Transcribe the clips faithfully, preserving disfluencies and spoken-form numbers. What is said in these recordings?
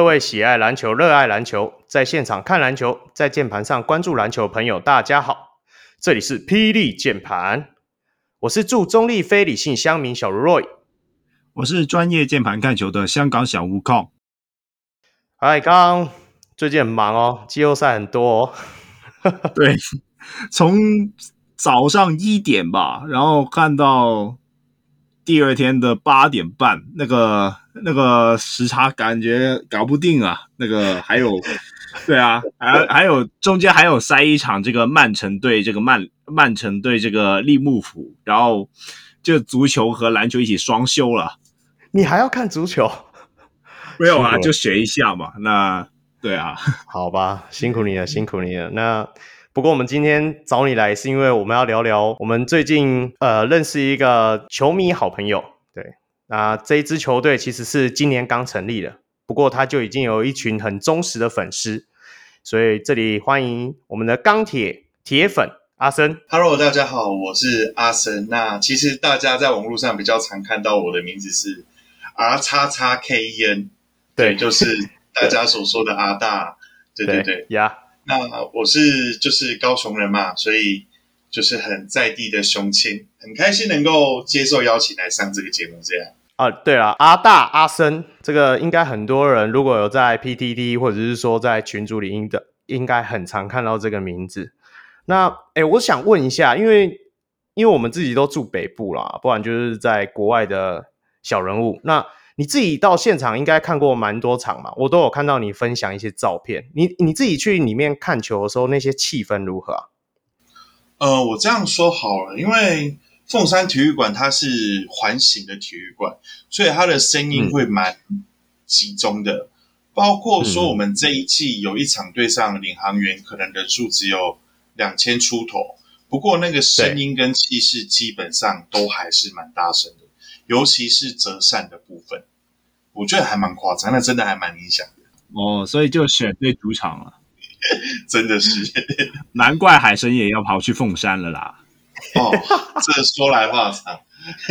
位喜爱篮球、热爱篮球，在现场看篮球，在键盘上关注篮球的朋友，大家好，这里是霹雳键盘，我是驻中立非理性乡民小如 Roy， 我是专业键盘看球的香港小吴控。 哎，刚刚最近很忙哦，季后赛很多哦。 对，从早上一点吧，然后看到第二天的八点半，那个那个时差感觉搞不定啊。那个还有，对啊，还还有中间还有塞一场这个曼城对这个曼曼城对这个利物浦，然后就足球和篮球一起双休了。 你还要看足球？ 没有啊，就学一下嘛。那对啊， 好吧，辛苦你了，辛苦你了。那不过我们今天找你来，是因为我们要聊聊我们最近呃认识一个球迷好朋友。对，那这一支球队其实是今年刚成立的，不过他就已经有一群很忠实的粉丝，所以这里欢迎我们的钢铁铁粉阿森。 Hello， 大家好，我是阿森。那其实大家在网络上比较常看到我的名字是 R X X K E N， 对，就是大家所说的阿大。对对对， 呀。Yeah. 那我是就是高雄人嘛，所以就是很在地的雄亲，很开心能够接受邀请来上这个节目这样。 啊，对了，阿大阿森，这个应该很多人如果有在 P T T 或者是说在群组里应的，应该很常看到这个名字。那诶，我想问一下，因为因为我们自己都住北部啦，不然就是在国外的小人物。那你自己到现场应该看过蛮多场嘛，我都有看到你分享一些照片。你你自己去里面看球的时候，那些气氛如何啊？ 呃，我这样说好了，因为凤山体育馆它是环形的体育馆，所以它的声音会蛮集中的。嗯、包括说我们这一季有一场对上领航员，可能人数只有两千出头，不过那个声音跟气势基本上都还是蛮大声的，尤其是折扇的部分。我觉得还蛮夸张，那真的还蛮影响的哦，所以就选对主场了， 真的是， 难怪海神也要跑去凤山了啦。 哦，这说来话长。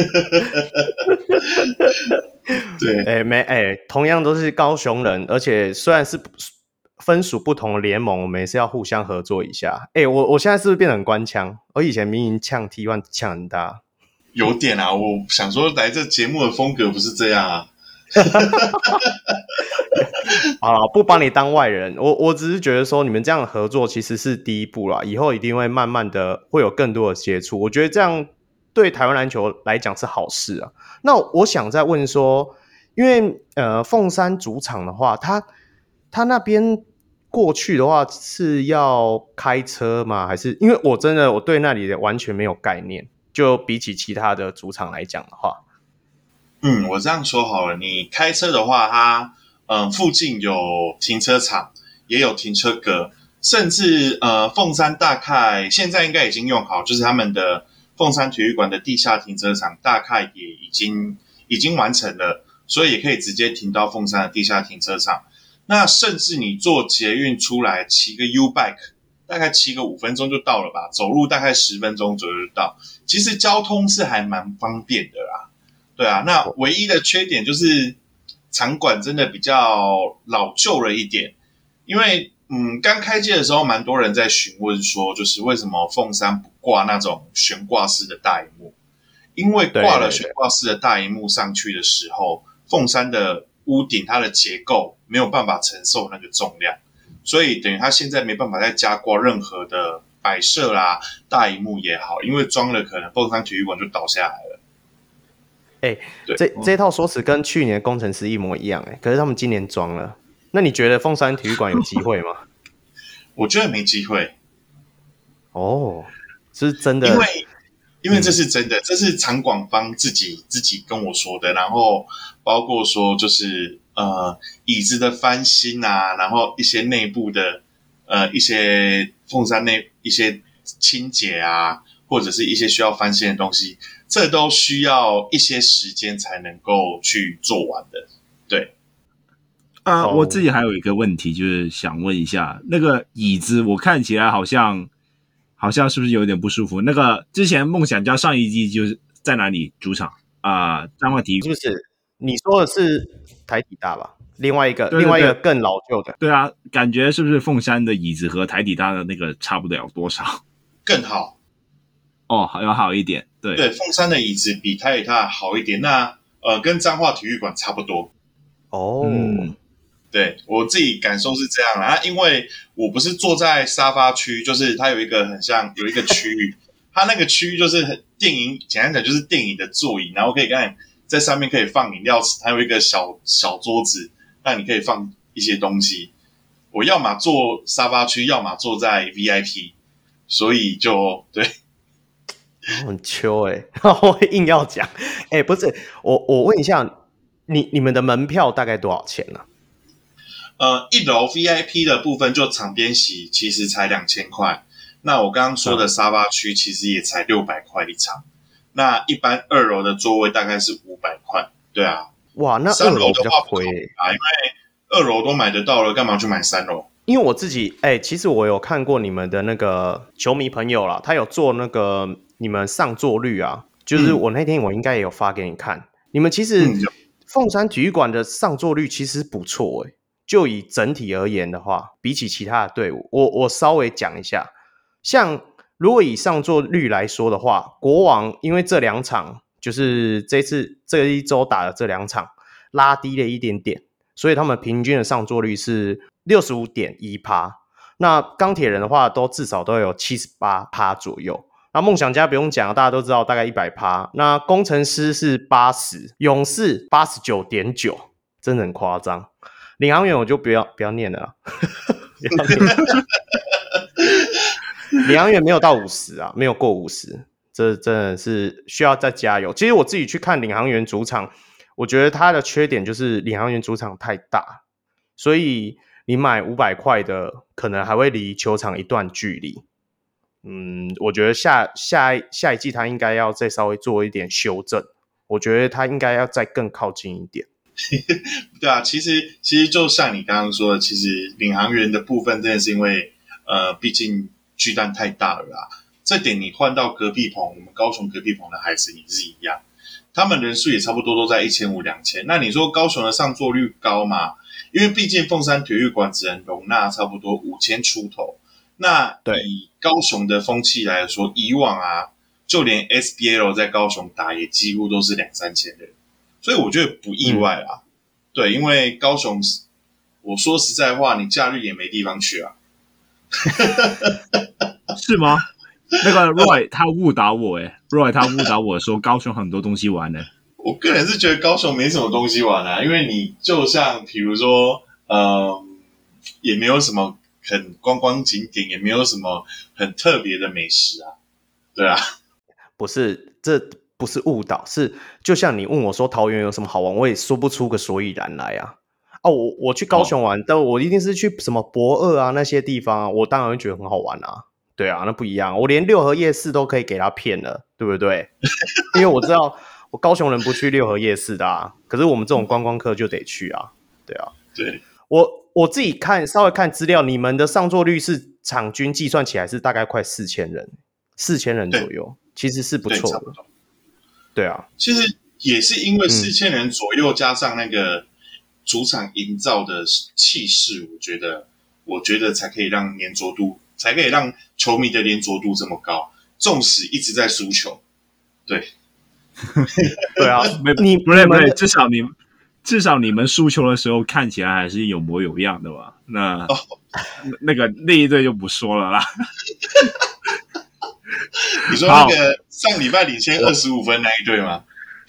对， 哎、欸、没哎、欸，同样都是高雄人，而且虽然是分属不同的联盟，我们也是要互相合作一下。哎、欸，我我现在是不是变得很官腔？我以前明明呛 T 一 呛很大。 有点啊，我想说来这节目的风格不是这样啊。 好啦，不把你当外人，我我只是觉得说你们这样的合作其实是第一步啦，以后一定会慢慢的会有更多的接触，我觉得这样对台湾篮球来讲是好事啊。那我想再问说，因为呃凤山主场的话，他他那边过去的话是要开车吗？还是因为我真的我对那里的完全没有概念，就比起其他的主场来讲的话。 嗯，我这样说好了，你开车的话，它嗯附近有停车场，也有停车格，甚至呃凤山大概现在应该已经用好，就是他们的凤山体育馆的地下停车场大概也已经已经完成了，所以也可以直接停到凤山的地下停车场。那甚至你坐捷运出来骑个 U-Bike， 大概骑个五分钟就到了吧，走路大概十分钟左右就到。其实交通是还蛮方便的啦。对啊，那唯一的缺点就是场馆真的比较老旧了一点，因为嗯，刚开机的时候蛮多人在询问说，就是为什么凤山不挂那种悬挂式的大萤幕？因为挂了悬挂式的大萤幕上去的时候，凤山的屋顶它的结构没有办法承受那个重量，所以等于它现在没办法再加挂任何的摆设啦、大萤幕也好，因为装了可能凤山体育馆就倒下来了。 哎、欸，这这套说辞跟去年的工程师一模一样哎、欸，可是他们今年装了。那你觉得凤山体育馆有机会吗？ 我觉得没机会。 哦，是真的， 因为因为这是真的，嗯、这是场馆方自己自己跟我说的，然后包括说就是呃椅子的翻新啊，然后一些内部的呃一些凤山内一些清洁啊，或者是一些需要翻新的东西。这都需要一些时间才能够去做完的，对。 啊、呃，我自己还有一个问题，就是想问一下，那个椅子我看起来好像好像是不是有点不舒服？那个之前梦想家上一季就是在哪里主场啊？彰化体育是不是？你说的是台体大吧？ 另外一个， 对对对另外一个更老旧的。 对啊，感觉是不是凤山的椅子和台底大的那个差不了多少？ 更好。 哦，要好一点。对对，凤山的椅子比台底大好一点，那呃跟彰化体育馆差不多。 哦， 嗯， 对我自己感受是这样啦，啊，因为我不是坐在沙发区，就是它有一个很像有一个区域，它那个区域就是很电影，简单讲就是电影的座椅，然后可以看在上面可以放饮料池，还有一个小小桌子，让你可以放一些东西。我要么坐沙发区，要么坐在 V I P， 所以就对。 很秋哎、欸，我硬要讲，哎、欸，不是，我我问一下，你你们的门票大概多少钱呢、 啊？呃，一楼 V I P 的部分就场边席，其实才两千块。那我刚刚说的沙发区其实也才六百块一场。那一般二楼的座位大概是五百块，对啊。 哇，那二楼比较亏、欸、 啊，因为二楼都买得到了，干嘛去买三楼？ 因为我自己，哎、欸，其实我有看过你们的那个球迷朋友啦，他有做那个你们上座率啊，就是我那天我应该也有发给你看，嗯、你们其实凤山体育馆的上座率其实不错哎、欸，就以整体而言的话，比起其他的队伍，我我稍微讲一下，像如果以上座率来说的话，国王因为这两场就是这次这一周打的这两场拉低了一点点，所以他们平均的上座率是六十五点一趴。那钢铁人的话，都至少都有七十八趴左右。那梦想家不用讲，大家都知道大概一百趴。那工程师是八十，勇士八十九点九，真的很夸张。领航员我就不要不要念了啦，不要念了领航员没有到五十啊，没有过五十，这真的是需要再加油。其实我自己去看领航员主场，我觉得它的缺点就是领航员主场太大，所以你买五百块的，可能还会离球场一段距离。嗯，我觉得下下下一季他应该要再稍微做一点修正，我觉得他应该要再更靠近一点。 对啊，其实其实就像你刚刚说的，其实领航员的部分真的是因为呃，毕竟巨蛋太大了啦。这点你换到隔壁棚，我们高雄隔壁棚的孩子也是一样，他们人数也差不多都在一千五两千。那你说高雄的上座率高吗？因为毕竟凤山体育馆只能容纳差不多五千出头。那以高雄的风气来说，以往啊，就连 S B L 在高雄打也几乎都是两三千人，所以我觉得不意外啊。嗯、对，因为高雄，我说实在话，你假日也没地方去啊。 是吗？那个 Roy 他误导我诶 ，Roy 他误导我说高雄很多东西玩呢。 我个人是觉得高雄没什么东西玩啊，因为你就像比如说，呃，也没有什么很观光景点，也没有什么很特别的美食啊，对啊， 不是，这不是误导，是就像你问我说桃园有什么好玩，我也说不出个所以然来啊。哦，我我去高雄玩，哦、但我一定是去什么博二啊那些地方啊，我当然会觉得很好玩啊。对啊，那不一样，我连六合夜市都可以给他骗了，对不对？因为我知道我高雄人不去六合夜市的啊，可是我们这种观光客就得去啊，对啊。 对， 我我自己看稍微看资料，你们的上座率是场均计算起来是大概快四千人，四千人左右，其实是不错的。对啊， 其实也是因为四千人左右、嗯、加上那个主场营造的气势，我觉得，我觉得才可以让粘着度，才可以让球迷的粘着度这么高。纵使一直在输球，对， 对啊， 你不对不对，至少你至少你们输球的时候看起来还是有模有样的吧？那、哦、那个那一队就不说了啦。 你说那个上礼拜领先二十五分那一队吗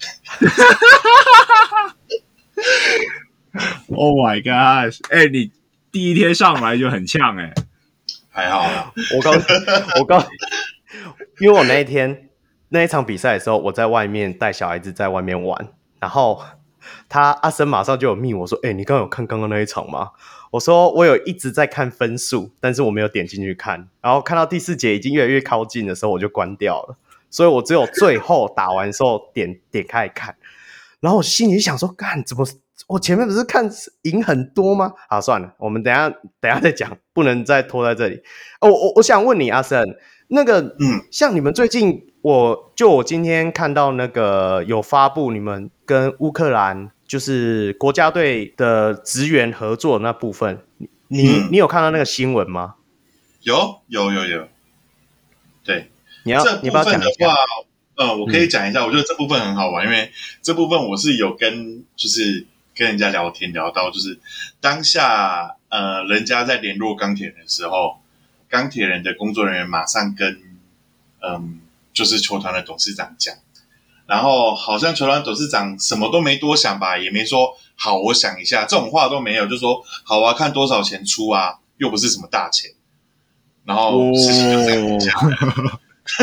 ？Oh my god！ 哎、欸，你第一天上来就很呛哎、欸， 还好啦。 我刚我刚，因为我那一天那一场比赛的时候，我在外面带小孩子在外面玩，然后他阿森马上就有密我说：“哎、欸，你刚刚有看刚刚那一场吗？”我说我有一直在看分数，但是我没有点进去看，然后看到第四节已经越来越靠近的时候，我就关掉了。所以我只有最后打完的时候点点开看，然后我心里就想说：干怎么？我前面不是看赢很多吗？好，算了，我们等一下等一下再讲，不能再拖在这里。哦，我我想问你，阿森，那个，嗯，像你们最近，我就我今天看到那个有发布你们跟乌克兰就是国家队的职员合作的那部分，你、嗯、你有看到那个新闻吗？ 有有有有，对， 你要这部分的话，呃，我可以讲一下、嗯，我觉得这部分很好玩，因为这部分我是有跟就是跟人家聊天聊到，就是当下呃人家在联络钢铁人的时候，钢铁人的工作人员马上跟嗯就是球团的董事长讲。然后好像球团董事长什么都没多想吧，也没说好我想一下，这种话都没有，就说好啊，看多少钱出啊，又不是什么大钱。然后事情就这样下来。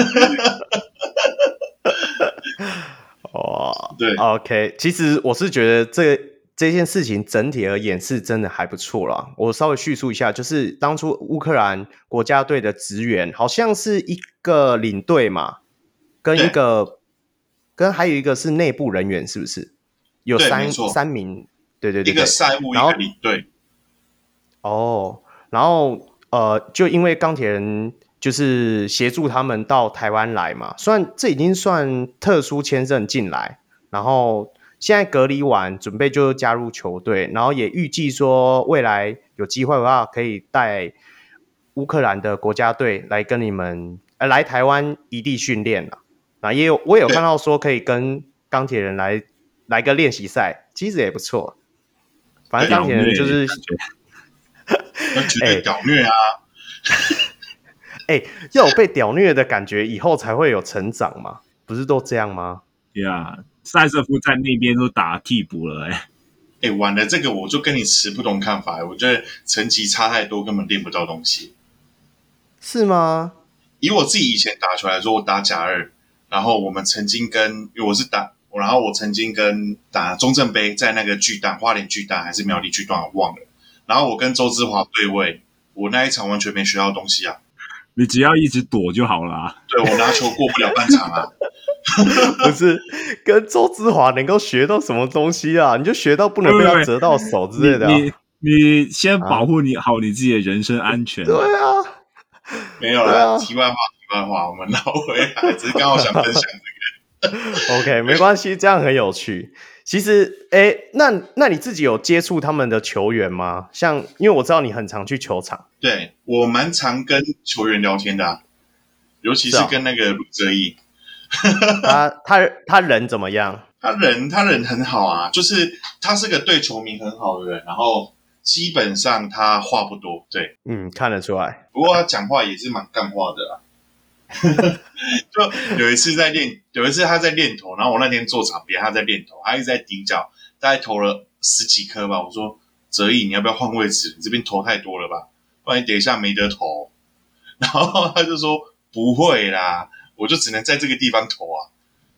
哦， 对 ，OK， 其实我是觉得这这件事情整体而言是真的还不错啦。我稍微叙述一下，就是当初乌克兰国家队的职员好像是一个领队嘛，跟一个跟还有一个是内部人员，是不是？有三三名，对对 对, 对， 一个赛务，一个领队。 哦，然后呃，就因为钢铁人就是协助他们到台湾来嘛，算这已经算特殊签证进来，然后现在隔离完，准备就加入球队，然后也预计说未来有机会的话，可以带乌克兰的国家队来跟你们呃来台湾异地训练了。那也有我也有看到说可以跟钢铁人来来个练习赛，其实也不错。反正钢铁人就是绝对屌虐啊！ 哎、欸，要有被屌虐的感觉，以后才会有成长嘛，不是都这样吗？ 对啊，塞瑟夫在那边都打替补了、欸，哎， 哎，完了，这个我就跟你持不同看法，我觉得层级差太多，根本练不到东西。 是吗？ 以我自己以前打球来说，我打甲二，然后我们曾经跟，因为我是打，然后我曾经跟打中正杯，在那个巨蛋，花莲巨蛋还是苗栗巨蛋，我忘了。然后我跟周之华对位，我那一场完全没学到东西啊。 你只要一直躲就好了、啊。 对，我拿球过不了半场啊。 不是跟周之华能够学到什么东西啊？你就学到不能被他折到手之类的、啊。 你 你, 你先保护你好你自己的人身安全、啊。 对啊， 没有啦、啊。题外话，题外话，我们绕回来，只是刚好想分享这个。OK， 没关系，这样很有趣。其实，哎，那那你自己有接触他们的球员吗？像，因为我知道你很常去球场。 对，我蛮常跟球员聊天的、啊，尤其是跟那个卢哲义。 他他他人怎么样？ 他人他人很好啊，就是他是个对球迷很好的人，然后基本上他话不多，对， 嗯，看得出来。 不过他讲话也是蛮干话的啦。就有一次在练，有一次他在练投，然后我那天坐场边，他在练投，他一直在底角，大概投了十几颗吧。我说哲义，你要不要换位置？你这边投太多了吧，不然你等一下没得投。然后他就说不会啦，我就只能在这个地方投啊。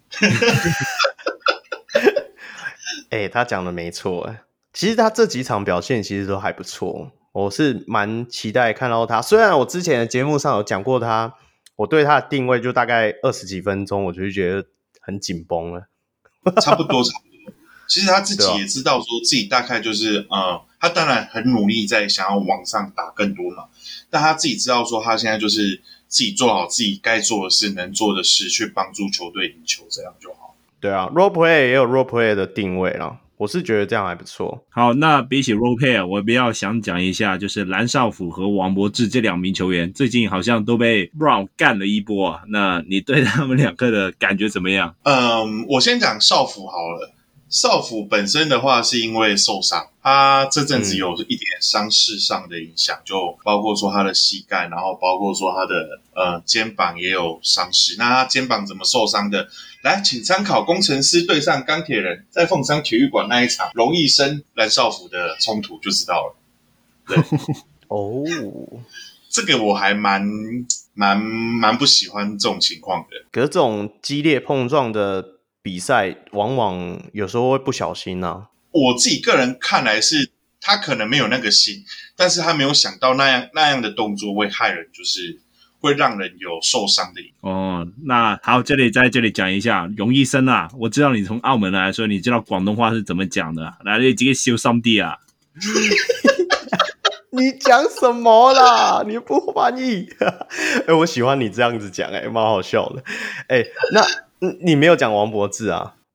哎、欸，他讲的没错，哎，其实他这几场表现其实都还不错，我是蛮期待看到他。虽然我之前的节目上有讲过他。我对他的定位就大概二十几分钟，我就觉得很紧绷了。 差不多，差不多。其实他自己也知道，说自己大概就是，呃，他当然很努力在想要往上打更多嘛，但他自己知道说，他现在就是自己做好自己该做的事、能做的事，去帮助球队赢球，这样就好。 对啊 ，role play 也有 role play 的定位啦。我是觉得这样还不错。 好，那比起 role play， 我比较想讲一下，就是蓝少辅和王柏智这两名球员，最近好像都被 Brown 干了一波啊。那你对他们两个的感觉怎么样？ 嗯，我先讲少辅好了。少辅本身的话，是因为受伤，他这阵子有一点伤势上的影响，嗯、就包括说他的膝盖，然后包括说他的呃肩膀也有伤势。那他肩膀怎么受伤的？来，请参考工程师对上钢铁人在凤山体育馆那一场龙毅生蓝少辅的冲突就知道了。对， 哦， 这个我还蛮蛮蛮不喜欢这种情况的。 可是这种激烈碰撞的比赛，往往有时候会不小心啊。 我自己个人看来是，他可能没有那个心，但是他没有想到那样那样的动作会害人，就是会让人有受伤的。 哦，那好，这里在这里讲一下容医生啊，我知道你从澳门来，所以你知道广东话是怎么讲的。来，你这个小心啲啊！ 你讲什么啦？你不翻译？哎，我喜欢你这样子讲，哎，蛮好笑的。哎，那你没有讲王柏智啊？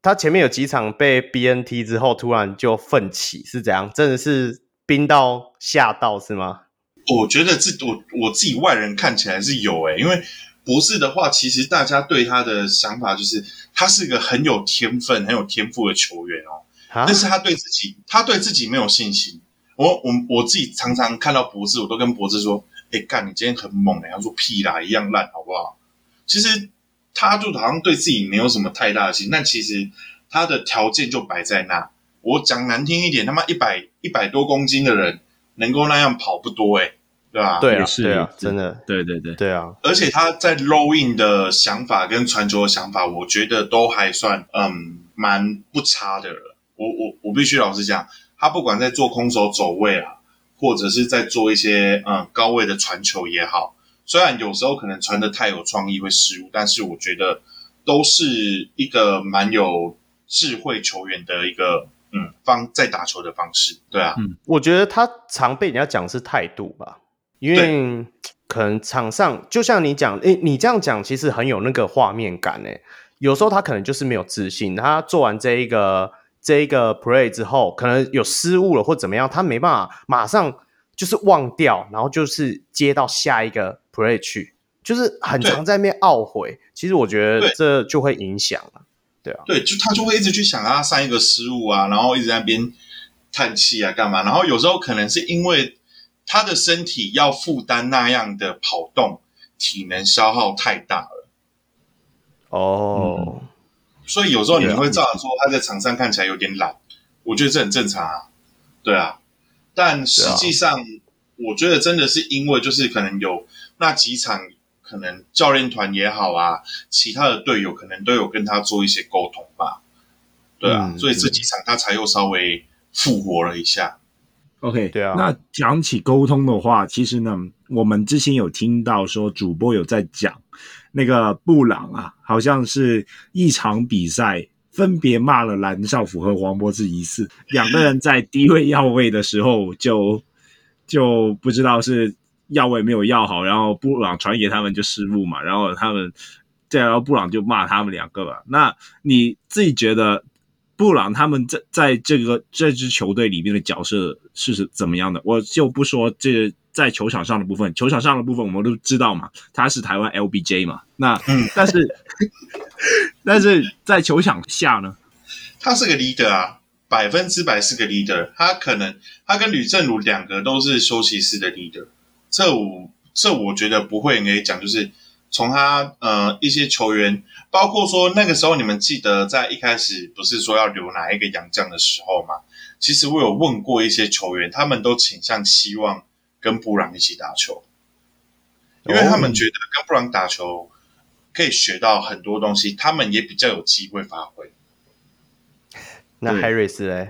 他前面有几场被 B N T 之后，突然就奋起，是怎样？真的是冰到吓到是吗？ 我觉得自我我自己外人看起来是有诶、欸，因为博士的话，其实大家对他的想法就是他是个很有天分、很有天赋的球员哦。但是他对自己，他对自己没有信心。我我我自己常常看到博士，我都跟博士说：“哎、欸，干，你今天很猛诶、欸。”他说：“屁啦，一样烂，好不好？”其实他就好像对自己没有什么太大的信心，但其实他的条件就摆在那。我讲难听一点，他妈一百一百多公斤的人能够那样跑不多诶、欸，对吧？ 对啊， 是对啊，真的， 对对对对啊。 而且他在 low in 的想法跟传球的想法，我觉得都还算嗯蛮不差的了。我我我必须老实讲，他不管在做空手走位啊，或者是在做一些嗯高位的传球也好，虽然有时候可能传得太有创意会失误，但是我觉得都是一个蛮有智慧球员的一个嗯方在打球的方式，对啊， 嗯，我觉得他常被人家讲是态度吧，因为可能场上就像你讲，诶，你这样讲其实很有那个画面感诶。有时候他可能就是没有自信，他做完这一个这一个 play 之后，可能有失误了或怎么样，他没办法马上就是忘掉，然后就是接到下一个 play 去，就是很常在那边懊悔。其实我觉得这就会影响了，对啊， 对，就他就会一直去想他上一个失误啊，然后一直在那边叹气啊，干嘛？然后有时候可能是因为他的身体要负担那样的跑动，体能消耗太大了。 哦、 嗯，所以有时候你会照样说他在场上看起来有点懒，我觉得这很正常啊，对啊。但实际上，我觉得真的是因为就是可能有那几场，可能教练团也好啊，其他的队友可能都有跟他做一些沟通吧，对啊，嗯、所以这几场他才又稍微复活了一下。 OK， 对啊。 那讲起沟通的话，其实呢，我们之前有听到说主播有在讲。那个布朗啊，好像是一场比赛分别骂了蓝少辅和黄博士一次，两个人在低位要位的时候就就不知道是要位没有要好，然后布朗传给他们就失误嘛，然后他们对，然后布朗就骂他们两个吧。那你自己觉得布朗他们在在这个这支球队里面的角色是怎么样的？我就不说这在球场上的部分，球场上的部分我们都知道嘛，他是台湾 L B J 嘛。那、嗯、但是但是在球场下呢， 他是个 leader 啊，百分之百是个 leader。他可能他跟吕正儒两个都是休息室的 leader， 这我这我觉得不会可以讲，就是从他呃一些球员，包括说那个时候你们记得在一开始不是说要留哪一个洋将的时候嘛？其实我有问过一些球员，他们都倾向希望跟布朗一起打球，因为他们觉得跟布朗打球可以学到很多东西，他们也比较有机会发挥。 那 Harris 呢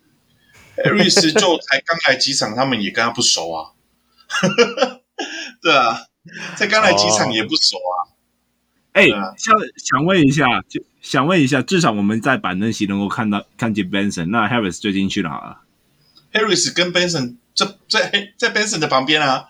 ？Harris 就才刚来几场，他们也跟他不熟啊。对啊，才刚来几场也不熟啊。 哎、欸啊，想想问一下，就想问一下，至少我们在板凳席能够看到看见 Benson， 那 Harris 最近去哪了 ？Harris 跟 Benson 在在在 Benson 的旁边啊。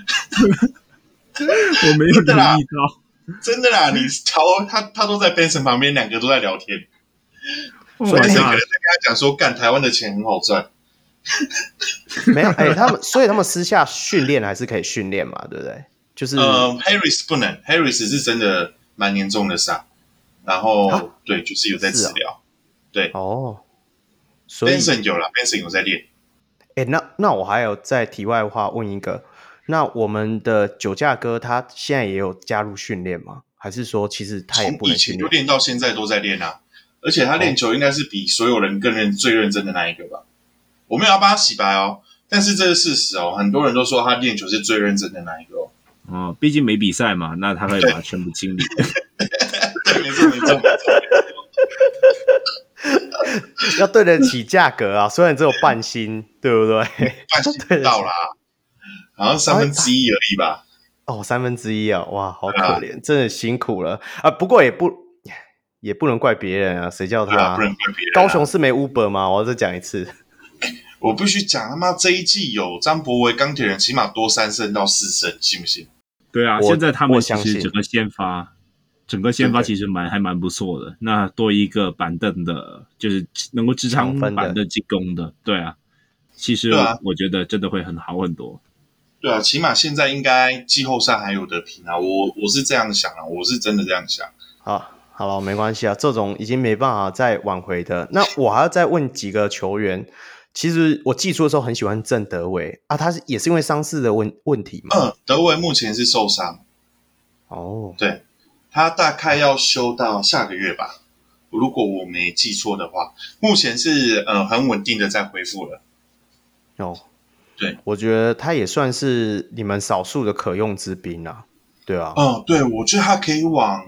我没有留意到， 真的啦，你瞧他他都在 Benson 旁边，两个都在聊天。所以 Benson 可能在跟他讲说，干台湾的钱很好赚。 没有，哎、欸，他们所以他们私下训练还是可以训练嘛，对不对？就是呃 ，Harris 不能 ，Harris 是真的蛮严重的伤，然后、啊、对，就是有在治疗、啊，对哦。 Benson 有了 ，Benson 有在练。 哎、欸，那那我还有在题外话问一个，那我们的酒驾哥他现在也有加入训练吗？还是说其实他也不能训练？ 从以前就练到现在都在练啊，而且他练球应该是比所有人更认最认真的那一个吧。我没有要帮他洗白哦，但是这是事实哦。很多人都说他练球是最认真的那一个哦。 哦，毕竟没比赛嘛，那他可以把它全部清理。 对，没错没错没错。 要对得起价格啊，虽然只有半薪，对不对？ 半薪不到啦，好像三分之一而已吧。 哦，三分之一啊，哇，好可怜，啊、真的辛苦了啊。不过也不也不能怪别人啊，谁叫他？ 啊、不能怪别人、啊。 高雄是没 Uber 吗？我要再讲一次。 我必须讲，他妈这一季有张博维钢铁人起码多三胜到四胜，信不信？ 对啊，现在他们其实整个先发， 整个先发其实蛮还蛮不错的。那多一个板凳的，就是能够支撑板凳进攻的，对啊，其实我觉得真的会很好很多。 对啊，起码现在应该季后赛还有得拼啊，我我是这样想啊，我是真的这样想。 好，好了，没关系啊，这种已经没办法再挽回的。那我还要再问几个球员。其实我季初的时候很喜欢郑德维啊，他是也是因为伤势的问问题嘛。 嗯，德维目前是受伤。 哦， 对，他大概要休到下个月吧，如果我没记错的话。目前是呃很稳定的在恢复了。 哦， 对， 我觉得他也算是你们少数的可用之兵啊。对啊。 嗯，对，我觉得他可以往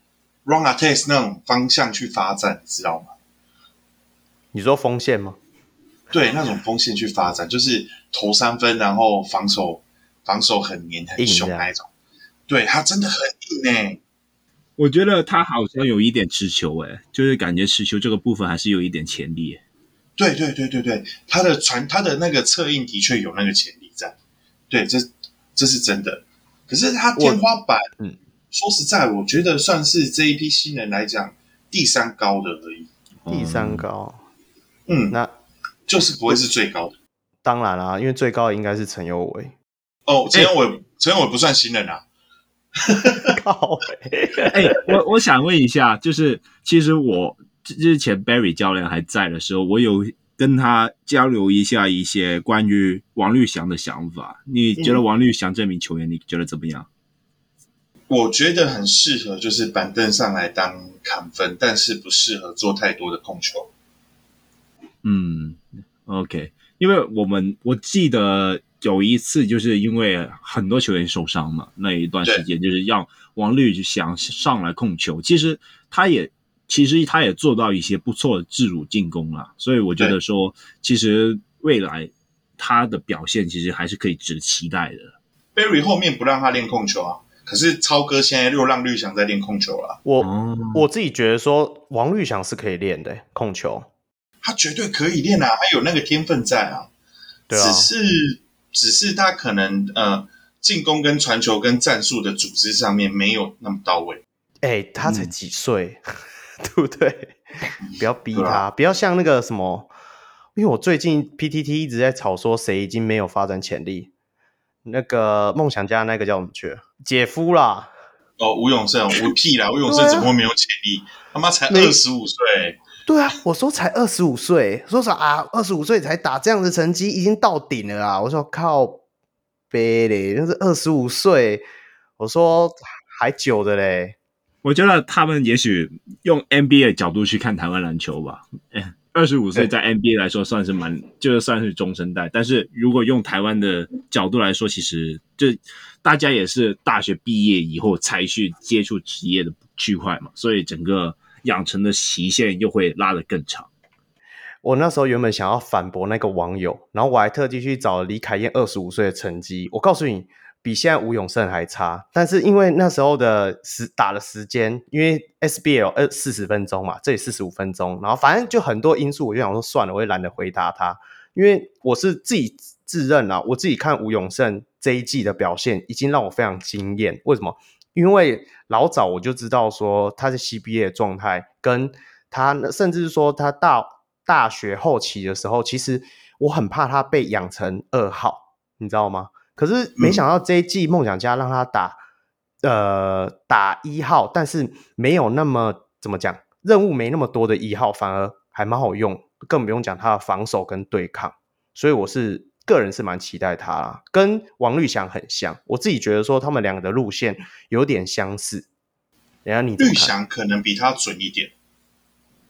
Ron Artest 那种方向去发展，你知道吗？ 你说锋线吗？ 对，那种锋线去发展，就是投三分，然后防守防守很黏很凶那一种。对，他真的很硬诶、欸。 我觉得他好像有一点持球诶、欸，就是感觉持球这个部分还是有一点潜力、欸。 对对对对对，他的传他的那个策应的确有那个潜力在。对，这这是真的。可是他天花板，嗯，说实在，我觉得算是这一批新人来讲第三高的而已。 第三高， 嗯， 那。 就是不会是最高的， 当然啦、啊，因为最高的应该是陈佑伟。 哦，陈佑伟，陈佑伟不算新人啊。 靠哎、欸，我我想问一下，就是其实我之前 Barry 教练还在的时候，我有跟他交流一下一些关于王律翔的想法。你觉得王律翔这名球员，你觉得怎么样？ 我觉得很适合，就是板凳上来当砍分，但是不适合做太多的控球。 嗯 ，OK， 因为我们我记得有一次，就是因为很多球员受伤嘛，那一段时间就是让王律翔上来控球，其实他也其实他也做到一些不错的自主进攻啦，所以我觉得说，其实未来他的表现其实还是可以值得期待的。 Barry 后面不让他练控球啊，可是超哥现在又让律翔在练控球了。 我、哦、我自己觉得说，王律翔是可以练的控球。 他绝对可以练啊，他有那个天分在啊。 对啊。 只是只是他可能呃进攻跟传球跟战术的组织上面没有那么到位。 哎、欸，他才几岁，嗯、对不对？不要逼他， 啊、 不要像那个什么，因为我最近 P T T 一直在吵说谁已经没有发展潜力。那个梦想家那个叫什么去？姐夫啦。 哦，吴永胜，我屁啦！吴永胜怎么会没有潜力？他妈才二十五岁。 对啊，我说才二十五岁，说啥啊？二十五岁才打这样的成绩，已经到顶了啊！我说靠北嘞，那是二十五岁，我说还久的嘞。 我觉得他们也许用 N B A 的角度去看台湾篮球吧。二十五岁在 N B A 来说算是蛮，就算是中生代。但是如果用台湾的角度来说，其实就大家也是大学毕业以后才去接触职业的区块嘛，所以整个养成的期限又会拉得更长。 我那时候原本想要反驳那个网友，然后我还特地去找李凯燕二十五岁的成绩，我告诉你，比现在吴永胜还差。但是因为那时候的时打的时间，因为 S B L 呃四十分钟嘛，这里四十五分钟，然后反正就很多因素，我就想说算了，我也懒得回答他，因为我是自己自认啦，我自己看吴永胜这一季的表现已经让我非常惊艳。为什么？因为老早我就知道说他在 C B A 的状态，跟他甚至说他大大学后期的时候，其实我很怕他被养成二号，你知道吗？可是没想到这一季梦想家让他打、嗯、呃打一号，但是没有那么怎么讲，任务没那么多的一号，反而还蛮好用，更不用讲他的防守跟对抗，所以我是个人是蛮期待他啦，跟王律翔很像，我自己觉得说他们两个的路线有点相似。人家你律翔可能比他准一点。 呀、yeah, ，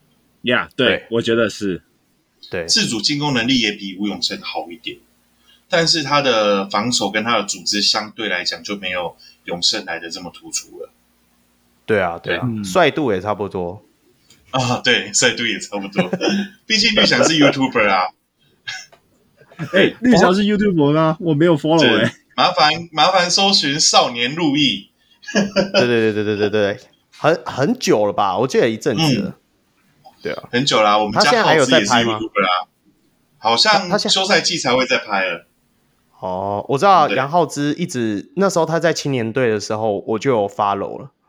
对，我觉得是， 对， 自主进攻能力也比吴永胜好一点，但是他的防守跟他的组织相对来讲就没有永胜来的这么突出了。 对啊，对啊，帅、嗯、度也差不多啊，对，帅度也差不多。毕竟律翔是 YouTuber 啊。 哎、欸，律翔是 YouTuber 吗？我没有 follow 哎、欸。 麻烦麻烦搜寻少年路易。 对对对对对对对，很很久了吧？我记得一阵子了。嗯对啊， 很久啦、啊，我们家他现在还有在拍吗？ 好像休赛季才会再拍了。 哦，我知道杨浩之一直那时候他在青年队的时候，我就有 follow 了。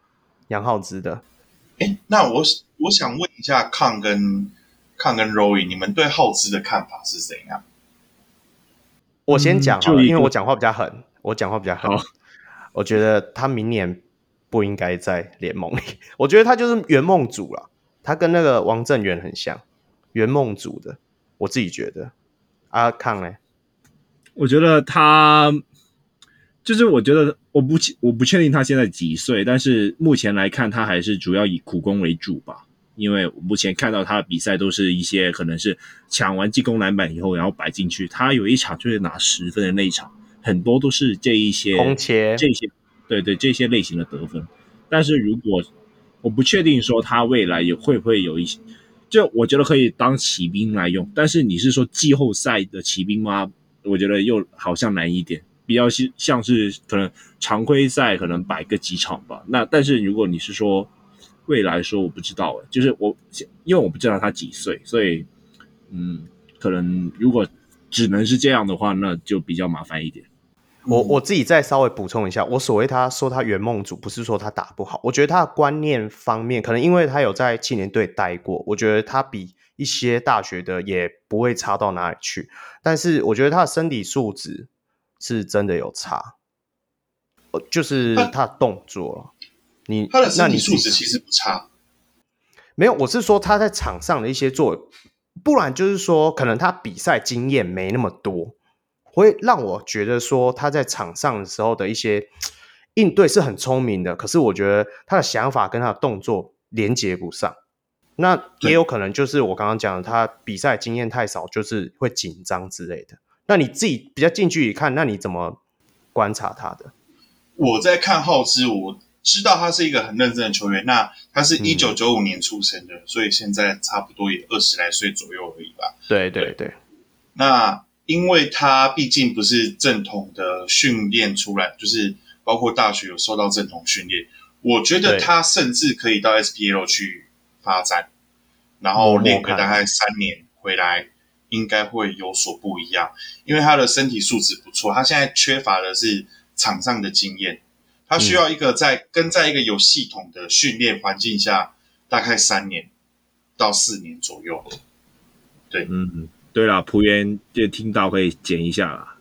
杨浩之的。 哎，那我我想问一下康跟康跟 Roy， 你们对浩之的看法是怎样？ 我先讲好了， 嗯、 因为我讲话比较狠，我讲话比较狠。我觉得他明年不应该在联盟里，我觉得他就是圆梦组啦，他跟那个王正源很像，圆梦组的，我自己觉得。阿康呢？ 我觉得他就是我觉得我不我不确定他现在几岁，但是目前来看，他还是主要以苦攻为主吧。因为我目前看到他的比赛都是一些可能是抢完进攻篮板以后，然后摆进去。他有一场就是拿十分的那一场，很多都是这一些空切， 这些对对这些类型的得分。但是如果我不确定说他未来有会不会有一些，就我觉得可以当骑兵来用。但是你是说季后赛的骑兵吗？我觉得又好像难一点，比较像是可能常规赛可能摆个几场吧。那但是如果你是说未来说我不知道，就是我因为我不知道他几岁，所以嗯，可能如果只能是这样的话，那就比较麻烦一点。 我我自己再稍微补充一下，我所谓他说他圆梦组，不是说他打不好，我觉得他的观念方面，可能因为他有在青年队待过，我觉得他比一些大学的也不会差到哪里去，但是我觉得他的身体素质是真的有差，就是他的动作。你他的身体素质其实不差， 没有，我是说他在场上的一些作，不然就是说可能他比赛经验没那么多，会让我觉得说他在场上的时候的一些应对是很聪明的，可是我觉得他的想法跟他的动作连接不上。那也有可能就是我刚刚讲的，他比赛经验太少，就是会紧张之类的。那你自己比较近距离看，那你怎么观察他的？ 我在看浩之，我知道他是一个很认真的球员。那他是一九九五年出生的、嗯，所以现在差不多也二十来岁左右而已吧。 对对 对, 对。 那因为他毕竟不是正统的训练出来，就是包括大学有受到正统训练，我觉得他甚至可以到 S P L 去发展，然后练个大概三年回来，应该会有所不一样。因为他的身体素质不错，他现在缺乏的是场上的经验，他需要一个在、嗯、跟在一个有系统的训练环境下，大概三年到四年左右。对， 嗯，对啦，仆员就听到可以剪一下啦。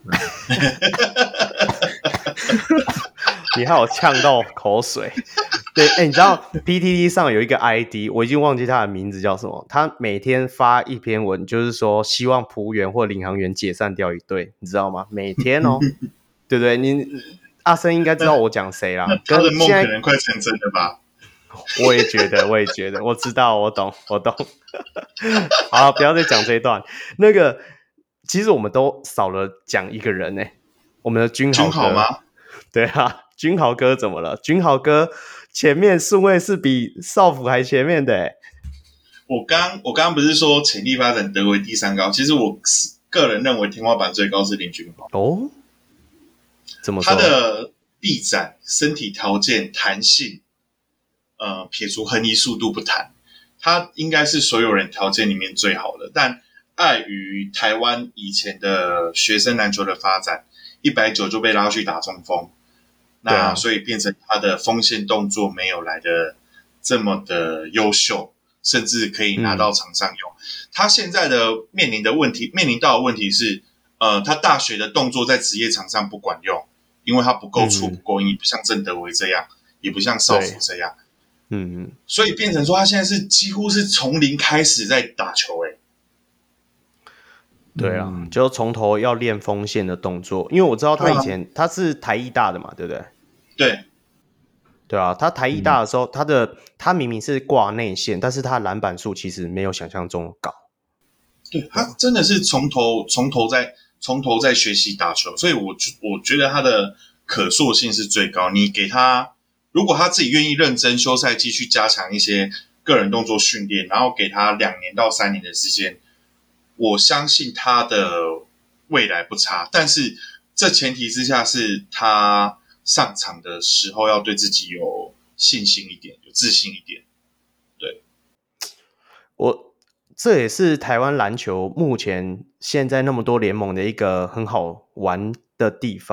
你害我呛到口水。对，哎、欸，你知道 P T T 上有一个 I D， 我已经忘记他的名字叫什么。他每天发一篇文，就是说希望仆员或领航员解散掉一队，你知道吗？每天哦，对不对？你阿生应该知道我讲谁啦。 他的梦可能快成真了吧？ 我也觉得，我也觉得，我知道，我懂，我懂。好，不要再讲这一段。那个，其实我们都少了讲一个人呢、欸，我们的君豪哥。 君豪吗？ 对啊，君豪哥怎么了？君豪哥前面顺位是比少辅还前面的、欸。 我刚我刚刚不是说潜力发展得为第三高，其实我个人认为天花板最高是林君豪。 哦，怎么说？ 他的臂展、身体条件、弹性，呃，撇除横移速度不谈，他应该是所有人条件里面最好的。但碍于台湾以前的学生篮球的发展，一百九就被拉去打中锋。那、啊、所以变成他的锋线动作没有来的这么的优秀，甚至可以拿到场上用。嗯、他现在的面临的问题，面临到的问题是，呃，他大学的动作在职业场上不管用，因为他不够粗、不够硬，不像郑德维这样，也不像少辅这样。 嗯嗯， 所以变成说他现在是几乎是从零开始在打球、欸， 对啊、嗯，就从头要练锋线的动作，因为我知道他以前、啊、他是台艺大的嘛，对不对？ 对， 对啊，他台艺大的时候，嗯、他的他明明是挂内线，但是他的篮板数其实没有想象中高。 对，他真的是从头从头在从头在学习打球，所以我我觉得他的可塑性是最高。你给他，如果他自己愿意认真休赛季去加强一些个人动作训练，然后给他两年到三年的时间，我相信他的未来不差。但是这前提之下是他上场的时候要对自己有信心一点，有自信一点。对， 我这也是台湾篮球目前现在那么多联盟的一个很好玩的地方，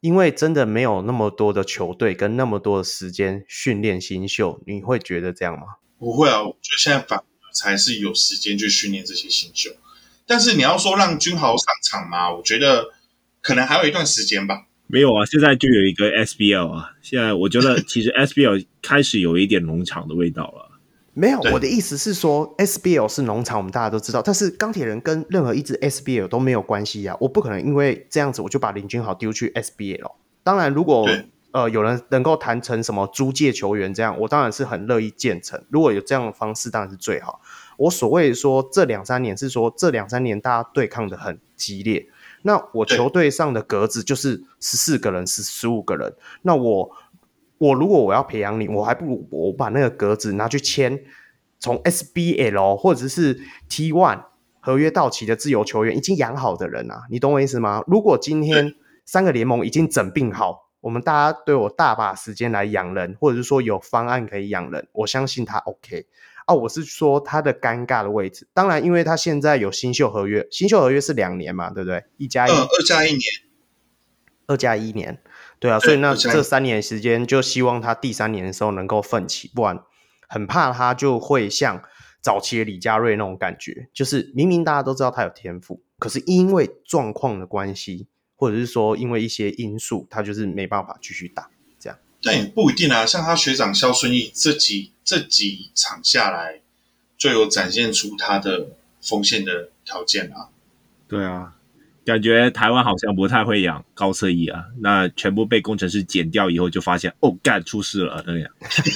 因为真的没有那么多的球队跟那么多的时间训练新秀，你会觉得这样吗？ 不会啊，我觉得现在反而才是有时间去训练这些新秀。但是你要说让君豪上场嘛，我觉得可能还有一段时间吧。 没有啊，现在就有一个 S B L 啊，现在我觉得其实 S B L 开始有一点农场的味道了。 没有，我的意思是说 S B L 是农场，我们大家都知道，但是钢铁人跟任何一支 S B L 都没有关系啊，我不可能因为这样子我就把林君豪丢去 S B L。当然，如果呃有人能够谈成什么租借球员这样，我当然是很乐意见成。如果有这样的方式，当然是最好。我所谓说这两三年是说这两三年大家对抗的很激烈，那我球队上的格子就是十四个人、十五个人，那我。我如果我要培养你，我还不如我把那个格子拿去签从 S B L 或者是 T 一 合约到期的自由球员，已经养好的人啊，你懂我意思吗？如果今天三个联盟已经整并好，我们大家都有大把时间来养人，或者是说有方案可以养人，我相信他 OK 啊。我是说他的尴尬的位置，当然因为他现在有新秀合约，新秀合约是两年嘛，对不对？一加一， 嗯，二加一年， 二加一年。对啊，所以那这三年时间就希望他第三年的时候能够奋起，不然很怕他就会像早期的李家瑞那种感觉，就是明明大家都知道他有天赋，可是因为状况的关系，或者是说因为一些因素，他就是没办法继续打这样。 但也不一定啊，像他学长肖顺义这几这几场下来，就有展现出他的锋线的条件啊。 对啊。感觉台湾好像不太会养高侧翼啊，那全部被工程师剪掉以后，就发现哦，干出事了那样。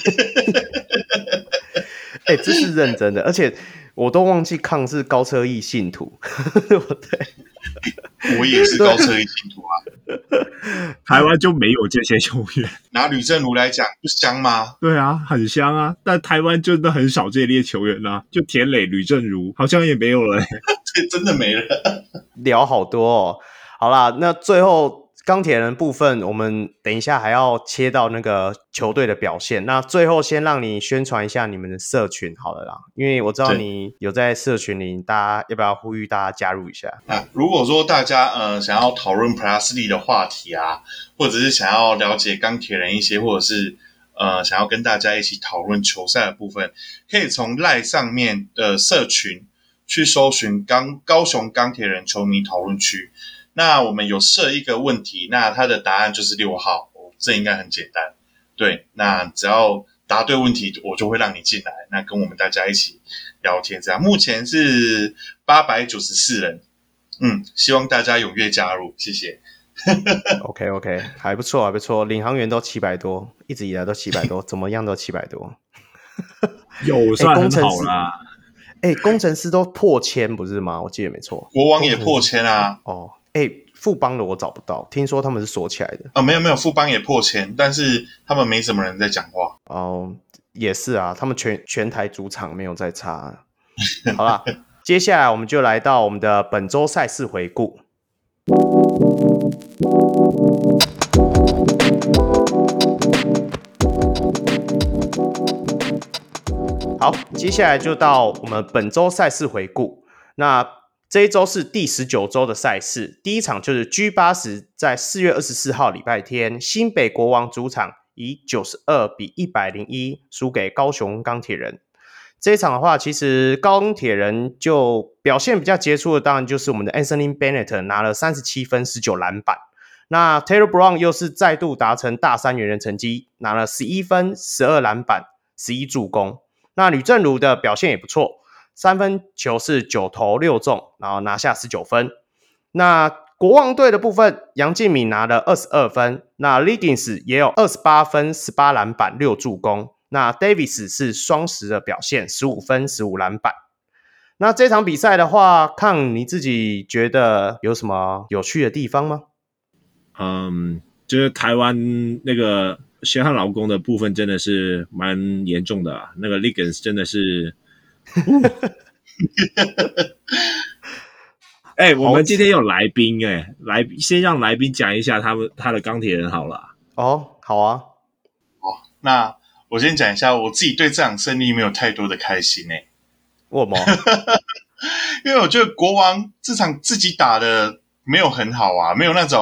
哎、 欸，这是认真的，而且我都忘记抗是高侧翼信徒，对不对？ 我也是高侧翼信徒啊。 台湾就没有这些球员， 拿吕正如来讲，不香吗？ 对啊，很香啊，但台湾真的很少这类球员啊，就田磊、吕正如，好像也没有了、欸。 对，真的没了。 聊好多哦。好啦，那最后钢铁人部分，我们等一下还要切到那个球队的表现。那最后先让你宣传一下你们的社群好了啦，因为我知道你有在社群里，大家要不要呼吁大家加入一下？ 啊，如果说大家呃想要讨论 Plus League 的话题啊，或者是想要了解钢铁人一些，或者是呃想要跟大家一起讨论球赛的部分，可以从 LINE 上面的社群去搜寻钢高雄钢铁人球迷讨论区。那我们有设一个问题，那它的答案就是六号，哦，这应该很简单。对，那只要答对问题，我就会让你进来，那跟我们大家一起聊天。这样，目前是八百九十四人，嗯，希望大家踊跃加入，谢谢。 OK OK， 还不错还不错，领航员都七百多，一直以来都七百多，怎么样都七百多， 有算很好啦。 哎、欸，工程师都破千不是吗？我记得没错， 国王也破千啊。 哦，哎、欸，富邦的我找不到，听说他们是锁起来的。 啊、哦，没有没有，富邦也破千，但是他们没什么人在讲话。 哦，也是啊，他们全全台主场没有在差。好啦，接下来我们就来到我们的本周赛事回顾。好，接下来就到我们本周赛事回顾。那这一周是第十九周的赛事，第一场就是 G 八十 在四月二十四号礼拜天，新北国王主场以九十二比一百零一输给高雄钢铁人。这一场的话，其实钢铁人就表现比较杰出的，当然就是我们的 Anthony Bennett 拿了三十七分、十九篮板。那 Taylor Brown 又是再度达成大三元人成绩，拿了十一分、十二篮板、十一助攻。那吕正如的表现也不错，三分球是九投六中，然后拿下十九分。那国王队的部分，杨敬敏拿了二十二分，那 Liggins 也有二十八分、十八篮板、六助攻。那 Davis 是双十的表现，十五分、十五篮板。那这场比赛的话，看你自己觉得有什么有趣的地方吗？ 嗯，就是台湾那个血汗劳工的部分真的是蛮严重的啊，那个 Liggins 真的是，哎、欸，我们今天有来宾哎、欸，来先让来宾讲一下他们他的钢铁人好了。 哦，好啊。 哦，那我先讲一下，我自己对这场胜利没有太多的开心诶、欸。 为什么？ 因为我觉得国王这场自己打的没有很好啊，没有那种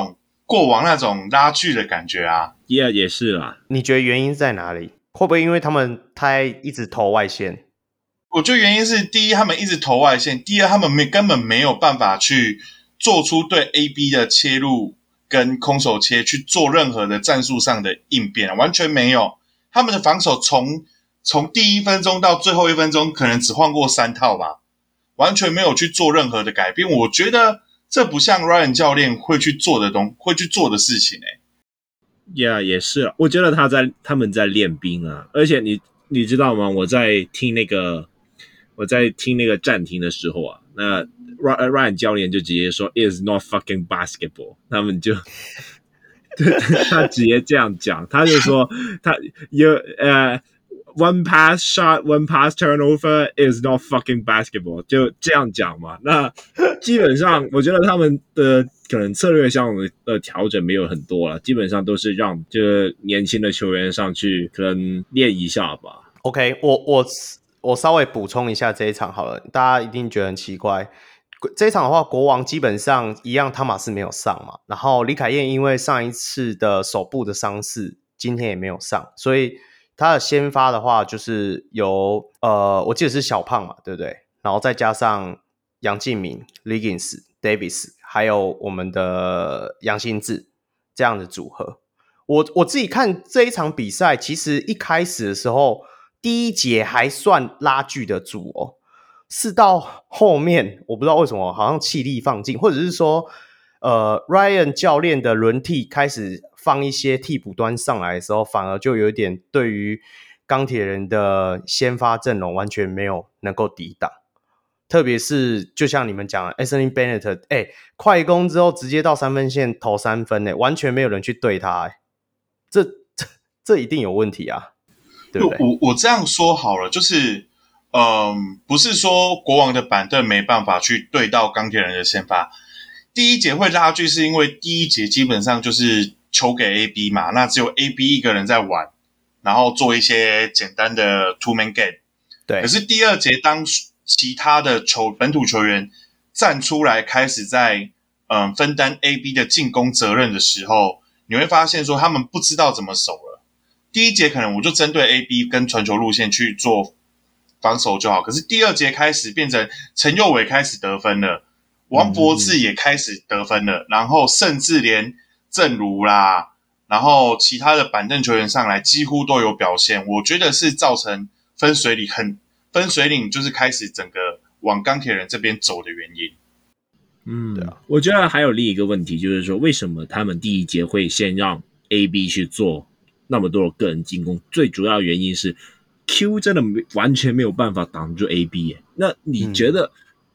过往那种拉锯的感觉啊。 Yeah， 也是啦。 你觉得原因在哪里？会不会因为他们太一直投外线？ 我觉得原因是第一，他们一直投外线；第二，他们没根本没有办法去做出对 A B 的切入跟空手切去做任何的战术上的应变，完全没有。他们的防守从从第一分钟到最后一分钟，可能只换过三套吧，完全没有去做任何的改变。我觉得这不像 Ryan 教练会去做的东会去做的事情诶、欸。 Yeah， 也是，我觉得他在他们在练兵啊，而且你你知道吗？我在听那个我在听那个暂停的时候啊，那 Ryan 教练就直接说 "It's not fucking basketball"， 他们就他直接这样讲，他就说他有呃。One pass shot, one pass turnover is not fucking basketball， 就这样讲嘛。那基本上，我觉得他们的可能策略上的调整没有很多了，基本上都是让这个年轻的球员上去可能练一下吧。 OK， 我我我稍微补充一下这一场好了，大家一定觉得很奇怪。这一场的话，国王基本上一样，汤马斯没有上嘛，然后李凯燕因为上一次的手部的伤势，今天也没有上，所以他的先发的话就是由呃，我记得是小胖嘛，对不对？然后再加上杨敬敏、Liggins、Davis， 还有我们的杨新志这样的组合。我我自己看这一场比赛，其实一开始的时候，第一节还算拉锯的组哦，是到后面我不知道为什么好像气力放尽，或者是说呃 Ryan 教练的轮替开始放一些替补端上来的时候，反而就有点对于钢铁人的先发阵容完全没有能够抵挡。特别是就像你们讲的 Anthony Bennett， 哎，快攻之后直接到三分线投三分，哎，完全没有人去对他，哎，这这这一定有问题啊，对不对？ 我我这样说好了，就是嗯，不是说国王的板凳没办法去对到钢铁人的先发。第一节会拉锯是因为第一节基本上就是球给 A B 嘛，那只有 A B 一个人在玩，然后做一些简单的 two man game。 对。 可是第二节当其他的球本土球员站出来开始在嗯分担 A B 的进攻责任的时候，你会发现说他们不知道怎么守了。第一节可能我就针对 A B 跟传球路线去做防守就好，可是第二节开始变成陈佑伟开始得分了，王柏志也开始得分了，嗯、然后甚至连正如啦，然后其他的板凳球员上来几乎都有表现，我觉得是造成分水岭很分水岭就是开始整个往钢铁人这边走的原因。 嗯，对啊，我觉得还有另一个问题就是说，为什么他们第一节会先让 A B 去做那么多的个人进攻？最主要原因是 Q 真的完全没有办法挡住 A B 耶。那你觉得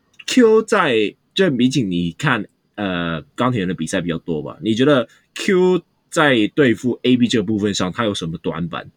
Q 在这毕竟你看呃钢铁人的比赛比较多吧？你觉得 Q 在对付 A B 这个部分上，他有什么短板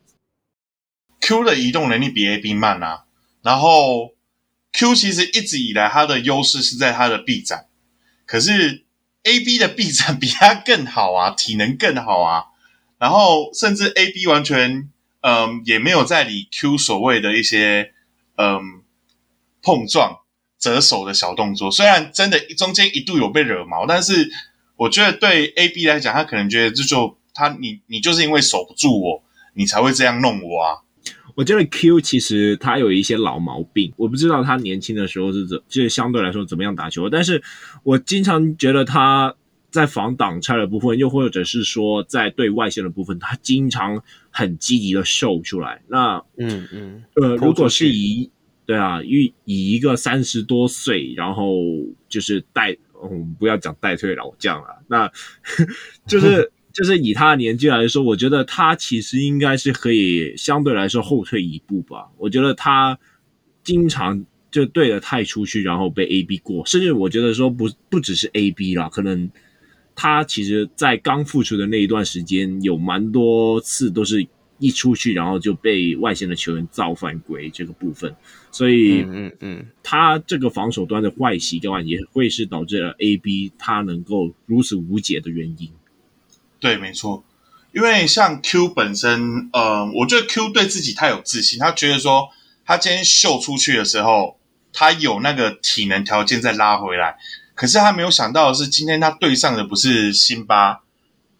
？Q 的移动能力比 A B 慢啊，然后 Q 其实一直以来他的优势是在他的臂展，可是 A B 的臂展比他更好啊，体能更好啊，然后甚至 A B 完全嗯也没有在理 Q 所谓的一些嗯碰撞折手的小动作，虽然真的中间一度有被惹毛，但是我觉得对 A B 来讲，他可能觉得这就他你你就是因为守不住我，你才会这样弄我啊。 我觉得 Q 其实他有一些老毛病，我不知道他年轻的时候是怎，就是相对来说怎么样打球，但是我经常觉得他在防挡拆的部分，又或者是说在对外线的部分，他经常很积极的秀出来。那嗯嗯， 呃，如果是以对啊，以以一个三十多岁，然后就是带，嗯，不要讲带退老将了，那就是就是以他的年纪来说，我觉得他其实应该是可以相对来说后退一步吧。我觉得他经常就对着太出去，然后被 A B 过，甚至我觉得说不不只是 A B 啦，可能他其实在刚复出的那一段时间，有蛮多次都是一出去，然后就被外线的球员造犯规这个部分，所以嗯嗯嗯，他这个防守端的坏习惯也会是导致了 A B 他能够如此无解的原因。 对，没错，因为像 Q 本身，呃，我觉得 Q 对自己太有自信，他觉得说他今天秀出去的时候，他有那个体能条件再拉回来，可是他没有想到的是，今天他对上的不是辛巴，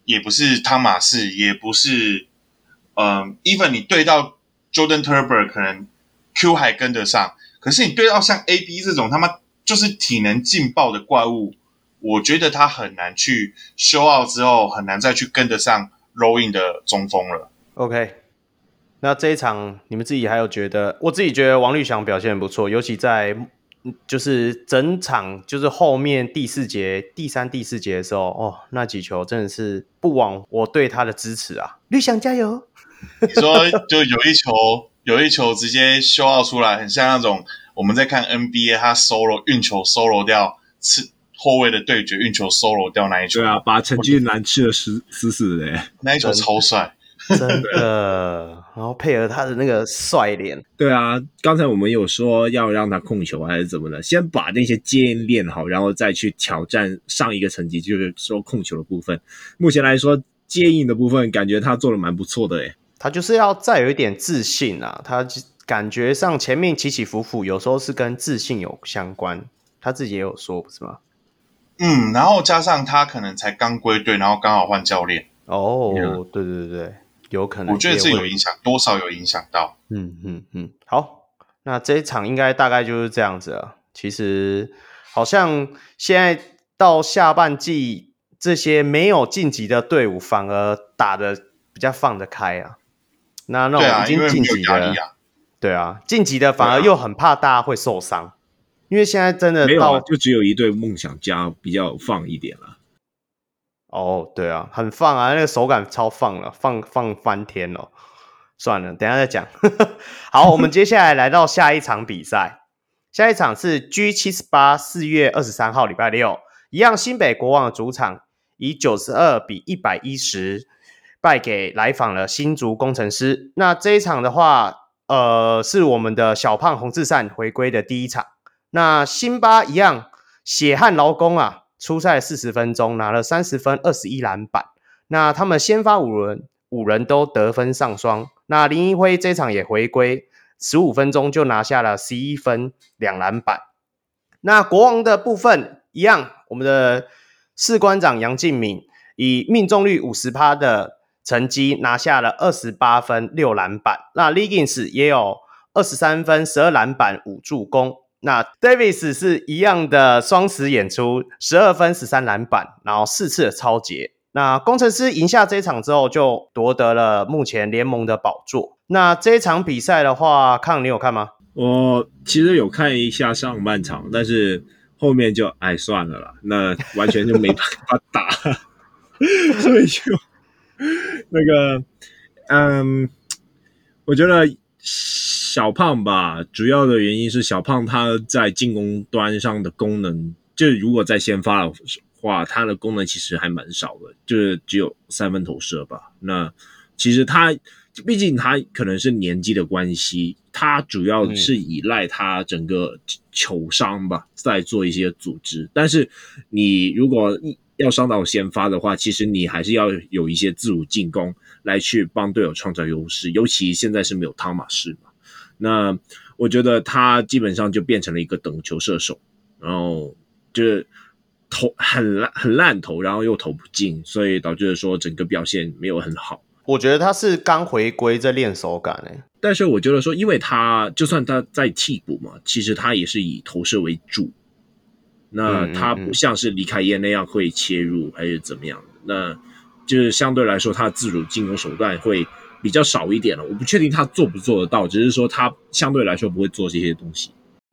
也不是汤马士，也不是，嗯 ，even 你对到 Jordan Turber 可能 Q 还跟得上，可是你对到像 A B 这种他妈就是体能劲爆的怪物，我觉得他很难去 show out 之后，很难再去跟得上 roll in 的中锋了。 OK， 那这一场你们自己还有觉得？我自己觉得王律翔表现很不错，尤其在就是整场就是后面第四节、第三、第四节的时候，哦，那几球真的是不枉我对他的支持啊！律翔加油！ 你说就有一球，有一球直接 show out 出来，很像那种我们在看 N B A 他 solo 运球 solo 掉，吃后卫的对决运球 solo 掉那一球。 对啊，把陈俊南吃的死死死的， 那一球超帅。 真的，然后配合他的那个帅脸， 对啊，刚才我们有说要让他控球还是怎么的，先把那些接应练好，然后再去挑战上一个层级，就是说控球的部分。目前来说，接应的部分感觉他做的蛮不错的诶。 他就是要再有一点自信啊，他感觉上前面起起伏伏，有时候是跟自信有相关，他自己也有说，不是吗？ 嗯，然后加上他可能才刚归队，然后刚好换教练。 哦，嗯、对对对。有可能， 我觉得这有影响，多少有影响到。 嗯嗯嗯，好，那这一场应该大概就是这样子了。其实好像现在到下半季，这些没有晋级的队伍反而打得比较放得开啊。那那种已经晋级的， 对啊，啊对啊，晋级的反而又很怕大家会受伤，啊、因为现在真的没有、 啊， 就只有一队梦想家比较放一点了。 哦，对啊，很放啊，那个手感超放了，放放翻天了。算了，等一下再讲。好，我们接下来来到下一场比赛，下一场是 G 七十八， 四月二十三号礼拜六，一样新北国王的主场以九十二比一百一十败给来访了新竹工程师。那这一场的话，呃，是我们的小胖洪志善回归的第一场。那辛巴一样血汗劳工啊。出赛四十分钟，拿了三十分、二十一篮板。那他们先发五人，五人都得分上双。那林一辉这场也回归，十五分钟就拿下了十一分、两篮板。那国王的部分一样，我们的士官长杨敬敏以命中率 百分之五十 的成绩拿下了二十八分、六篮板。那 Liggins 也有二十三分、十二篮板、五助攻。那 Davis 是一样的双十演出，十二分、十三篮板，然后四次的抄截。那工程师赢下这一场之后，就夺得了目前联盟的宝座。那这一场比赛的话，康你有看吗？ 我其实有看一下上半场，但是后面就哎算了啦，那完全就没办法打，所以就那个嗯，我觉得。小胖吧，主要的原因是小胖他在进攻端上的功能，就如果在先发的话，他的功能其实还蛮少的，就是只有三分投射吧。那其实他毕竟他可能是年纪的关系，他主要是依赖他整个球商吧，在做一些组织。但是你如果要上到先发的话，其实你还是要有一些自主进攻来去帮队友创造优势，尤其现在是没有汤马士嘛。那我觉得他基本上就变成了一个等球射手，然后就是投很烂很烂投，然后又投不进，所以导致说整个表现没有很好。 我觉得他是刚回归在练手感诶、欸， 但是我觉得说，因为他就算他在替补嘛，其实他也是以投射为主。那他不像是李凯燕那样会切入还是怎么样的，那就是相对来说他自主进攻手段会比较少一点了。我不确定他做不做得到，只是说他相对来说不会做这些东西。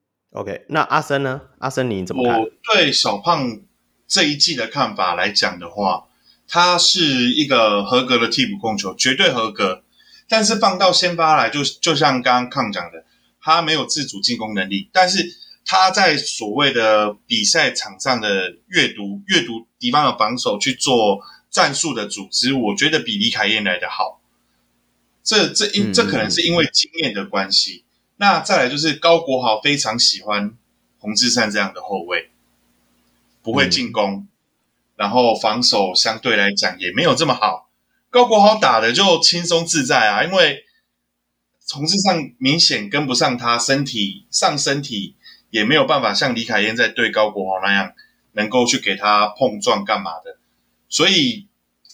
OK， 那阿森呢？阿森你怎么看？ 我对小胖这一季的看法来讲的话，他是一个合格的替补控球，绝对合格。但是放到先发来就，就就像刚刚康讲的，他没有自主进攻能力，但是他在所谓的比赛场上的阅读、阅读敌方的防守去做战术的组织，我觉得比李凯燕来的好。这这因这可能是因为经验的关系。嗯嗯嗯那再来就是高国豪非常喜欢洪志善这样的后卫，不会进攻，嗯、然后防守相对来讲也没有这么好。高国豪打的就轻松自在啊，因为洪志善明显跟不上他，身体上身体也没有办法像李凯燕在对高国豪那样能够去给他碰撞干嘛的，所以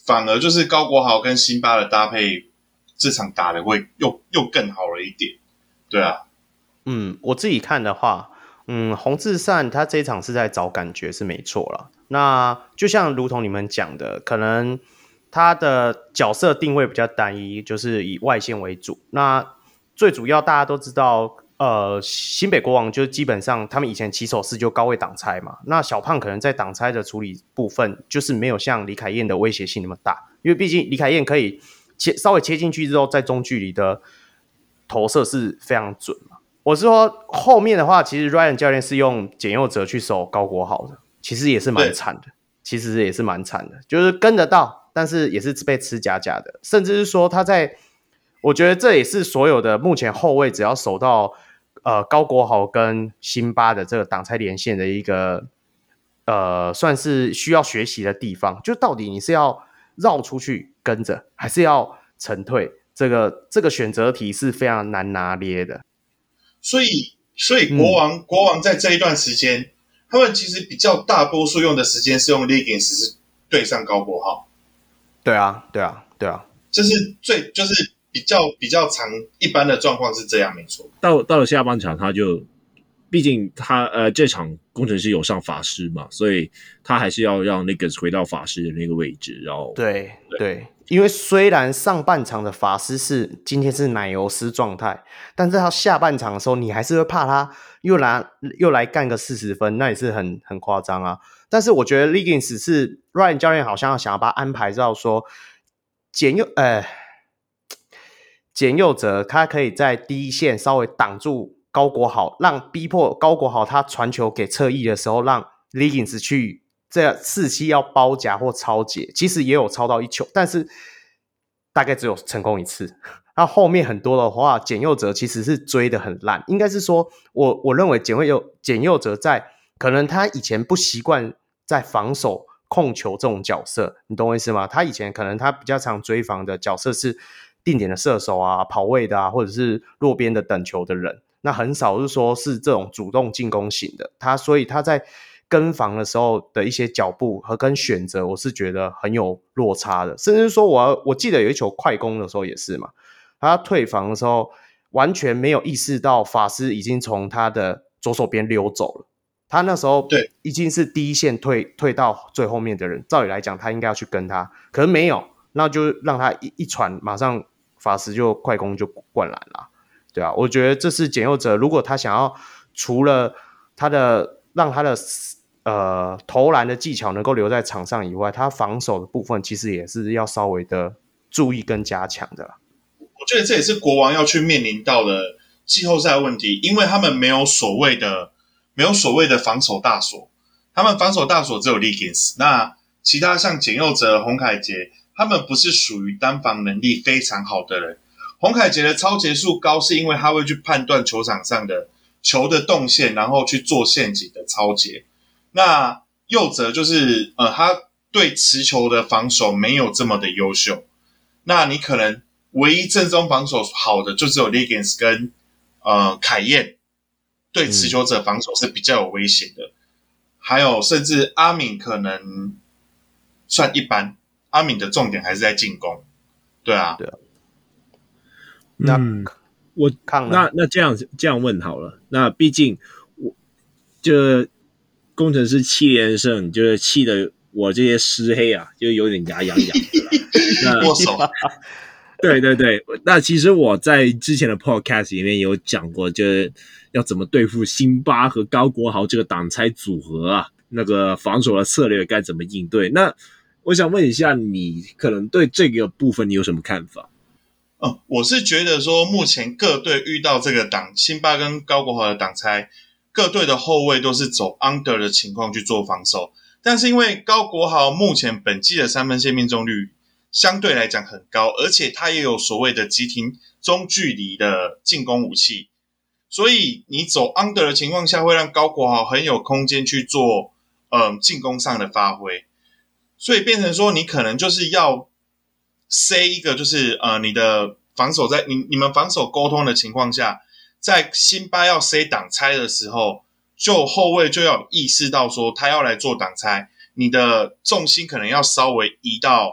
反而就是高国豪跟辛巴的搭配，这场打的会又又更好了一点。对啊， 嗯，我自己看的话，嗯，洪志善他这一场是在找感觉是没错啦。那就像如同你们讲的，可能他的角色定位比较单一，就是以外线为主。那最主要大家都知道，呃，新北国王就基本上他们以前起手式就高位挡拆嘛。那小胖可能在挡拆的处理部分，就是没有像李凯燕的威胁性那么大，因为毕竟李凯燕可以切稍微切进去之后，在中距离的投射是非常准嘛。我是说后面的话，其实 Ryan 教练是用简佑哲去守高国豪的，其实也是蛮惨的，其实也是蛮惨的，就是跟得到，但是也是被吃假假的，甚至是说他在。我觉得这也是所有的目前后卫只要守到呃高国豪跟辛巴的这个挡拆连线的一个呃算是需要学习的地方，就到底你是要绕出去跟着，还是要沉退？这个这个选择题是非常难拿捏的。 所以所以国王、嗯、国王在这一段时间，他们其实比较大多数用的时间是用 Liggins 是对上高国豪。 对啊，对啊，对啊， 这是最就是。比较比较长，一般的状况是这样，没错。 到到了下半场，他就毕竟他呃这场工程师有上法师嘛，所以他还是要让那个回到法师的那个位置。然后对 对, 对，因为虽然上半场的法师是今天是奶油师状态，但是他下半场的时候，你还是会怕他又来又来干个四十分，那也是很很夸张啊。但是我觉得 Liggins 是 Ryan 教练好像想要把他安排到说简又呃。简佑哲他可以在第一线稍微挡住高国豪，让逼迫高国豪他传球给侧翼的时候，让 Liggins 去这四期要包夹或抄截，其实也有抄到一球，但是大概只有成功一次。那后面很多的话，简佑哲其实是追得很烂，应该是说我我认为简佑简佑哲在可能他以前不习惯在防守控球这种角色，你懂我意思吗？他以前可能他比较常追防的角色是定点的射手啊、跑位的啊，或者是弱边的等球的人，那很少是说是这种主动进攻型的。他所以他在跟防的时候的一些脚步和跟选择，我是觉得很有落差的。甚至说我我记得有一球快攻的时候也是嘛，他退防的时候完全没有意识到法师已经从他的左手边溜走了。他那时候对已经是第一线退退到最后面的人，照理来讲他应该要去跟他，可是没有，那就让他一一传，马上法师就快攻就灌篮了，对啊，我觉得这是简佑哲，如果他想要除了他的让他的呃投篮的技巧能够留在场上以外，他防守的部分其实也是要稍微的注意跟加强的。 我觉得这也是国王要去面临到的季后赛问题，因为他们没有所谓的没有所谓的防守大锁，他们防守大锁只有 Liggins， 那其他像简佑哲、洪凯杰，他们不是属于单防能力非常好的人。洪凯杰的抄截数高，是因为他会去判断球场上的球的动线，然后去做陷阱的抄截。那佑哲就是呃，他对持球的防守没有这么的优秀。那你可能唯一正宗防守好的就只有 Liggins 跟呃凯燕，对持球者防守是比较有威胁的。嗯、还有甚至阿敏可能算一般，阿敏的重点还是在进攻。对啊， 对啊。 那、嗯、我那那这样这样问好了，那毕竟我就工程师七连胜，就是气的我这些湿黑啊，就有点牙痒痒的啦。握手。对对对，那其实我在之前的 podcast 里面有讲过，就是要怎么对付辛巴和高国豪这个挡拆组合啊，那个防守的策略该怎么应对。那我想问一下，你可能对这个部分你有什么看法？ 嗯，我是觉得说，目前各队遇到这个挡辛巴跟高国豪的挡拆，各队的后卫都是走 under 的情况去做防守，但是因为高国豪目前本季的三分线命中率相对来讲很高，而且他也有所谓的急停中距离的进攻武器，所以你走 under 的情况下，会让高国豪很有空间去做嗯进攻上的发挥，所以变成说你可能就是要塞一个，就是呃你的防守在你你们防守沟通的情况下，在辛巴要塞挡拆的时候，就后卫就要意识到说他要来做挡拆，你的重心可能要稍微移到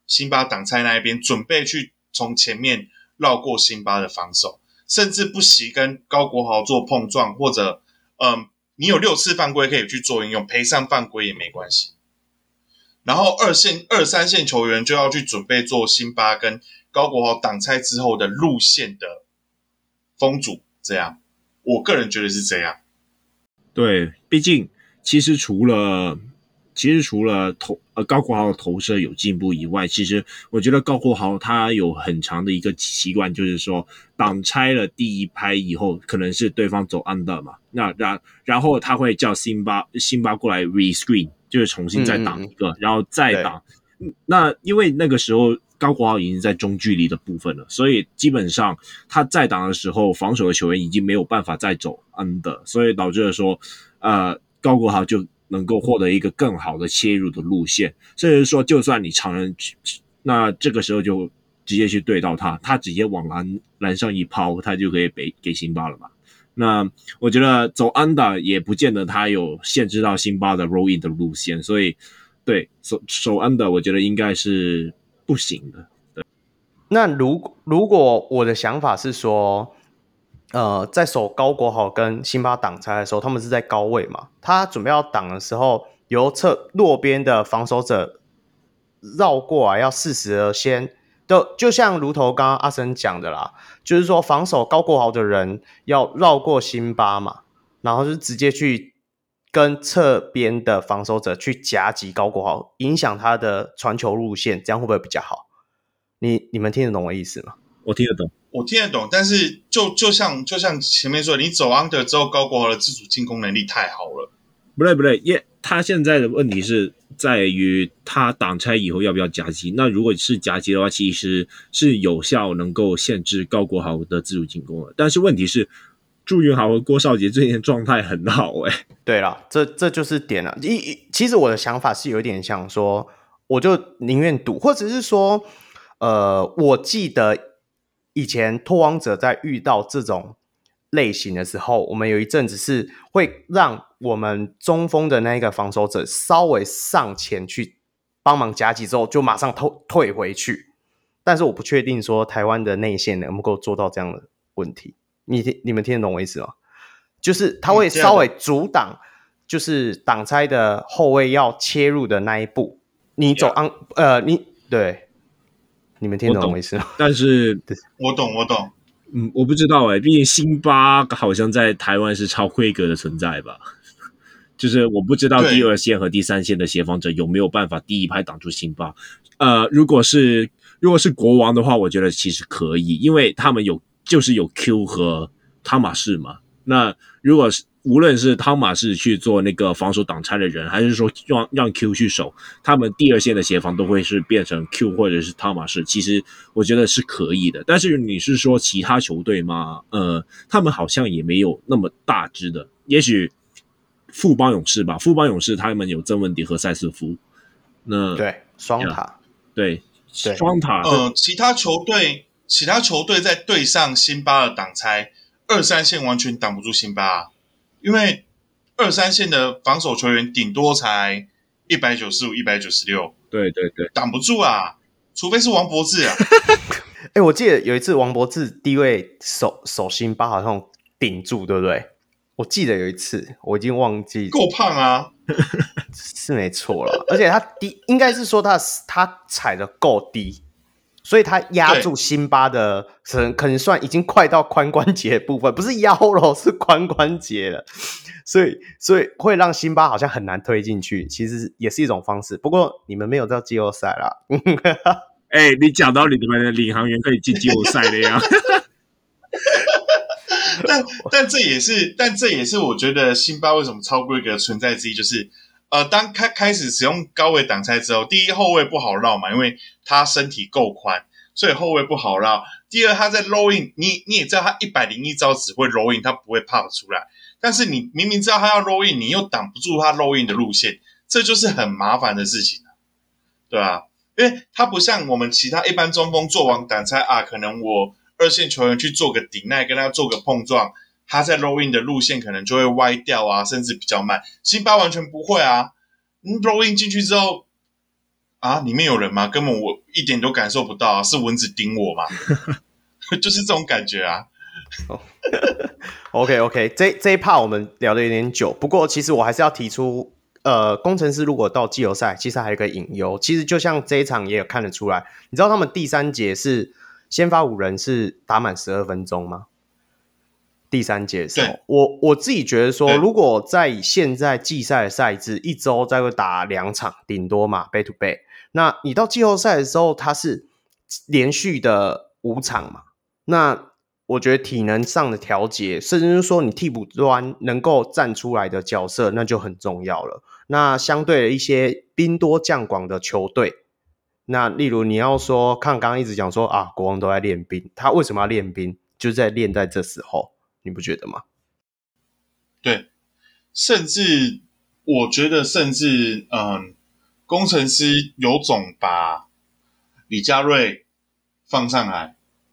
辛巴挡拆那一边，准备去从前面绕过辛巴的防守，甚至不惜跟高国豪做碰撞，或者嗯，你有六次犯规可以去做应用，赔上犯规也没关系。然后二线、二三线球员就要去准备做辛巴跟高国豪挡拆之后的路线的封阻，这样，我个人觉得是这样。 对，毕竟其实除了其实除了投呃高国豪的投射有进步以外，其实我觉得高国豪他有很长的一个习惯，就是说挡拆了第一拍以后，可能是对方走 under 嘛，那然然后他会叫辛巴辛巴过来 re-screen， 就是重新再挡一个，嗯、然后再挡。那因为那个时候高国豪已经在中距离的部分了，所以基本上他在挡的时候，防守的球员已经没有办法再走 under， 所以导致了说，呃，高国豪就能够获得一个更好的切入的路线，甚至说，就算你常人，那这个时候就直接去对到他，他直接往篮篮上一抛，他就可以给给辛巴了嘛。那我觉得走 under 也不见得他有限制到辛巴的 roll in 的路线，所以对手手 under 我觉得应该是不行的。对， 那如如果我的想法是说，呃，在守高国豪跟辛巴挡拆的时候，他们是在高位嘛，他准备要挡的时候，由侧落边的防守者绕过来，要适时的先，就就像如同刚刚阿森讲的啦，就是说防守高国豪的人要绕过辛巴嘛，然后就直接去跟侧边的防守者去夹击高国豪，影响他的传球路线，这样会不会比较好？你你们听得懂我意思吗？ 我听得懂， 我听得懂，但是就就像就像前面说，你走 under 之后，高国豪的自主进攻能力太好了。 不对不对，因为他现在的问题是在于他挡拆以后要不要夹击。那如果是夹击的话，其实是有效能够限制高国豪的自主进攻的。但是问题是，祝云豪和郭少杰最近状态很好哎、欸。 对啦，这这就是点了。其实我的想法是有点像说，我就宁愿赌，或者是说，呃，我记得以前拓荒者在遇到这种类型的时候，我们有一阵子是会让我们中锋的那个防守者稍微上前去帮忙夹击之后，就马上退退回去。但是我不确定说台湾的内线能够做到这样的问题。你你们听得懂我意思吗？就是他会稍微阻挡，就是挡拆的后卫要切入的那一步。你走 on、yeah. 呃，你对，你们听得懂我意思吗？ 但是我懂，我懂。 嗯，我不知道哎、欸，毕竟辛巴好像在台湾是超规格的存在吧。就是我不知道第二线和第三线的协防者有没有办法第一拍挡住辛巴。呃，如果是如果是国王的话，我觉得其实可以，因为他们有就是有 Q 和汤马士嘛。那如果是无论是汤马士去做那个防守挡拆的人，还是说让让 Q 去守，他们第二线的协防都会是变成 Q 或者是汤马士，其实我觉得是可以的。但是你是说其他球队吗？呃，他们好像也没有那么大支的，也许富邦勇士吧，富邦勇士他们有曾文迪和塞斯夫，那对双塔， 对双塔， 呃，其他球队其他球队在对上辛巴的挡拆，二三线完全挡不住辛巴、啊，因为二三线的防守球员顶多才一百九十五、一百九十六， 对对对， 挡不住啊，除非是王柏志啊。 哎、欸，我记得有一次王柏志低位守守辛巴好像顶住，对不对？我记得有一次，我已经忘记， 够胖啊， 是没错了。而且他低，应该是说他他踩的够低，所以他压住辛巴的，可能算已经快到髋关节的部分，不是腰了，是髋关节了。所以，所以会让辛巴好像很难推进去，其实也是一种方式。不过你们没有到季后赛啦。 哎、欸，你讲到你们的领航员可以进季后赛的呀。 但但这也是，但这也是我觉得辛巴为什么超规格存在之一，就是呃，当开开始使用高位挡拆之后，第一后卫不好绕嘛，因为他身体够宽，所以后卫不好绕。第二，他在 roll in， 你你也知道他一百零一招只会 roll in， 他不会 pop 出来。但是你明明知道他要 roll in， 你又挡不住他 roll in 的路线，这就是很麻烦的事情，对啊，因为他不像我们其他一般中锋做完挡拆啊，可能我二线球员去做个顶耐，跟他做个碰撞，他在 roll in 的路线可能就会歪掉啊，甚至比较慢。辛巴完全不会啊，你 roll in 进去之后， 啊，里面有人吗？根本我一点都感受不到啊，是蚊子叮我吗？就是这种感觉啊。 OK OK， 这这一 part 我们聊的有点久，不过其实我还是要提出，呃，工程师如果到季后赛，其实还有一个隐忧，其实就像这一场也有看得出来，你知道他们第三节是先发五人是打满十二分钟吗？第三节的时候，我我自己觉得说，如果在以现在季赛的赛制，一周再会打两场，顶多嘛 ，back to back。那你到季后赛的时候，它是连续的五场嘛？那我觉得体能上的调节，甚至是说你替补端能够站出来的角色，那就很重要了。那相对的一些兵多将广的球队，那例如你要说，看刚刚一直讲说啊，国王都在练兵，他为什么要练兵？就是在练在这时候。你不觉得吗？ 对，甚至我觉得，甚至嗯，工程师有种把李家瑞放上来，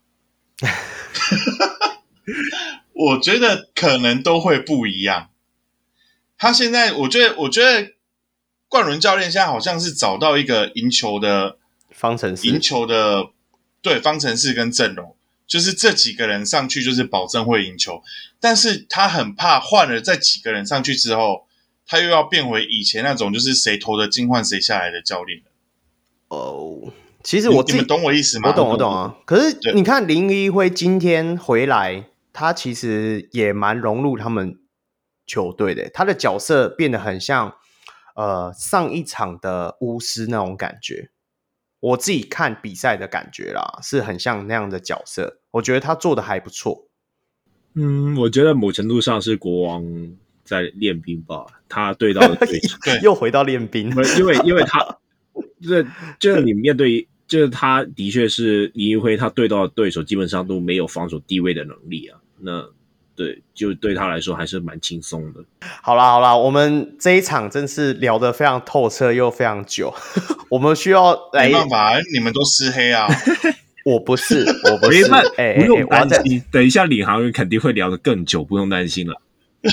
我觉得可能都会不一样。他现在，我觉得，我觉得冠伦教练现在好像是找到一个赢球的方程式， 赢球的对方程式跟阵容。就是这几个人上去就是保证会赢球，但是他很怕换了这几个人上去之后，他又要变回以前那种就是谁投的金换谁下来的教练了。 哦，其实我自己你们懂我意思吗？ 我懂我懂啊。可是你看林一辉今天回来，他其实也蛮融入他们球队的，他的角色变得很像呃上一场的巫师那种感觉。我自己看比赛的感觉啦，是很像那样的角色，我觉得他做的还不错。 嗯，我觉得某程度上是国王在练兵吧，他对到的对手又回到练兵， 因为因为他就是就是你面对就是他的确是林一辉，他对到的对手基本上都没有防守地位的能力啊，那对就对他来说还是蛮轻松的。 好啦好啦，我们这一场真是聊得非常透彻又非常久，我们需要来。 没办法，你们都湿黑啊！ 我不是，我不是， 哎、欸，不用担心，等一下领航员肯定会聊得更久，不用担心了。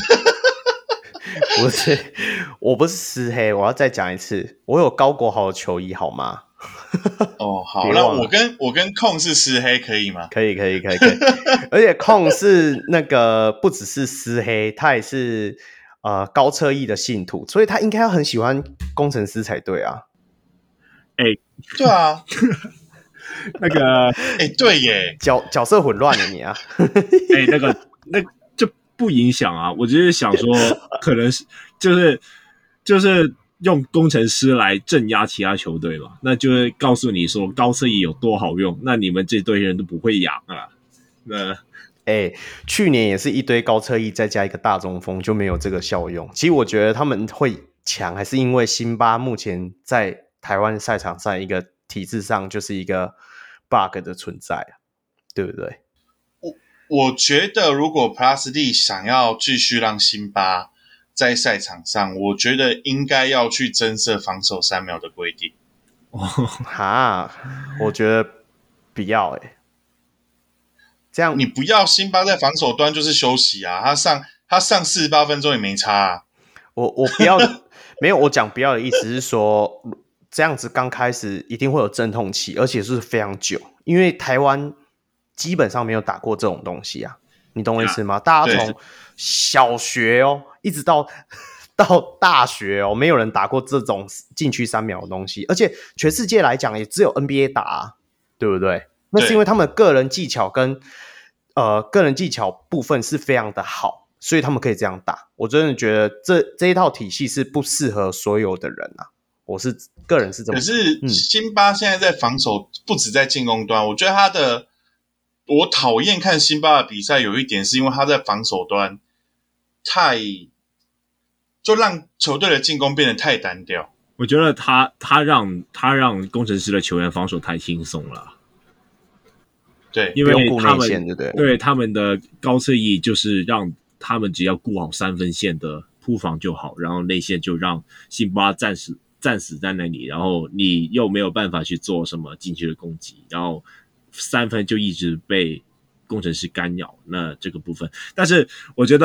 不是，我不是湿黑，我要再讲一次，我有高国豪的球衣好吗？ 哦，好，那我跟我跟控是湿黑可以吗？ 可以，可以，可以，可以。而且控是那个不只是湿黑，他也是呃高车翼的信徒，所以他应该要很喜欢工程师才对啊。 哎、欸， 对啊， 那个哎、欸，对耶， 角角色混乱了你啊。 哎、欸，那个那就不影响啊，我只是想说，可能是就是就是。用工程师来镇压其他球队嘛，那就会告诉你说高侧翼有多好用，那你们这堆人都不会养啊。那哎、欸，去年也是一堆高侧翼再加一个大中锋，就没有这个效用。其实我觉得他们会强，还是因为辛巴目前在台湾赛场上一个体制上就是一个 bug 的存在，对不对？ 我我觉得如果 Plus D 想要继续让辛巴在赛场上，我觉得应该要去增设防守三秒的规定。 哦，哈，我觉得不要哎、欸，这样你不要辛巴在防守端就是休息啊，他上他上四十八分钟也没差啊。 我我不要没有，我讲不要的意思是说，这样子刚开始一定会有阵痛期，而且是非常久，因为台湾基本上没有打过这种东西啊。你懂我意思吗？啊、大家从小学哦，一直到到大学哦，没有人打过这种禁区三秒的东西，而且全世界来讲也只有 N B A 打、啊，对不对？那是因为他们个人技巧跟呃个人技巧部分是非常的好，所以他们可以这样打。我真的觉得这这一套体系是不适合所有的人啊。我是个人是这么想。可是辛巴现在在防守，不止在进攻端，我觉得他的。我讨厌看辛巴的比赛，有一点是因为他在防守端太就让球队的进攻变得太单调。 我觉得他他让他让工程师的球员防守太轻松了。 对， 因为他们对对对他们的高侧翼就是让他们只要顾好三分线的铺防就好，然后内线就让辛巴暂时暂时在那里，然后你又没有办法去做什么禁区的攻击，然后。三分就一直被工程师干扰，那这个部分，但是我觉得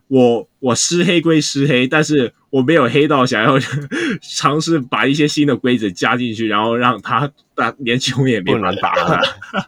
我我施黑归施黑，但是我没有黑到想要尝试把一些新的规则加进去，然后让他打连球也没法打了。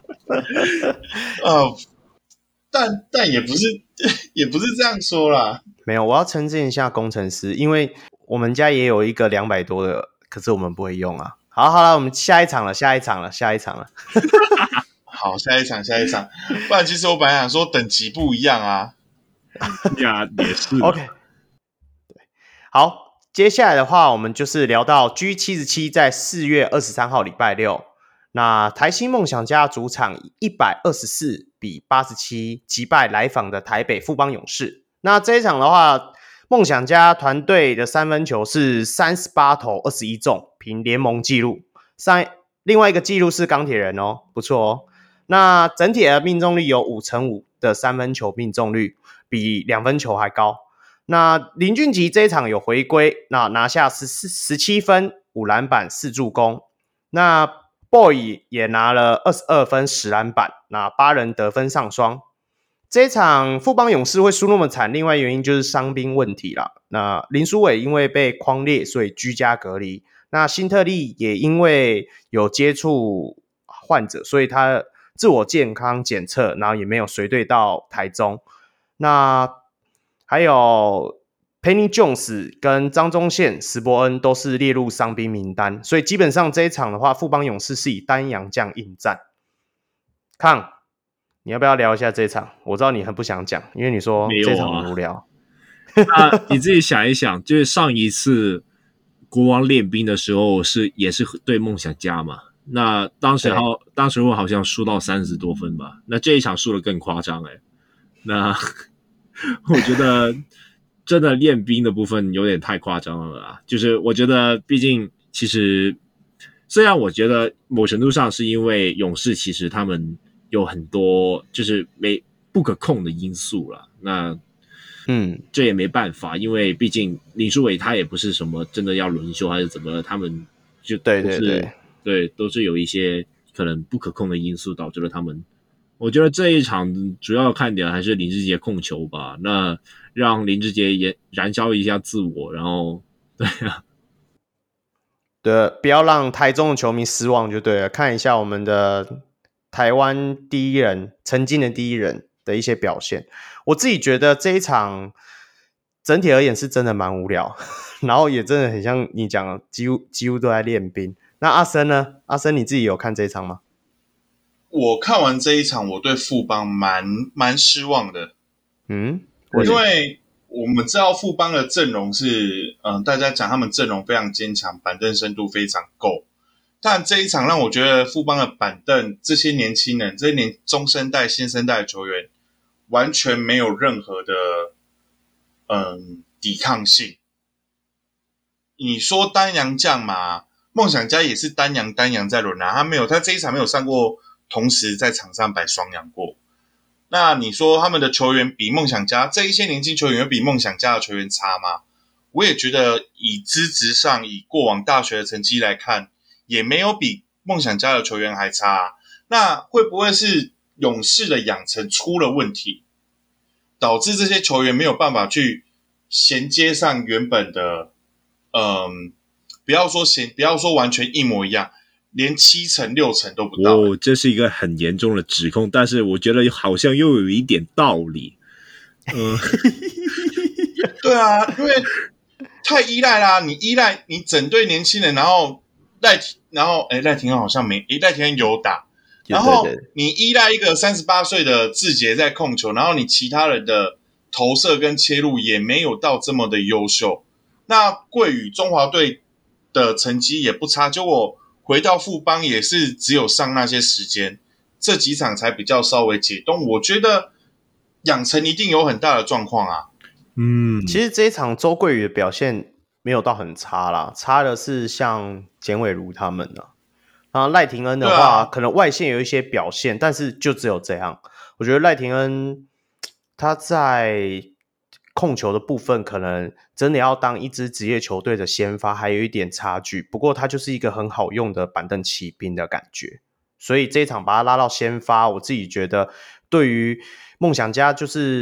呃，但但也不是也不是这样说啦。 没有，我要称赞一下工程师，因为我们家也有一个两百多的，可是我们不会用啊。好好了，我们下一场了，下一场了，下一场了。 好，下一场，下一场。不然其实我本来想说等级不一样啊。 呀，也是。 OK， 对，好，接下来的话，我们就是聊到 G 七十七 在四月二十三号礼拜六，那台新梦想家主场以一百二十四比八十七击败来访的台北富邦勇士。那这一场的话，梦想家团队的三分球是三十八投二十一中，凭联盟纪录。上另外一个纪录是钢铁人哦，不错哦。那整体的命中率有五成五的三分球命中率，比两分球还高。那林俊杰这一场有回归，那拿下十七分、五篮板、四助攻。那 Boy 也拿了二十二分、十篮板，那八人得分上双。这一场富邦勇士会输那么惨，另外原因就是伤兵问题啦。那林书伟因为被匡列，所以居家隔离。那辛特利也因为有接触患者，所以他自我健康检测，然后也没有随队到台中。那还有 Penny Jones 跟张宗宪、石伯恩都是列入伤兵名单，所以基本上这一场的话，富邦勇士是以单阳将应战。康，你要不要聊一下这一场？我知道你很不想讲，因为你说这场很无聊。 那你自己想一想，就是上一次国王练兵的时候是也是对梦想家嘛？那当时好，当时我好像输到三十多分吧。那这一场输的更夸张哎。那我觉得真的练兵的部分有点太夸张了啦。就是我觉得，毕竟其实虽然我觉得某程度上是因为勇士其实他们有很多就是没不可控的因素啦。那嗯， 这也没办法，因为毕竟林书伟他也不是什么真的要轮休还是怎么了，他们就对对对对，都是有一些可能不可控的因素导致了他们。我觉得这一场主要看点还是林志杰控球吧，那让林志杰也燃烧一下自我，然后对啊， 对，不要让台中的球迷失望就对了。看一下我们的台湾第一人，曾经的第一人的一些表现。我自己觉得这一场整体而言是真的蛮无聊，然后也真的很像你讲的，几乎几乎都在练兵。那阿森呢？阿森你自己有看这一场吗？ 我看完这一场，我对富邦蛮蛮失望的。 嗯， 因为我们知道富邦的阵容是，嗯、呃，大家讲他们阵容非常坚强，板凳深度非常够。但这一场让我觉得富邦的板凳这些年轻人，这些年中生代、新生代的球员，完全没有任何的嗯抵抗性。你说单阳将嘛，梦想家也是单阳单阳在轮啊，他没有，他这一场没有上过同时在场上摆双阳过。那你说他们的球员比梦想家这一些年轻球员有比梦想家的球员差吗？我也觉得以资质上，以过往大学的成绩来看，也没有比梦想家的球员还差啊。那会不会是勇士的养成出了问题，导致这些球员没有办法去衔接上原本的，嗯，不要说衔，不要说完全一模一样，连七成六成都不到。 哦，这是一个很严重的指控，但是我觉得好像又有一点道理。嗯， 对啊，因为太依赖啦，你依赖你整队年轻人，然后赖，然后哎赖廷恩好像没，诶赖廷恩有打，然后你依赖一个三十八岁的志杰在控球，然后你其他人的投射跟切入也没有到这么的优秀。那桂宇中华队的成绩也不差，结果回到富邦也是只有上那些时间，这几场才比较稍微解冻。我觉得养成一定有很大的状况啊。 嗯，其实这一场周桂宇的表现没有到很差啦，差的是像简伟儒他们啊。然后赖廷恩的话、啊，可能外线有一些表现，但是就只有这样。我觉得赖廷恩他在控球的部分，可能真的要当一支职业球队的先发，还有一点差距。不过他就是一个很好用的板凳骑兵的感觉，所以这一场把他拉到先发，我自己觉得对于梦想家就是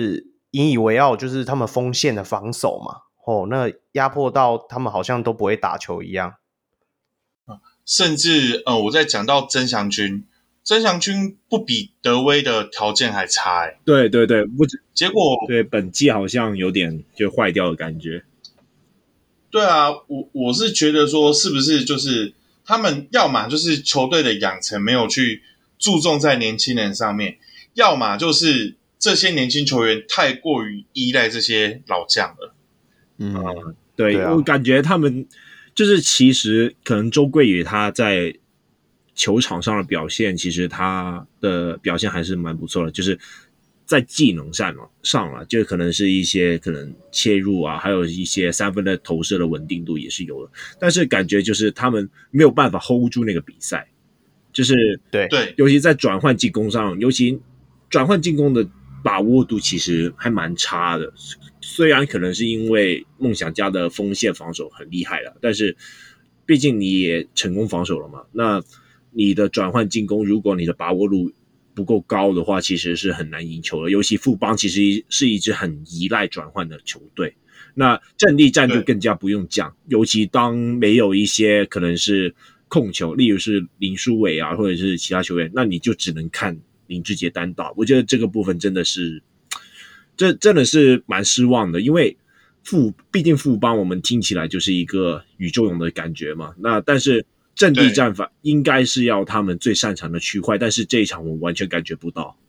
引以为傲，就是他们锋线的防守嘛，哦，那压迫到他们好像都不会打球一样。 甚至呃，我在讲到曾祥军，曾祥军不比德威的条件还差哎。 对对对，不止， 结果对本季好像有点就坏掉的感觉。 对啊，我我是觉得说，是不是就是他们要么就是球队的养成没有去注重在年轻人上面，要么就是这些年轻球员太过于依赖这些老将了。 嗯， 嗯对, 对啊， 我感觉他们就是其实可能周桂宇他在球场上的表现，其实他的表现还是蛮不错的，就是在技能上了上了，就可能是一些可能切入啊，还有一些三分的投射的稳定度也是有的，但是感觉就是他们没有办法 hold 住那个比赛，就是对对， 尤其在转换进攻上，尤其转换进攻的把握度其实还蛮差的。虽然可能是因为梦想家的锋线防守很厉害了，但是毕竟你也成功防守了嘛，那你的转换进攻，如果你的把握度不够高的话，其实是很难赢球的。尤其富邦其实是一支很依赖转换的球队，那阵地战就更加不用讲，尤其当没有一些可能是控球，例如是林书伟啊，或者是其他球员，那你就只能看林志杰单打。我觉得这个部分真的是，这真的是蛮失望的，因为富毕竟富邦我们听起来就是一个宇宙勇的感觉嘛，那但是阵地战法应该是要他们最擅长的区块，但是这一场我完全感觉不到。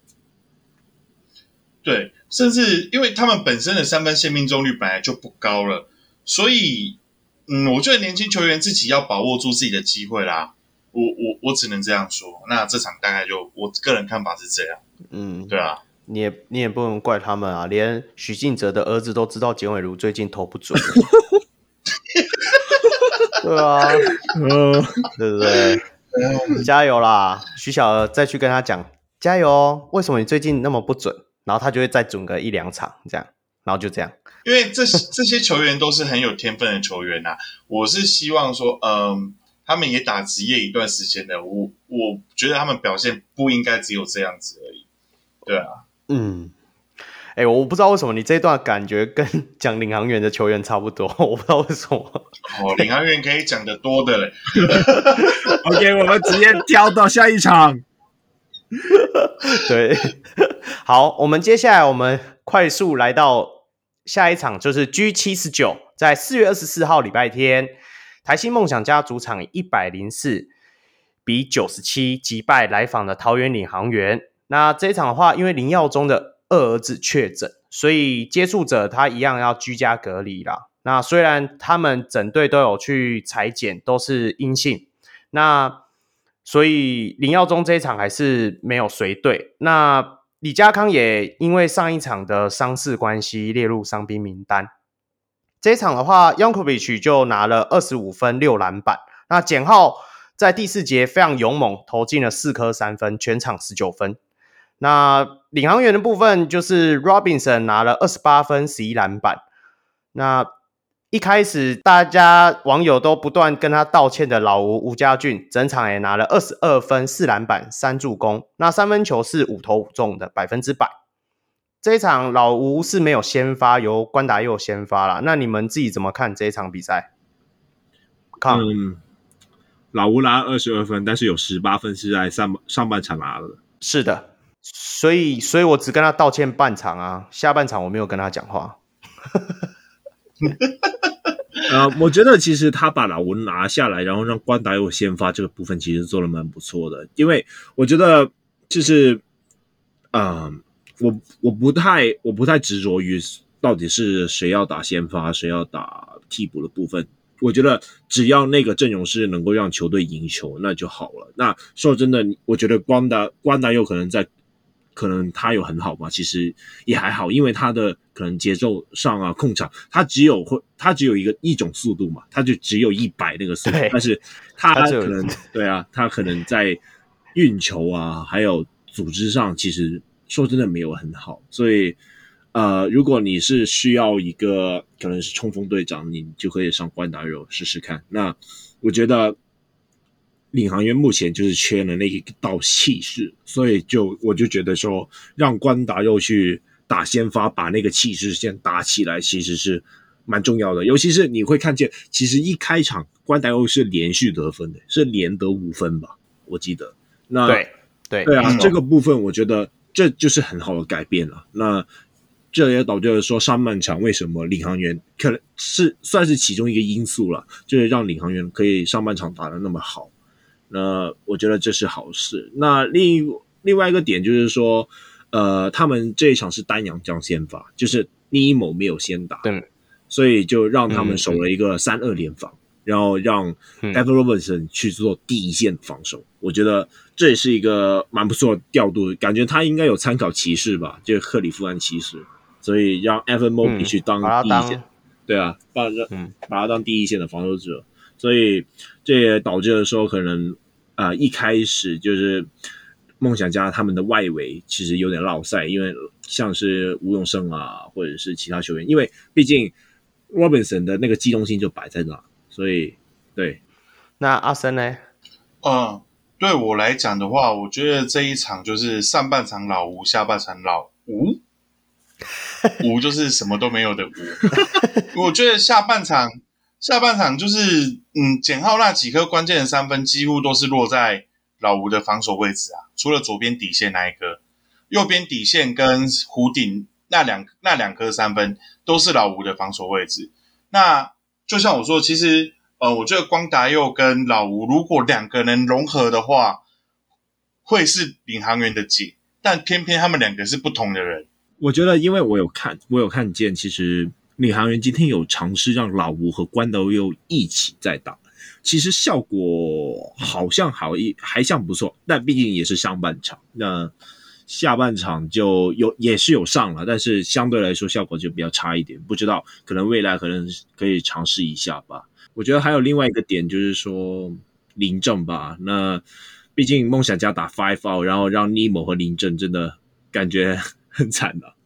对，甚至因为他们本身的三分线命中率本来就不高了，所以嗯，我觉得年轻球员自己要把握住自己的机会啦。我我我只能这样说。那这场大概就我个人看法是这样。 嗯， 对啊， 你也你也不能怪他们啊，连许晋哲的儿子都知道简伟儒最近投不准。对啊， 呃， 对不对？加油啦，许小儿再去跟他讲加油，为什么你最近那么不准？然后他就会再准个一两场这样，然后就这样。 因为这这些球员都是很有天分的球员呐、啊，我是希望说，嗯，他们也打职业一段时间的，我我觉得他们表现不应该只有这样子而已。对啊， 嗯。哎、欸，我不知道为什么你这段感觉跟讲领航员的球员差不多，我不知道为什么。 哦，领航员可以讲得多的嘞。 OK， 我们直接跳到下一场。 对，好，我们接下来我们快速来到下一场，就是 G 七十九，在四月二十四号礼拜天，台新梦想家主场一百零四比九十七击败来访的桃园领航员。那这一场的话，因为林耀宗的二儿子确诊，所以接触者他一样要居家隔离啦。那虽然他们整队都有去采检，都是阴性，那所以林耀宗这一场还是没有随队。那李家康也因为上一场的伤势关系列入伤兵名单。这一场的话 Jankovic 就拿了二十五分六篮板，那简浩在第四节非常勇猛，投进了四颗三分，全场十九分。那领航员的部分就是 Robinson 拿了二十八分十一篮板。那一开始大家网友都不断跟他道歉的老吴吴家俊，整场也拿了二十二分四篮板三助攻，那三分球是五投五中的百分之百。这一场老吴是没有先发，由关达佑先发啦。那你们自己怎么看这一场比赛？看， 嗯，老吴拿二十二分，但是有十八分是在上上半场拿的。 是的，所以所以我只跟他道歉半场啊，下半场我没有跟他讲话。 呃，我觉得其实他把老吴拿下来，然后让关达佑先发这个部分，其实做得蛮不错的。因为我觉得就是，呃，我我不太我不太执着于到底是谁要打先发，谁要打替补的部分。我觉得只要那个阵容是能够让球队赢球，那就好了。那说真的，我觉得关达关达佑可能在。可能他有很好嘛，其实也还好，因为他的可能节奏上啊控场，他只有会他只有一个一种速度嘛，他就只有一百那个速度，但是他可能对啊，他可能在运球啊，还有组织上，其实说真的没有很好，所以呃，如果你是需要一个可能是冲锋队长，你就可以上关达佑试试看。那我觉得。领航员目前就是缺了那一道气势，所以就我就觉得说，让关达佑去打先发把那个气势先打起来，其实是蛮重要的。尤其是你会看见，其实一开场关达佑是连续得分的，是连得五分吧，我记得。那对对对啊， 嗯、 这个部分我觉得这就是很好的改变了。那这也导致了说上半场为什么领航员可能是算是其中一个因素了，就是让领航员可以上半场打得那么好。那我觉得这是好事。那另另外一个点就是说，呃，他们这一场是单阳将先发，就是尼莫没有先打， 对， 所以就让他们守了一个三二联防，嗯、然后让 Evan Robertson 去做第一线防守。嗯、我觉得这也是一个蛮不错的调度，感觉他应该有参考骑士吧，就是克里夫兰骑士，所以让 Evan Mobley 去当第一线，嗯、对啊，把嗯把他当第一线的防守者，所以这也导致了说可能啊、呃、一开始就是梦想家他们的外围其实有点落赛，因为像是吴永胜啊，或者是其他球员，因为毕竟 Robinson 的那个机动性就摆在那，所以对。 那阿森呢？ 嗯，对我来讲的话，我觉得这一场就是上半场老吴，下半场老吴，吴就是什么都没有的吴。我觉得下半场下半场就是嗯，简浩那几颗关键的三分几乎都是落在老吴的防守位置啊，除了左边底线那一颗，右边底线跟弧顶那两那两颗三分都是老吴的防守位置。那就像我说，其实呃，我觉得光达佑跟老吴如果两个人融合的话，会是领航员的解，但偏偏他们两个是不同的人。 我觉得，因为我有看，我有看见，其实领航员今天有尝试让老吴和关达佑一起在打。其实效果好像好一还像不错，但毕竟也是上半场，那下半场就有也是有上了，但是相对来说效果就比较差一点，不知道可能未来可能可以尝试一下吧。我觉得还有另外一个点就是说林正吧，那毕竟梦想家打 five out， 然后让尼莫和林正真的感觉很惨的。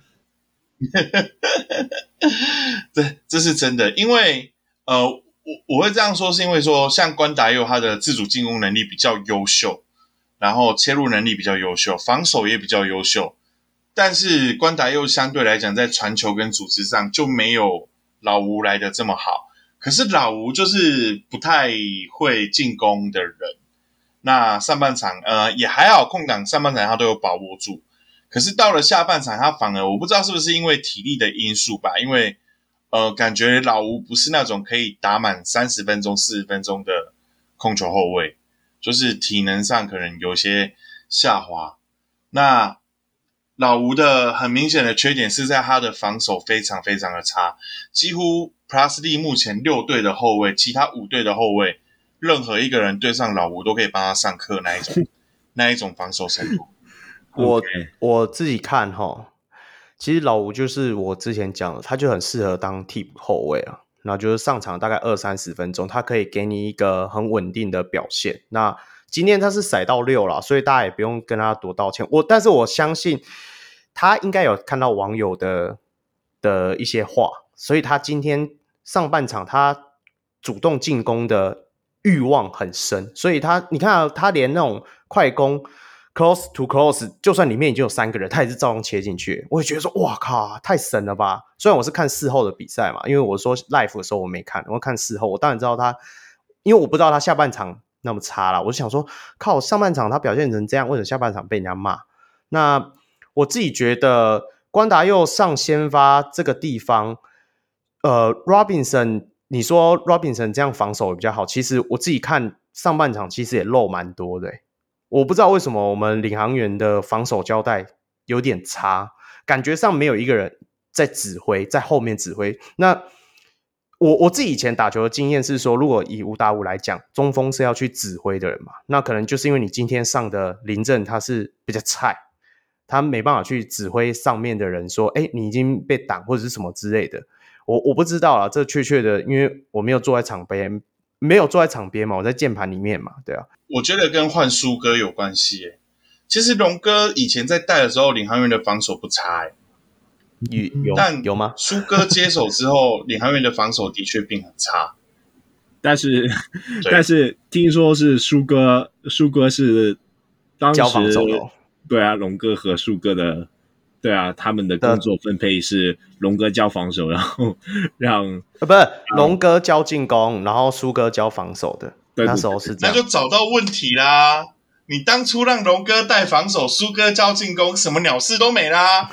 这这是真的，因为呃。我, 我会这样说是因为说像关达佑他的自主进攻能力比较优秀，然后切入能力比较优秀，防守也比较优秀，但是关达佑相对来讲在传球跟组织上就没有老吴来的这么好，可是老吴就是不太会进攻的人，那上半场呃也还好，空档上半场他都有把握住，可是到了下半场他反而我不知道是不是因为体力的因素吧，因为呃，感觉老吴不是那种可以打满三十分钟、四十分钟的控球后卫，就是体能上可能有些下滑。那老吴的很明显的缺点是在他的防守非常非常的差，几乎 Plus D 目前六队的后卫，其他五队的后卫，任何一个人对上老吴都可以帮他上课那一种那一种防守程度。 我我自己看齁。其实老吴就是我之前讲的，他就很适合当替补后卫啊。那就是上场大概二三十分钟，他可以给你一个很稳定的表现。那今天他是甩到六啦，所以大家也不用跟他多道歉。我但是我相信他应该有看到网友的的一些话，所以他今天上半场他主动进攻的欲望很深，所以他你看、啊、他连那种快攻。close to close， 就算里面已经有三个人，他也是照样切进去。我也觉得说，哇靠，太神了吧！虽然我是看事后的比赛嘛，因为我说 live 的时候我没看，我看事后，我当然知道他，因为我不知道他下半场那么差啦，我就想说，靠，上半场他表现成这样，为什么下半场被人家骂？那我自己觉得，关达佑上先发这个地方，呃 ，Robinson， 你说 Robinson 这样防守也比较好，其实我自己看上半场其实也漏蛮多的、欸。我不知道为什么我们领航员的防守交代有点差，感觉上没有一个人在指挥，在后面指挥。那我我自己以前打球的经验是说，如果以吴达武来讲，中锋是要去指挥的人嘛，那可能就是因为你今天上的林正他是比较菜，他没办法去指挥上面的人说，哎，你已经被挡或者是什么之类的。我我不知道啦，这确切的，因为我没有坐在场边。没有坐在场边嘛，我在键盘里面嘛，对啊。 我觉得跟换苏哥有关系耶。其实龙哥以前在带的时候，领航员的防守不差耶。 有但有吗？ 苏哥接手之后，领航员的防守的确变很差。 但是但是听说是苏哥，苏哥是当时教防守的、哦。 对啊，龙哥和苏哥的对啊，他们的工作分配是龙哥教防守，然后让呃不是龙哥教进攻，然后苏哥教防守的。 对对对， 那时候是这样， 那就找到问题啦。你当初让龙哥带防守，苏哥教进攻，什么鸟事都没啦。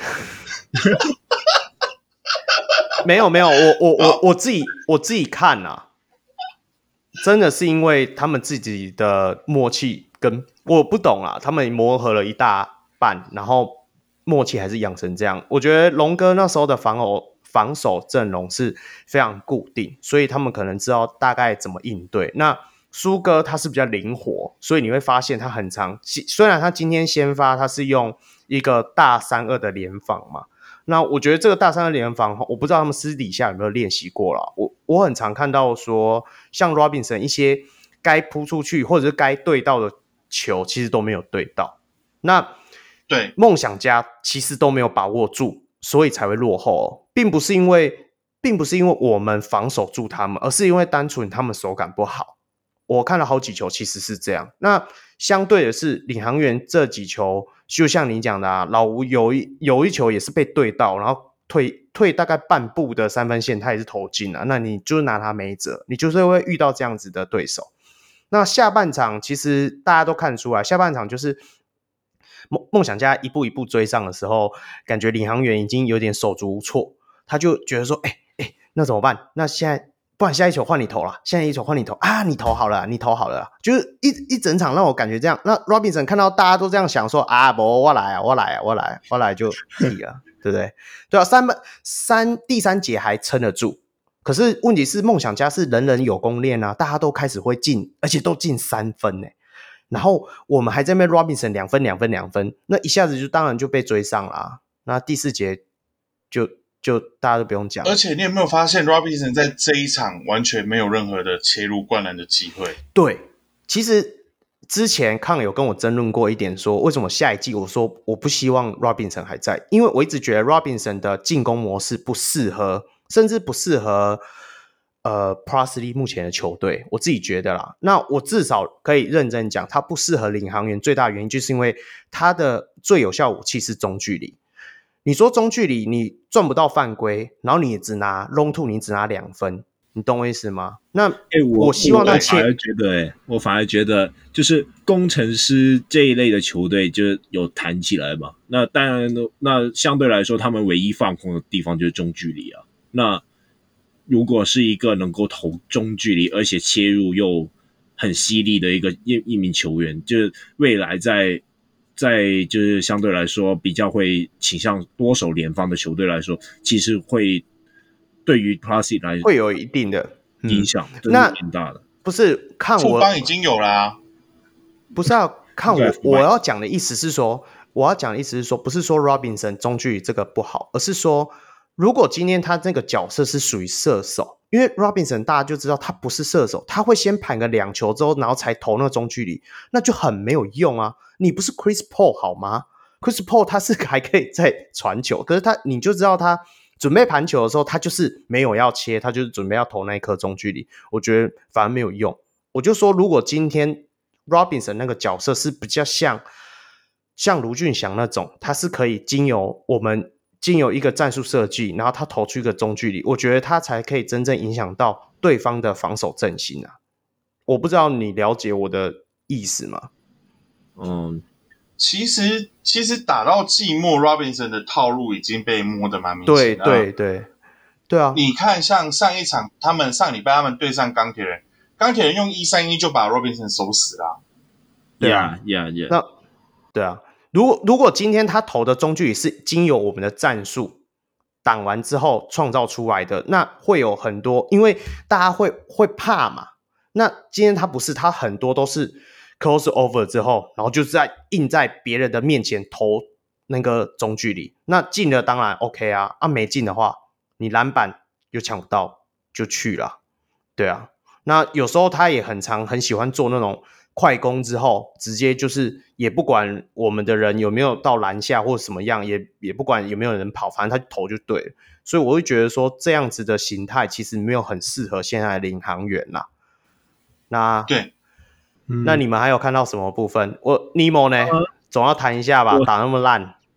没有没有，我我我我自己我自己看啊，真的是因为他们自己的默契跟我不懂啊，他们磨合了一大半，然后默契还是养成这样。我觉得龙哥那时候的防守防守阵容是非常固定，所以他们可能知道大概怎么应对。那苏哥他是比较灵活，所以你会发现他很常，虽然他今天先发他是用一个大三二的联防嘛，那我觉得这个大三二联防，我不知道他们私底下有没有练习过啦。我我很常看到说，像 Robinson 一些该扑出去或者是该对到的球，其实都没有对到。那对梦想家其实都没有把握住，所以才会落后哦，并不是因为并不是因为我们防守住他们，而是因为单纯他们手感不好。我看了好几球，其实是这样。那相对的是，领航员这几球，就像你讲的啊，老吴有一有一球也是被对到，然后退退大概半步的三分线，他也是投进了。那你就拿他没辙，你就是会遇到这样子的对手。那下半场其实大家都看出来，下半场就是梦梦想家一步一步追上的时候，感觉领航员已经有点手足无措，他就觉得说，哎、欸、哎、欸，那怎么办？那现在。不然下一球换你投了，现在一球换你投啊！你投好了，你投好了，就是一一整场让我感觉这样。那 Robinson 看到大家都这样想说啊，不，我来啊，我来啊，我来，我来就可以了，对不对？对啊，三三第三节还撑得住，可是问题是梦想家是人人有功练啊，大家都开始会进，而且都进三分呢。然后我们还在那边 Robinson 两分两分两分，那一下子就当然就被追上了、啊。那第四节就。就大家都不用讲， 而且你有没有发现 Robinson 在这一场完全没有任何的切入灌篮的机会？ 对，其实之前康有跟我争论过一点说，为什么下一季我说我不希望 Robinson 还在，因为我一直觉得 Robinson 的进攻模式不适合，甚至不适合呃 Presley 目前的球队，我自己觉得啦。那我至少可以认真讲，他不适合领航员最大的原因就是因为他的最有效武器是中距离。你说中距离你赚不到犯规，然后你也只拿 long two， 你只拿两分，你懂我意思吗？那、 欸、我, 我希望他切，我反而觉得、欸，我反而觉得就是工程师这一类的球队就有弹起来嘛。那当然，那相对来说，他们唯一放空的地方就是中距离啊。那如果是一个能够投中距离，而且切入又很犀利的一个 一, 一名球员，就是未来在。在就是相对来说比较会倾向多手联防的球队来说，其实会对于 Plus 来会有一定的影响， 嗯、 真的挺大的。 不是看我富邦已经有啦、啊， 不是要看我我要讲的意思是说，我要讲的意思是说，不是说 Robinson 中距离这个不好，而是说如果今天他这个角色是属于射手。因为 Robinson 大家就知道他不是射手，他会先盘个两球之后，然后才投那个中距离，那就很没有用啊！你不是 Chris Paul 好吗 ？Chris Paul 他是还可以再传球，可是他你就知道他准备盘球的时候，他就是没有要切，他就是准备要投那一颗中距离。我觉得反而没有用。我就说，如果今天 Robinson 那个角色是比较像像卢俊祥那种，他是可以经由我们。经由一个战术设计，然后他投出一个中距离，我觉得他才可以真正影响到对方的防守阵型啊！我不知道你了解我的意思吗？ 嗯， 其实其实打到季末 ，Robinson 的套路已经被摸得蛮明显的。 对对对对啊！ 你看，像上一场他们上礼拜他们对上钢铁人，钢铁人用一三一就把 Robinson 收死了、啊。 对啊， yeah, yeah, yeah. 那对啊。如果如果今天他投的中距离是经由我们的战术挡完之后创造出来的，那会有很多，因为大家会会怕嘛。那今天他不是，他很多都是 close over 之后，然后就是在硬在别人的面前投那个中距离。那进了当然 OK 啊，啊没进的话，你篮板又抢不到就去了，对啊。那有时候他也很常很喜欢做那种。快攻之后，直接就是也不管我们的人有没有到篮下或者什么样，也也不管有没有人跑，反正他投就对了。所以我会觉得说，这样子的形态其实没有很适合现在的领航员啦。那对， 那你们还有看到什么部分？我尼莫呢，呃、总要谈一下吧，打那么烂。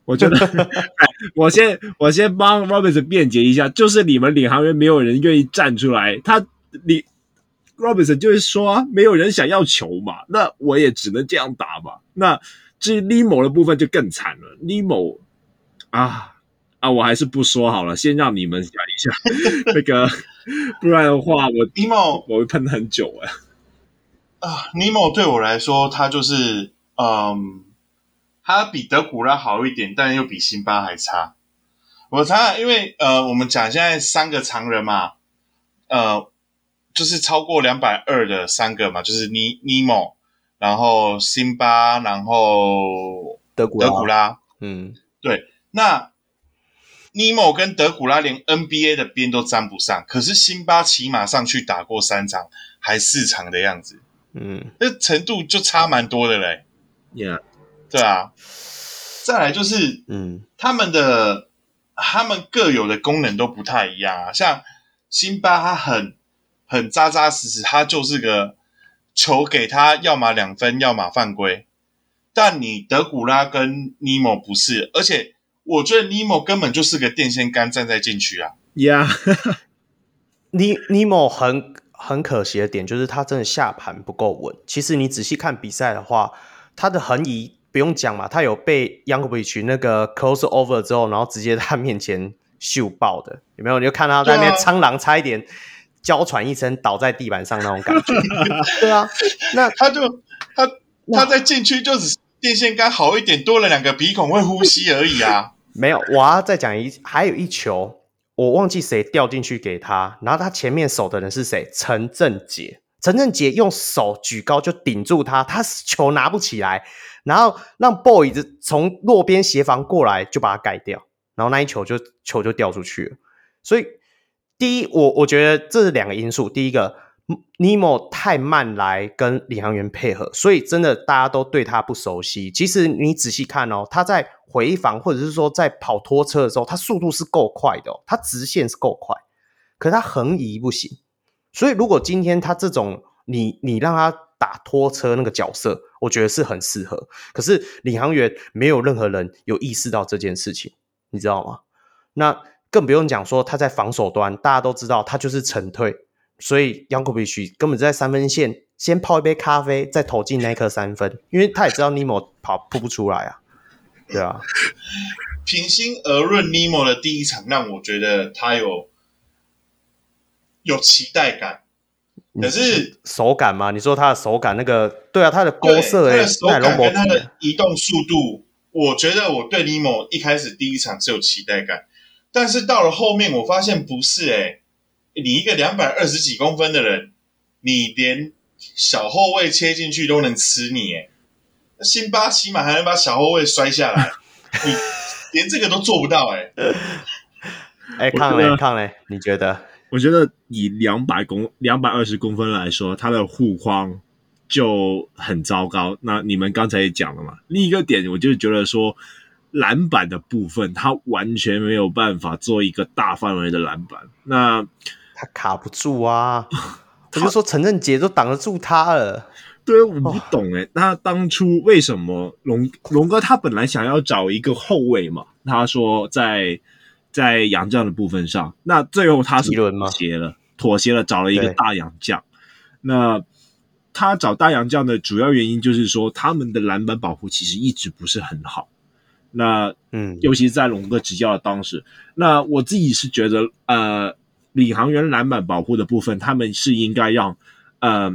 我觉得，我先我先帮 Robinson 辩解一下，就是你们领航员没有人愿意站出来，他你 Robinson 就是说、啊、没有人想要球嘛，那我也只能这样打吧。那至于 Nemo 的部分就更惨了 ，Nemo 啊啊，我还是不说好了，先让你们讲一下那个，不然的话我 Nemo 我会喷很久哎。 啊 ，Nemo 对我来说，他就是嗯。他比德古拉好一点，但又比辛巴还差。我常常因为呃，我们讲现在三个常人嘛，呃，就是超过两百二十的三个嘛，就是尼尼莫，然后辛巴，然后德古拉， 德古拉， 嗯， 对。那尼莫跟德古拉连 N B A 的边都沾不上，可是辛巴起码上去打过三场，还四场的样子， 嗯， 这程度就差蛮多的嘞。 Yeah。 对啊，再来就是，嗯，他们的他们各有的功能都不太一样啊。像辛巴他很很扎扎实实，他就是个球给他，要么两分，要么犯规。但你德古拉跟尼莫不是，而且我觉得尼莫根本就是个电线杆站在禁区啊。 Yeah， 尼尼莫很很可惜的点就是他真的下盘不够稳。其实你仔细看比赛的话，他的横移。不用讲嘛，他有被 Jankovic 那个 close over 之后，然后直接在他面前秀爆的，有没有？你就看他在那边苍狼差一点娇喘一声倒在地板上那种感觉。对啊，那他就他他在禁区就只电线杆好一点，多了两个鼻孔会呼吸而已啊。 没有，我要再讲一，还有一球，我忘记谁掉进去给他，然后他前面守的人是谁？陈正杰。陈正杰用手举高就顶住他，他球拿不起来，然后让 boy 从落边协防过来就把他盖掉，然后那一球就球就掉出去了。所以第一，我我觉得这是两个因素。第一个 ，Nemo 太慢来跟领航员配合，所以真的大家都对他不熟悉。其实你仔细看哦，他在回防或者是说在跑拖车的时候，他速度是够快的哦，他直线是够快，可是他横移不行。所以如果今天他这种你你让他打拖车那个角色，我觉得是很适合。可是领航员没有任何人有意识到这件事情，你知道吗？那更不用讲说他在防守端，大家都知道他就是沉退，所以 Jankovic 根本在三分线先泡一杯咖啡，再投进那颗三分，因为他也知道 Nemo 跑扑不出来啊，对啊。 平心而论 ，Nemo 的第一场让我觉得他有。有期待感，可是手感吗？你说他的手感那个，对啊，他的勾射、欸， 他的手感跟他的移动速度，我觉得我对 Nemo 一开始第一场是有期待感，但是到了后面我发现不是哎、欸，你一个两百二十几公分的人，你连小后卫切进去都能吃你哎、欸，辛巴起码还能把小后卫摔下来，你连这个都做不到哎、欸。 哎、欸，抗嘞抗嘞，你觉得？ 我觉得以两百公两百二十公分来说，他的护框就很糟糕。那你们刚才也讲了嘛，另一个点我就觉得说，篮板的部分他完全没有办法做一个大范围的篮板。那他卡不住啊，我就说陈正杰都挡得住他了。 对，我不懂哎、欸，那当初为什么龙龙哥他本来想要找一个后卫嘛？他说在。在洋将的部分上，那最后他是妥协了，妥协了，找了一个大洋将。那他找大洋将的主要原因就是说，他们的篮板保护其实一直不是很好。那嗯，尤其是在龙哥执教的当时，那我自己是觉得，呃，领航员篮板保护的部分，他们是应该让呃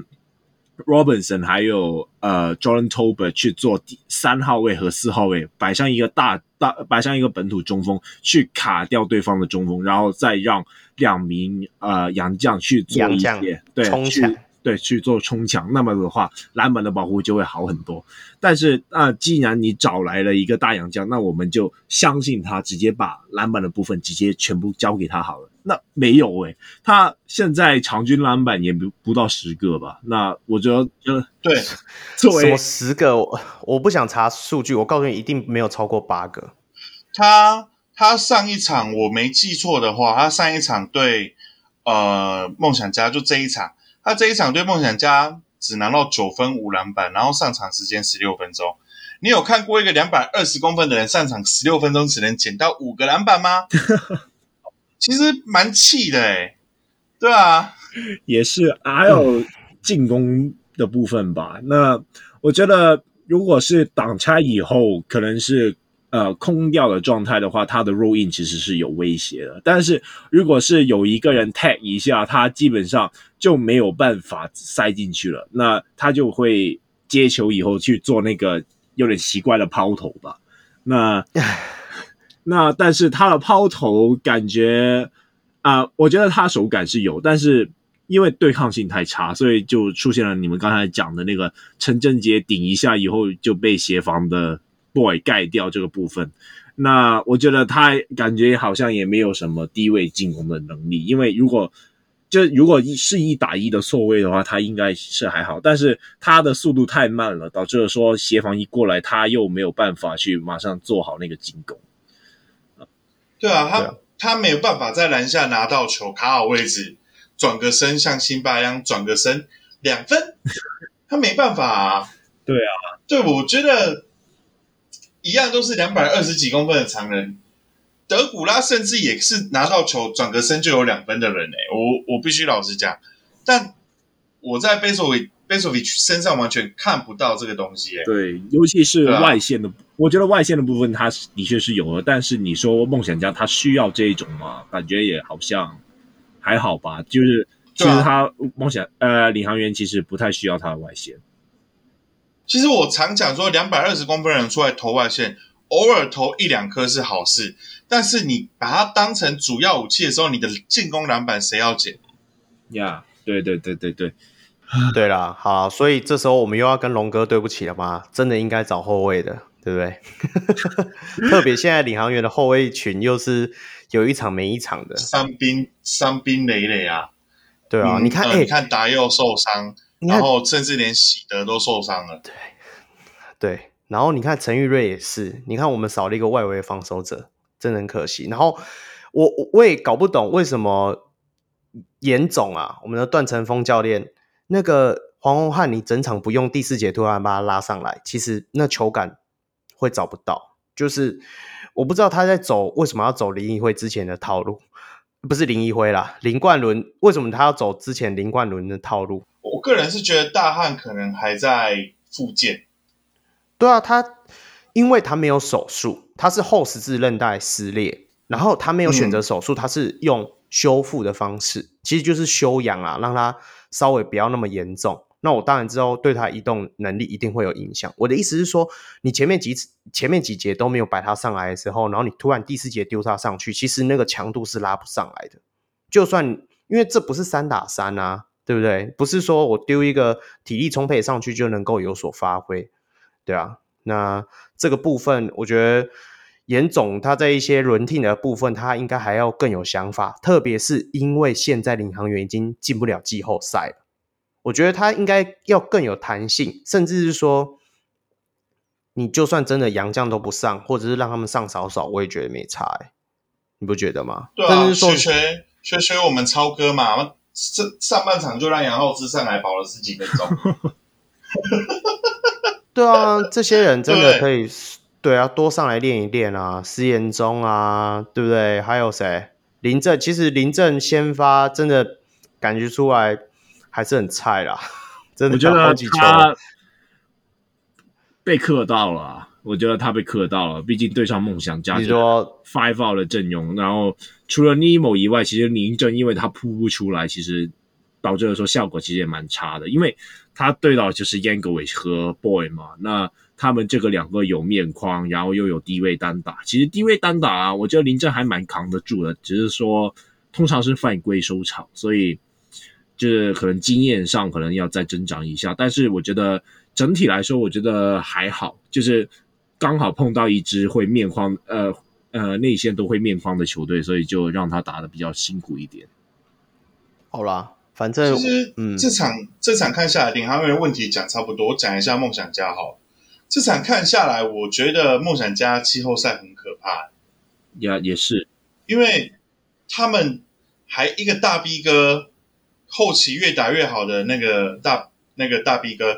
Robinson 还有呃 Jordan Tolbert 去做三号位和四号位，摆上一个大大摆上一个本土中锋去卡掉对方的中锋，然后再让两名呃洋将去做一些对冲抢。 对，去做冲抢，那么的话，篮板的保护就会好很多。但是啊、呃，既然你找来了一个大洋将，那我们就相信他，直接把篮板的部分直接全部交给他好了。那没有诶、欸，他现在场均篮板也不不到十个吧？那我觉得，呃， 对， 作为什么十个我，我不想查数据，我告诉你，一定没有超过八个。 他他上一场我没记错的话，他上一场对呃梦想家就这一场。他这一场对梦想家只拿到九分五篮板，然后上场时间十六分钟。 你有看过一个两百二十公分的人上场十六分钟只能捡到五个篮板吗？其实蛮气的欸，对啊， 也是，还有进攻的部分吧。那我觉得，如果是挡拆以后，可能是呃空掉的状态的话，他的 roll in 其实是有威胁的。但是如果是有一个人 tag 一下，他基本上就没有办法塞进去了，那他就会接球以后去做那个有点奇怪的抛投吧。那那但是他的抛投感觉啊、呃，我觉得他手感是有，但是因为对抗性太差，所以就出现了你们刚才讲的那个陈振杰顶一下以后就被协防的 boy 盖掉这个部分。那我觉得他感觉好像也没有什么低位进攻的能力，因为如果就如果是一打一的错位的话，他应该是还好，但是他的速度太慢了，导致了说协防一过来，他又没有办法去马上做好那个进攻。 对啊，他、啊、他没有办法在篮下拿到球，卡好位置，转个身像辛巴一样转个身两分，他没办法啊。 对啊， 对，我觉得一样都是两百二十几公分的长人，德古拉甚至也是拿到球转个身就有两分的人诶，我我必须老实讲，但我在贝索维贝索维奇身上完全看不到这个东西诶。 对，尤其是外线的，啊、我觉得外线的部分他的确是有的，但是你说梦想家他需要这一种吗？感觉也好像还好吧，就是其实他梦想、啊、呃领航员其实不太需要他的外线。 其实我常讲说，两百二十公分的人出来投外线，偶尔投一两颗是好事，但是你把它当成主要武器的时候，你的进攻篮板谁要捡？ 呀、yeah, ，对对对对对， 对啦，好，所以这时候我们又要跟龙哥对不起了吗？真的应该找后卫的，对不对？特别现在领航员的后卫群又是有一场没一场的， 伤兵伤兵累累啊。 对啊， 嗯、 你看，哎、 呃，你看达佑受伤。然后甚至连喜德都受伤了。 对，对。然后你看陈玉瑞也是，你看我们少了一个外围防守者，真的很可惜。然后我我也搞不懂为什么严总啊，我们的段成峰教练，那个黄宏汉，你整场不用第四节突然把他拉上来，其实那球感会找不到。就是我不知道他在走为什么要走林奕辉之前的套路，不是林奕辉啦，林冠伦为什么他要走之前林冠伦的套路？ 我个人是觉得大汉可能还在复健。 对啊，他因为他没有手术，他是后十字韧带撕裂，然后他没有选择手术、嗯，他是用修复的方式，其实就是休养啊，让他稍微不要那么严重。那我当然知道对他移动能力一定会有影响。我的意思是说，你前面几前面几节都没有摆他上来的时候，然后你突然第四节丢他上去，其实那个强度是拉不上来的。就算因为这不是三打三啊。对不对？不是说我丢一个体力充沛上去就能够有所发挥，对啊。那这个部分，我觉得严总他在一些轮替的部分，他应该还要更有想法，特别是因为现在领航员已经进不了季后赛了，我觉得他应该要更有弹性，甚至是说，你就算真的洋将都不上，或者是让他们上少少，我也觉得没差、欸，你不觉得吗？ 对啊，学学学学我们超哥嘛。这上半场就让杨浩之上来跑了十几分钟， 对啊，这些人真的可以，对, 对啊，多上来练一练啊，施延中啊，对不对？还有谁？林振，其实林振先发真的感觉出来还是很菜啦，真的好几球， 我觉得他被克到了、啊。我觉得他被克到了，毕竟对上梦想家， 你说 five out 的阵容，然后除了 Nemo 以外，其实林振因为他扑不出来，其实导致了说效果其实也蛮差的，因为他对到就是 Yankovic 和 Boy 嘛，那他们这个两个有面框，然后又有低位单打，其实低位单打啊，我觉得林振还蛮扛得住的，只是说通常是犯规收场，所以就是可能经验上可能要再增长一下，但是我觉得整体来说，我觉得还好，就是刚好碰到一支会面框，呃呃内线都会面框的球队，所以就让他打得比较辛苦一点。 好啦，反正其实嗯，这场这场看下来，领航员的问题讲差不多，我讲一下梦想家好了。这场看下来，我觉得梦想家季后赛很可怕。 呀，也是， 因为他们还一个大 B 哥，后期越打越好的那个大那个大 B 哥，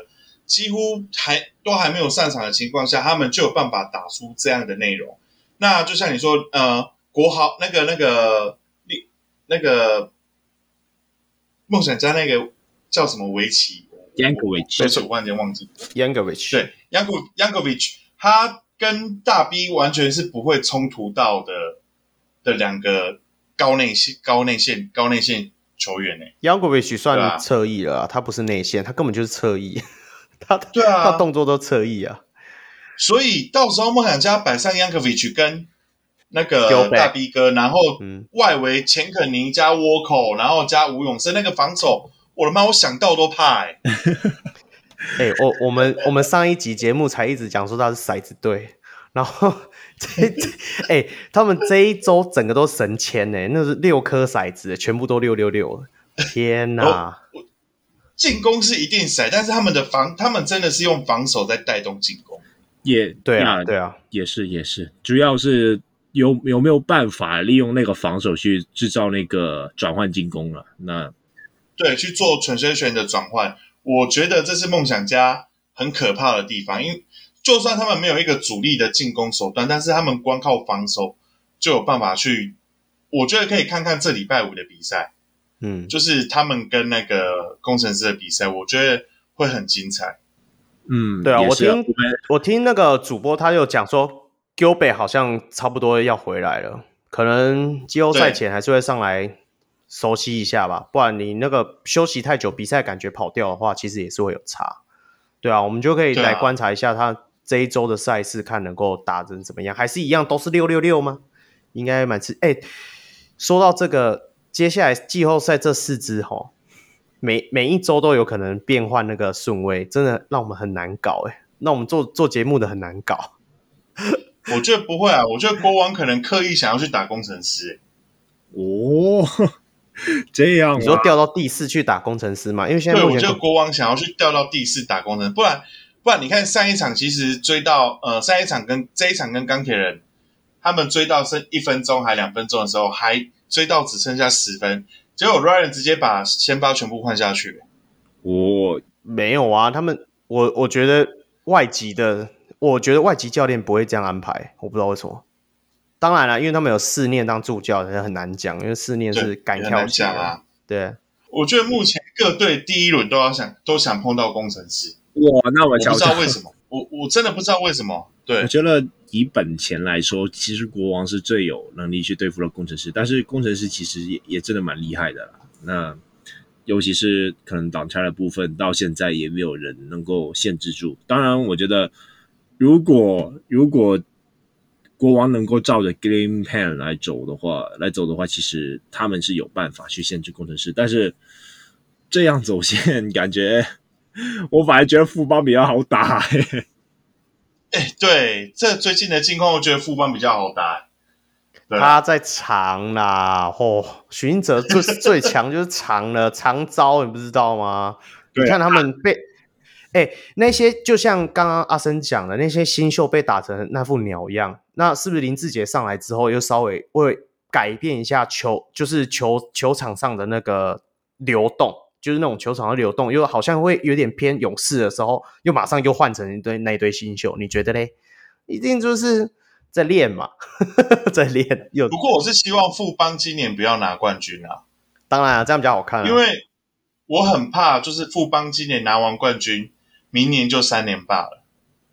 几乎还都还没有上场的情况下，他们就有办法打出这样的内容。那就像你说，呃，国豪那个那个那个梦想家那个叫什么维奇 Yankovic， 我忘记忘记 Yankovic， 对 Yankovic， 他跟大 B 完全是不会冲突到的的两个高内线高内线高内线球员诶。 Yankovic 算侧翼了、啊，他不是内线，他根本就是侧翼，他对啊， 他动作都侧翼啊。 所以到时候梦想家摆上 Yankovic 跟那个大 B 哥，然后外围钱肯尼加沃口，然后加吴永生那个防守，我的妈，我想到都怕哎、欸。 哎、欸，我我们我们上一集节目才一直讲说他是骰子队，然后这哎、欸，他们这一周整个都神签哎、欸，那是六颗骰子，全部都六六六，天哪！ 进攻是一定骰，但是他们的防，他们真的是用防守在带动进攻。 也对啊，对啊， 也是也是，主要是有有没有办法利用那个防守去制造那个转换进攻了？那对，去做transition的转换，我觉得这是梦想家很可怕的地方。因为就算他们没有一个主力的进攻手段，但是他们光靠防守就有办法去。我觉得可以看看这礼拜五的比赛， 嗯， 就是他们跟那个工程师的比赛，我觉得会很精彩。 嗯， 对啊，我听我, 我听那个主播他有讲说 Gilbert 好像差不多要回来了，可能季后赛前还是会上来熟悉一下吧，不然你那个休息太久，比赛感觉跑掉的话，其实也是会有差。对啊，我们就可以来观察一下他这一周的赛事，看能够打成怎么样，还是一样都是六六六吗？应该蛮吃。哎，说到这个，接下来季后赛这四支齁。每每一周都有可能变换那个顺位，真的让我们很难搞哎。那我们做做节目的很难搞。 我觉得不会啊，我觉得国王可能刻意想要去打工程师。 哦，这样、啊、 你说调到第四去打工程师嘛？因为现在对，我觉得国王想要去调到第四打工程师，不然不然你看上一场其实追到呃上一场跟这一场跟钢铁人，他们追到剩一分钟还两分钟的时候，还追到只剩下十分。结果 Ryan 直接把先发全部换下去。 我没有啊，他们我我觉得外籍的，我觉得外籍教练不会这样安排，我不知道为什么。当然了，因为他们有四念当助教，很难讲，因为四念是敢跳型的。 啊。 对， 我觉得目前各队第一轮都要想都想碰到工程师。 哇，那我我不知道为什么，我我真的不知道为什么。对， 我觉得以本钱来说，其实国王是最有能力去对付的工程师，但是工程师其实也也真的蛮厉害的啦。那尤其是可能挡拆的部分，到现在也没有人能够限制住。当然，我觉得如果如果国王能够照着 game plan 来走的话，来走的话，其实他们是有办法去限制工程师，但是这样走线感觉，我反而觉得富邦比较好打、欸。 哎，对，这最近的境况，我觉得富邦比较好打。 他在长啦，哦，许晋哲最最强就是长了，长招你不知道吗？你看他们被，哎、欸，那些就像刚刚阿生讲的，那些新秀被打成那副鸟样，那是不是林志杰上来之后又稍微会改变一下球，就是球球场上的那个流动？就是那种球场的流动，又好像会有点偏勇士的时候，又马上又换成一堆那一堆新秀，你觉得嘞？一定就是在练嘛，在练。 不过我是希望富邦今年不要拿冠军啊。 当然啊，这样比较好看、啊。 因为我很怕，就是富邦今年拿完冠军，明年就三连霸了。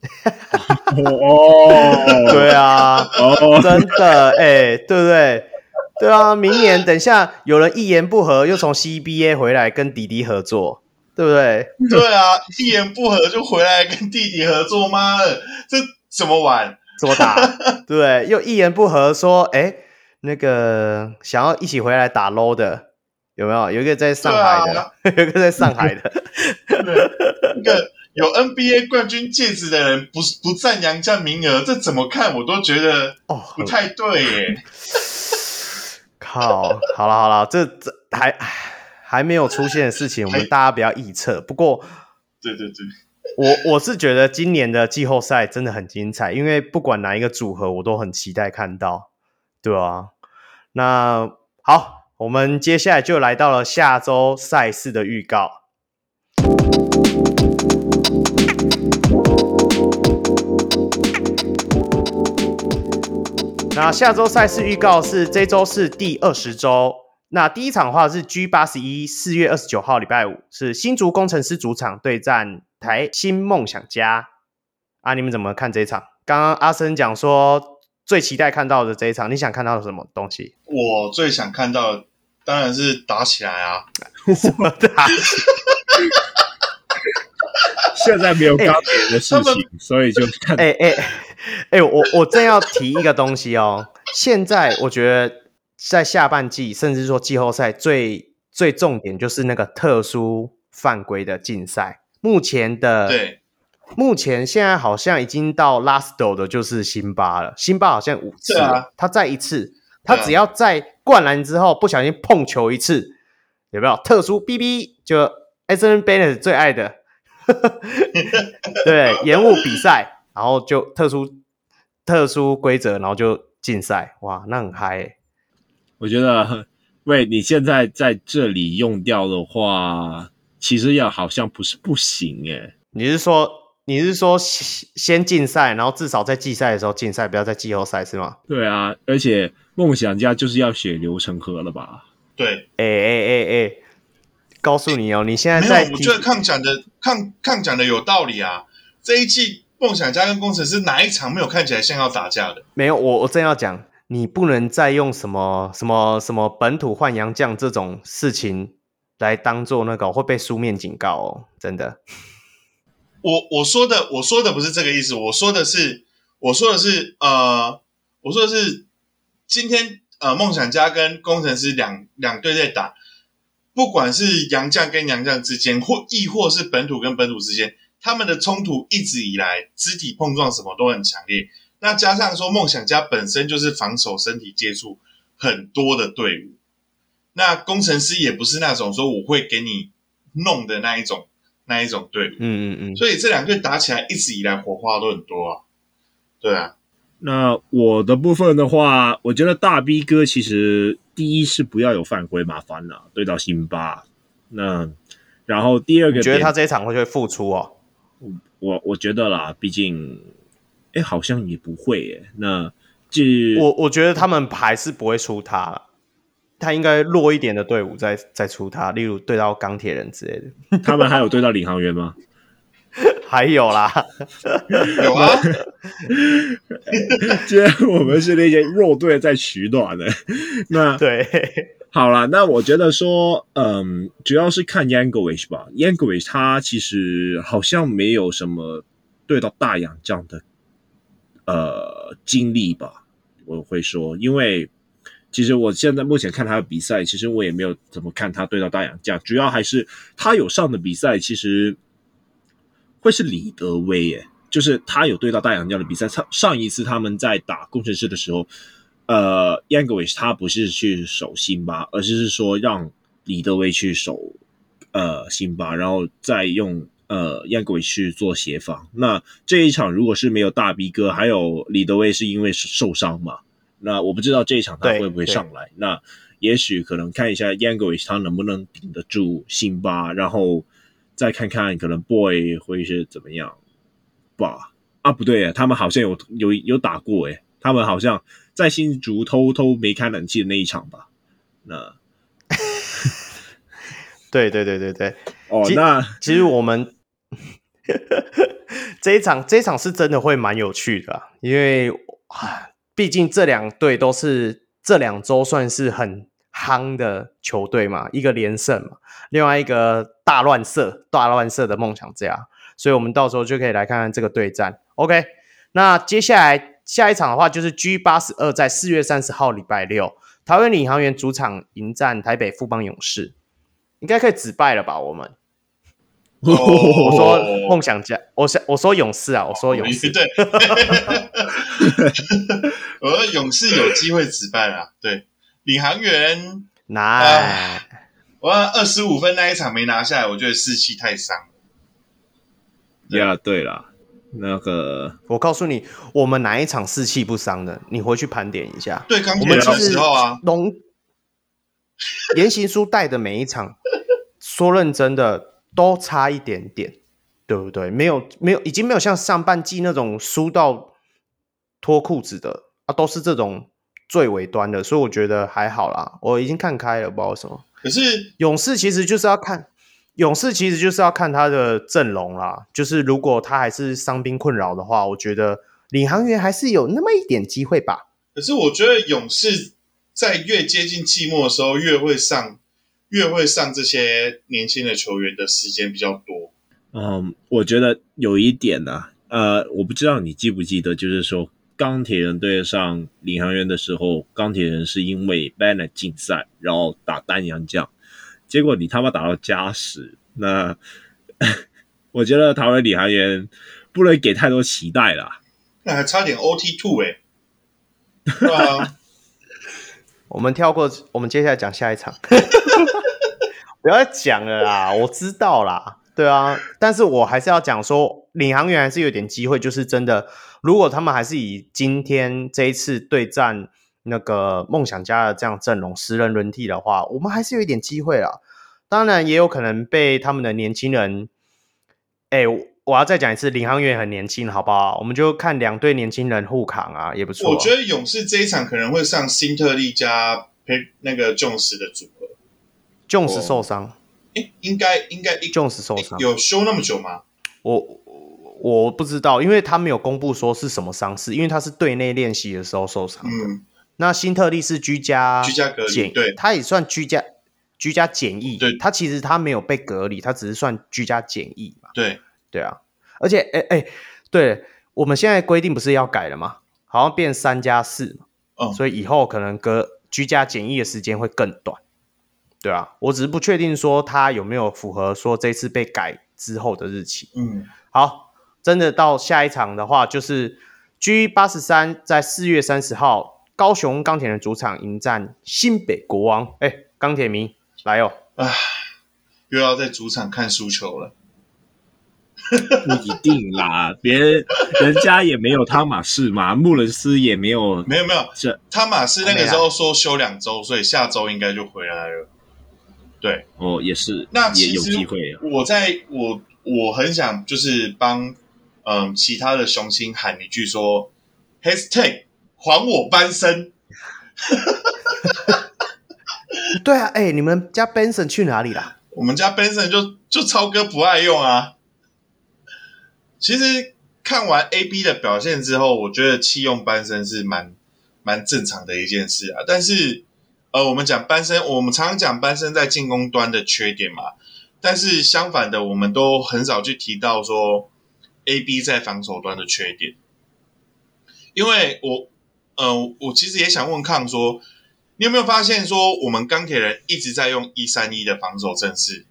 哦，对啊，哦，真的，哎、欸，对不对？对啊，明年等一下有人一言不合又从 C B A 回来跟弟弟合作，对不对？ 对啊，一言不合就回来跟弟弟合作，妈的，这怎么玩？ 怎么打？对不对？又一言不合说，哎，那个想要一起回来打 low 的，有没有？有一个在上海的，啊、有一个在上海的， 对，那个有 N B A 冠军戒指的人不不占洋将名额，这怎么看我都觉得不太对耶。哦靠，好了好了，这这还还没有出现的事情，我们大家不要臆测。不过， 对对对， 我我是觉得今年的季后赛真的很精彩，因为不管哪一个组合，我都很期待看到，对啊。那好，我们接下来就来到了下周赛事的预告。 那下周赛事预告是这周是第二十周。那第一场的话是 G 八十一， 四月二十九号礼拜五，是新竹工程师主场对战台新梦想家啊，你们怎么看这一场？刚刚阿森讲说最期待看到的这一场，你想看到什么东西？ 我最想看到的当然是打起来啊！ 什么打起来？ 现在没有钢铁的事情，所以就看。 哎哎哎，我我正要提一个东西哦，现在我觉得。在下半季，甚至说季后赛最最重点就是那个特殊犯规的竞赛。目前的对， 目前现在好像已经到 last 的就是辛巴了。辛巴好像五次了，啊、他再一次，他只要在灌篮之后不小心碰球一次，有没有特殊 B B？ 就 Anthony Bennett 最爱的，对，延误比赛，然后就特殊特殊规则，然后就竞赛，哇，那很嗨、欸。 我觉得，喂，你现在在这里用掉的话，其实要好像不是不行耶。 你是说，你是说先竞赛，然后至少在季赛的时候竞赛，不要在季后赛是吗？ 对啊，而且梦想家就是要血流成河了吧？ 对， 哎哎哎哎，告诉你哦，你现在在， 没有，我觉得抗讲的抗抗讲的有道理啊。这一季梦想家跟工程师哪一场没有看起来像要打架的？ 没有，我我正要讲。你不能再用什么什么什么本土换洋将这种事情来当做那个会被书面警告哦，真的。 我我说的我说的不是这个意思，我说的是我说的是呃我说的是今天呃梦想家跟工程师两两队在打，不管是洋将跟洋将之间，或亦或是本土跟本土之间，他们的冲突一直以来肢体碰撞什么都很强烈。那加上说梦想家本身就是防守身体接触很多的队伍，那工程师也不是那种说我会给你弄的那一种那一种队伍， 嗯嗯嗯， 所以这两队打起来一直以来火花都很多啊，对啊。 那我的部分的话，我觉得大 B 哥其实第一是不要有犯规麻烦了，对到辛巴。那然后第二个， 你觉得他这一场会会复出哦？ 我我觉得啦，毕竟。哎，好像也不会耶。那就我我觉得他们还是不会出他了，他应该弱一点的队伍再再出他，例如对到钢铁人之类的。 他们还有对到领航员吗？ 还有啦， 有啊。 既然我们是那些弱队在取暖的，那对， 好啦，那我觉得说，嗯，主要是看 Yankovic 吧。Yankovic 他其实好像没有什么对到大洋这样的。呃，经历吧，我会说，因为其实我现在目前看他的比赛，其实我也没有怎么看他对到大洋将，主要还是他有上的比赛，其实会是李德威耶，就是他有对到大洋将的比赛。上一次他们在打工程师的时候，呃 ，Yankovic 他不是去守辛巴，而是说让李德威去守呃辛巴，然后再用。呃，yan鬼去做协防。那这一场如果是没有大 B 哥，还有李德威是因为受伤嘛？那我不知道这一场他会不会上来。那也许可能看一下 yan 鬼他能不能顶得住辛巴，然后再看看可能 boy 会是怎么样吧？啊，不对啊，他们好像有有有打过诶，他们好像在新竹偷偷没开冷气的那一场吧？那对对对对对。 哦，那其实我们。这一场，这一场是真的会蛮有趣的、啊，因为毕竟这两队都是这两周算是很夯的球队嘛，一个连胜嘛，另外一个大乱射、大乱射的梦想家，所以我们到时候就可以来看看这个对战。OK， 那接下来下一场的话就是 G 八十二， 在四月三十号礼拜六，桃园领航员主场迎战台北富邦勇士，应该可以止败了吧？我们。 哦、 我说梦想家，我想我说勇士啊，我说勇士， 对，我说勇士有机会止败啦。对，领航员拿、 呃，我二十五分那一场没拿下来，我觉得士气太伤了。 呀， yeah, 对啦，那个我告诉你，我们哪一场士气不伤的？你回去盘点一下。 对，钢铁人的时候啊， 龙言行书带的每一场，说认真的。都差一点点，对不对？没有，没有，已经没有像上半季那种输到脱裤子的啊，都是这种最尾端的，所以我觉得还好啦，我已经看开了，不知道为什么。 可是勇士其实就是要看，勇士其实就是要看他的阵容啦，就是如果他还是伤兵困扰的话，我觉得领航员还是有那么一点机会吧。 可是我觉得勇士在越接近季末的时候，越会上越会上这些年轻的球员的时间比较多。 嗯，我觉得有一点呢、啊，呃，我不知道你记不记得，就是说钢铁人对上领航员的时候，钢铁人是因为 Bennett 禁赛，然后打单阳将，结果你他妈打到加时，那我觉得台湾领航员不能给太多期待啦。 那还差点 O T 二 哎，对啊。 我们跳过，我们接下来讲下一场，不要再讲了啦，我知道啦。对啊，但是我还是要讲说，领航员还是有点机会，就是真的，如果他们还是以今天这一次对战那个梦想家的这样阵容十人轮替的话，我们还是有一点机会啦。当然也有可能被他们的年轻人，哎，我要再讲一次，领航员很年轻，好不好？我们就看两队年轻人互扛啊，也不错、啊。 我觉得勇士这一场可能会上辛特利加那个 Jones 的组合 ，Jones 受伤。 诶应该应该 Jones 受伤有休那么久吗？ 我我不知道，因为他没有公布说是什么伤势，因为他是队内练习的时候受伤的。嗯，那辛特利是居家居家隔离，对， 他也算居家居家检疫。 对， 他其实他没有被隔离，他只是算居家检疫嘛。 对对啊，而且哎哎，对，我们现在规定不是要改了吗？好像变三加四嘛。嗯，所以以后可能隔居家检疫的时间会更短。对啊，我只是不确定说他有没有符合说这次被改之后的日期。 嗯， 好，真的到下一场的话，就是 G 八十三 在四月三十号高雄钢铁人主场迎战新北国王。哎，钢铁迷来哦！ 啊，又要在主场看输球了。 不一定啦，别人人家也没有汤马士嘛，穆伦斯也没有， 没有没有，这汤马士那个时候说休两周，所以下周应该就回来了。对， 哦，也是， 那也有机会啊。 我在我我很想就是帮嗯其他的雄鹰喊一句说 ，#hashtag 还我班森。 对啊，哎、欸，你们家 Benson 去哪里啦？ 我们家 Benson 就就超哥不爱用啊。其实看完 A B 的表现之后，我觉得弃用班森是蛮蛮正常的一件事啊。但是呃，我们讲班森，我们常常讲班森在进攻端的缺点嘛。但是相反的，我们都很少去提到说 A B 在防守端的缺点。因为我呃，我其实也想问康说，你有没有发现说我们钢铁人一直在用一三一的防守阵势？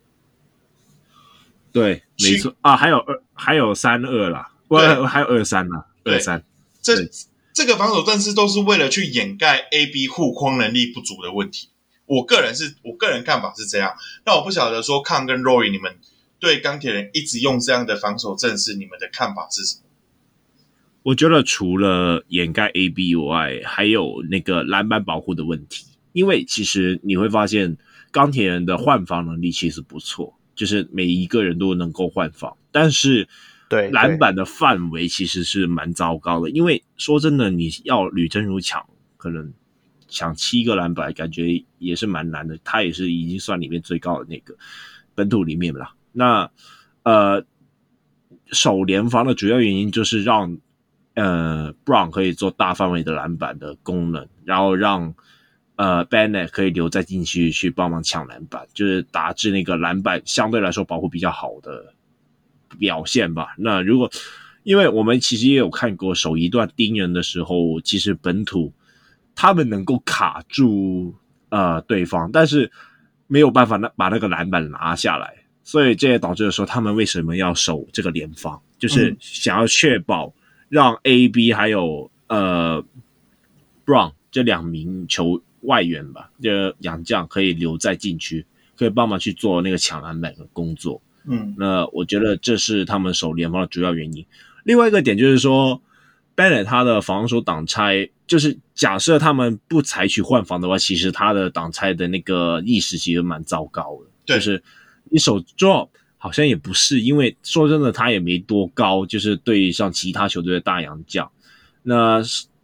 对，没错啊，还有二，还有三二啦，对，还有二三啦，二三。 这这个防守阵势都是为了去掩盖 A B 护框能力不足的问题。我个人是我个人看法是这样。那我不晓得说康跟 Rory 你们对钢铁人一直用这样的防守阵势，你们的看法是什么？ 我觉得除了掩盖 A B 以外，还有那个篮板保护的问题。因为其实你会发现钢铁人的换防能力其实不错。就是每一个人都能够换防，但是对篮板的范围其实是蛮糟糕的。因为说真的，你要吕真如抢，可能抢七个篮板，感觉也是蛮难的。他也是已经算里面最高的那个本土里面啦。那呃，守联防的主要原因就是让呃 Brown 可以做大范围的篮板的功能，然后让呃 Bennett 可以留在禁区去帮忙抢篮板，就是达至那个篮板相对来说保护比较好的表现吧。那如果因为我们其实也有看过守一段盯人的时候，其实本土他们能够卡住呃对方，但是没有办法把那个篮板拿下来，所以这也导致了说他们为什么要守这个联防，就是想要确保让 A B 还有呃 Brown 这两名球外援吧，这洋将可以留在禁区，可以帮忙去做那个抢篮板的工作。 嗯， 那我觉得这是他们守联防的主要原因。另外一个点就是说 Bennett 他的防守挡拆，就是假设他们不采取换防的话，其实他的挡拆的那个意识其实蛮糟糕的。 对， 就是你手 drop 好像也不是，因为说真的他也没多高，就是对上其他球队的大洋将。那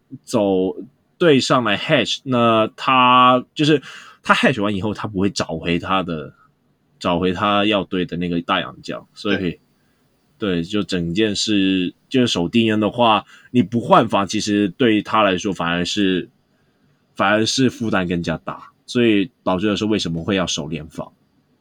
走对上来 hatch， 那他就是他 hatch 完以后，他不会找回他的找回他要对的那个大洋将，所以对，对就整件事就是守定人的话，你不换防，其实对他来说反而是反而是负担更加大，所以导致的是为什么会要守联防。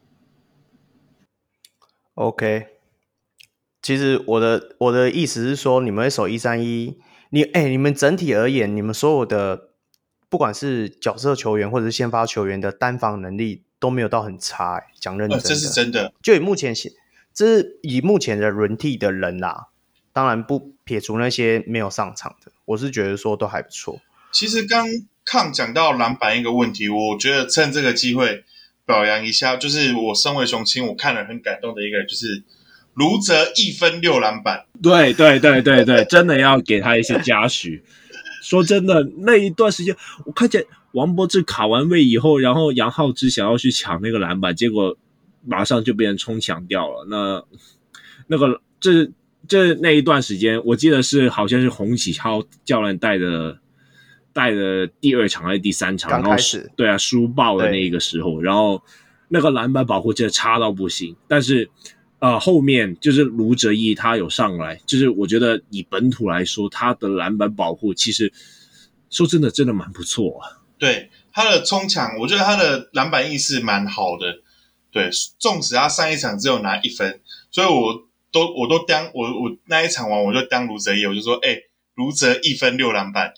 OK， 其实我的我的意思是说，你们会守一三一，你哎，你们整体而言，你们所有的不管是角色球员或者是先发球员的单防能力都没有到很差，讲认真的、 呃，这是真的。 就以目前这是以目前的轮替的人啦，当然不撇除那些没有上场的，我是觉得说都还不错。 其实刚抗讲到篮板一个问题，我觉得趁这个机会表扬一下，就是我身为雄青，我看了很感动的一个，就是卢泽一分六篮板。 对对对对对，真的要给他一些嘉许。说真的，那一段时间我看见王柏智卡完位以后，然后杨浩之想要去抢那个篮板，结果马上就被人冲抢掉了。那那个这这那一段时间，我记得是好像是洪启浩教练带的带的第二场还是第三场， 刚开始然后对啊输爆的那一个时候，然后那个篮板保护真的差到不行，但是。呃，后面就是卢哲义他有上来，就是我觉得以本土来说，他的篮板保护其实说真的真的蛮不错啊。 对，他的冲抢，我觉得他的篮板意识蛮好的。对，纵使他上一场只有拿一分，所以我都我都当我我那一场完我就当卢哲义，我就说，哎、欸，卢哲一分六篮板。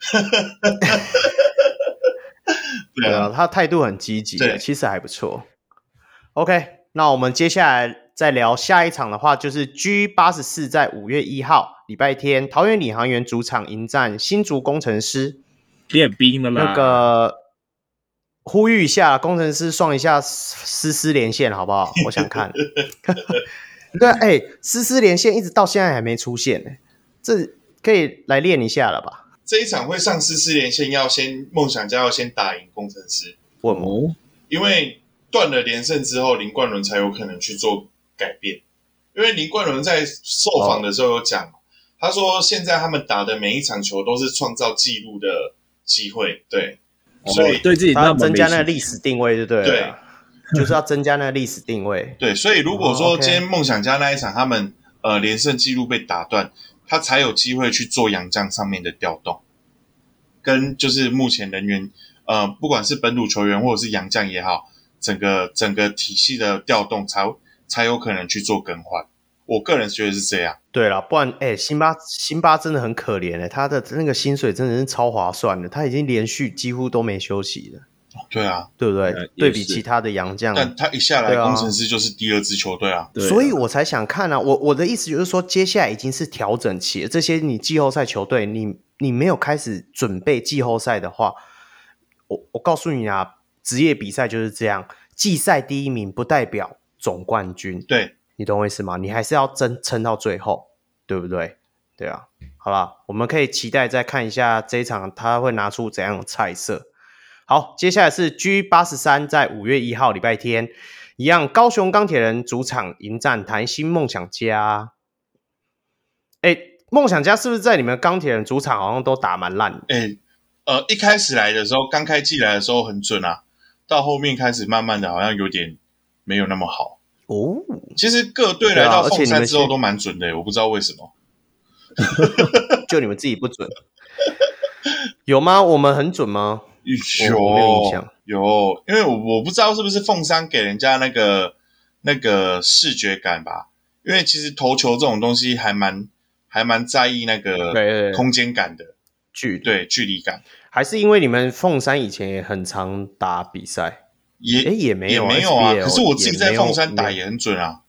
对啊，他态度很积极，其实还不错。OK， 那我们接下来。再聊下一场的话，就是 G 八十四 在五月一号礼拜天，桃园领航员主场迎战新竹工程师， 练兵了啦。 那个呼吁一下，工程师上一下丝丝连线好不好？我想看。对啊，哎、欸，丝丝连线一直到现在还没出现呢，这可以来练一下了吧？ 这一场会上丝丝连线，要先梦想家要先打赢工程师。 为什么？ 因为断了连胜之后，林冠伦才有可能去做。改变，因为林冠伦在受访的时候有讲、哦，他说现在他们打的每一场球都是创造纪录的机会，对， 哦、 所以对自己他要增加那个历史定位，就对了， 对， 就是要增加那个历史定位， 对，所以如果说今天哦 okay、 梦想家那一场他们呃连胜纪录被打断，他才有机会去做洋将上面的调动，跟就是目前人员呃不管是本土球员或者是洋将也好，整个整个体系的调动才。才有可能去做更换，我个人觉得是这样。 对啦，不然哎、欸，辛巴辛巴真的很可怜哎、欸，他的那个薪水真的是超划算的，他已经连续几乎都没休息了。 对啊， 对不对？呃、对比其他的洋将， 但他一下来，工程师就是第二支球队啊， 对啊，所以我才想看啊。我我的意思就是说，接下来已经是调整期了，这些你季后赛球队，你你没有开始准备季后赛的话，我我告诉你啊，职业比赛就是这样，季赛第一名不代表总冠军， 对， 你懂我意思吗？你还是要争撑到最后，对不对？对啊，好啦，我们可以期待再看一下这一场他会拿出怎样的菜色。好，接下来是 G 八十三 在五月一号礼拜天，一样高雄钢铁人主场迎战台新梦想家。哎，梦想家是不是在你们钢铁人主场好像都打蛮烂的？ 哎，呃，一开始来的时候，刚开季来的时候很准啊，到后面开始慢慢的好像有点。没有那么好哦。 其实各队来到凤山之后都蛮准的、欸，我不知道为什么。 就你们自己不准，有吗？我们很准吗？ 有， 我没有印象。 有，因为我我不知道是不是凤山给人家那个那个视觉感吧？因为其实投球这种东西还蛮还蛮在意那个空间感的， 距对距离感。 还是因为你们凤山以前也很常打比赛。 也也没有也没有啊，可是我自己在凤山打也很准啊。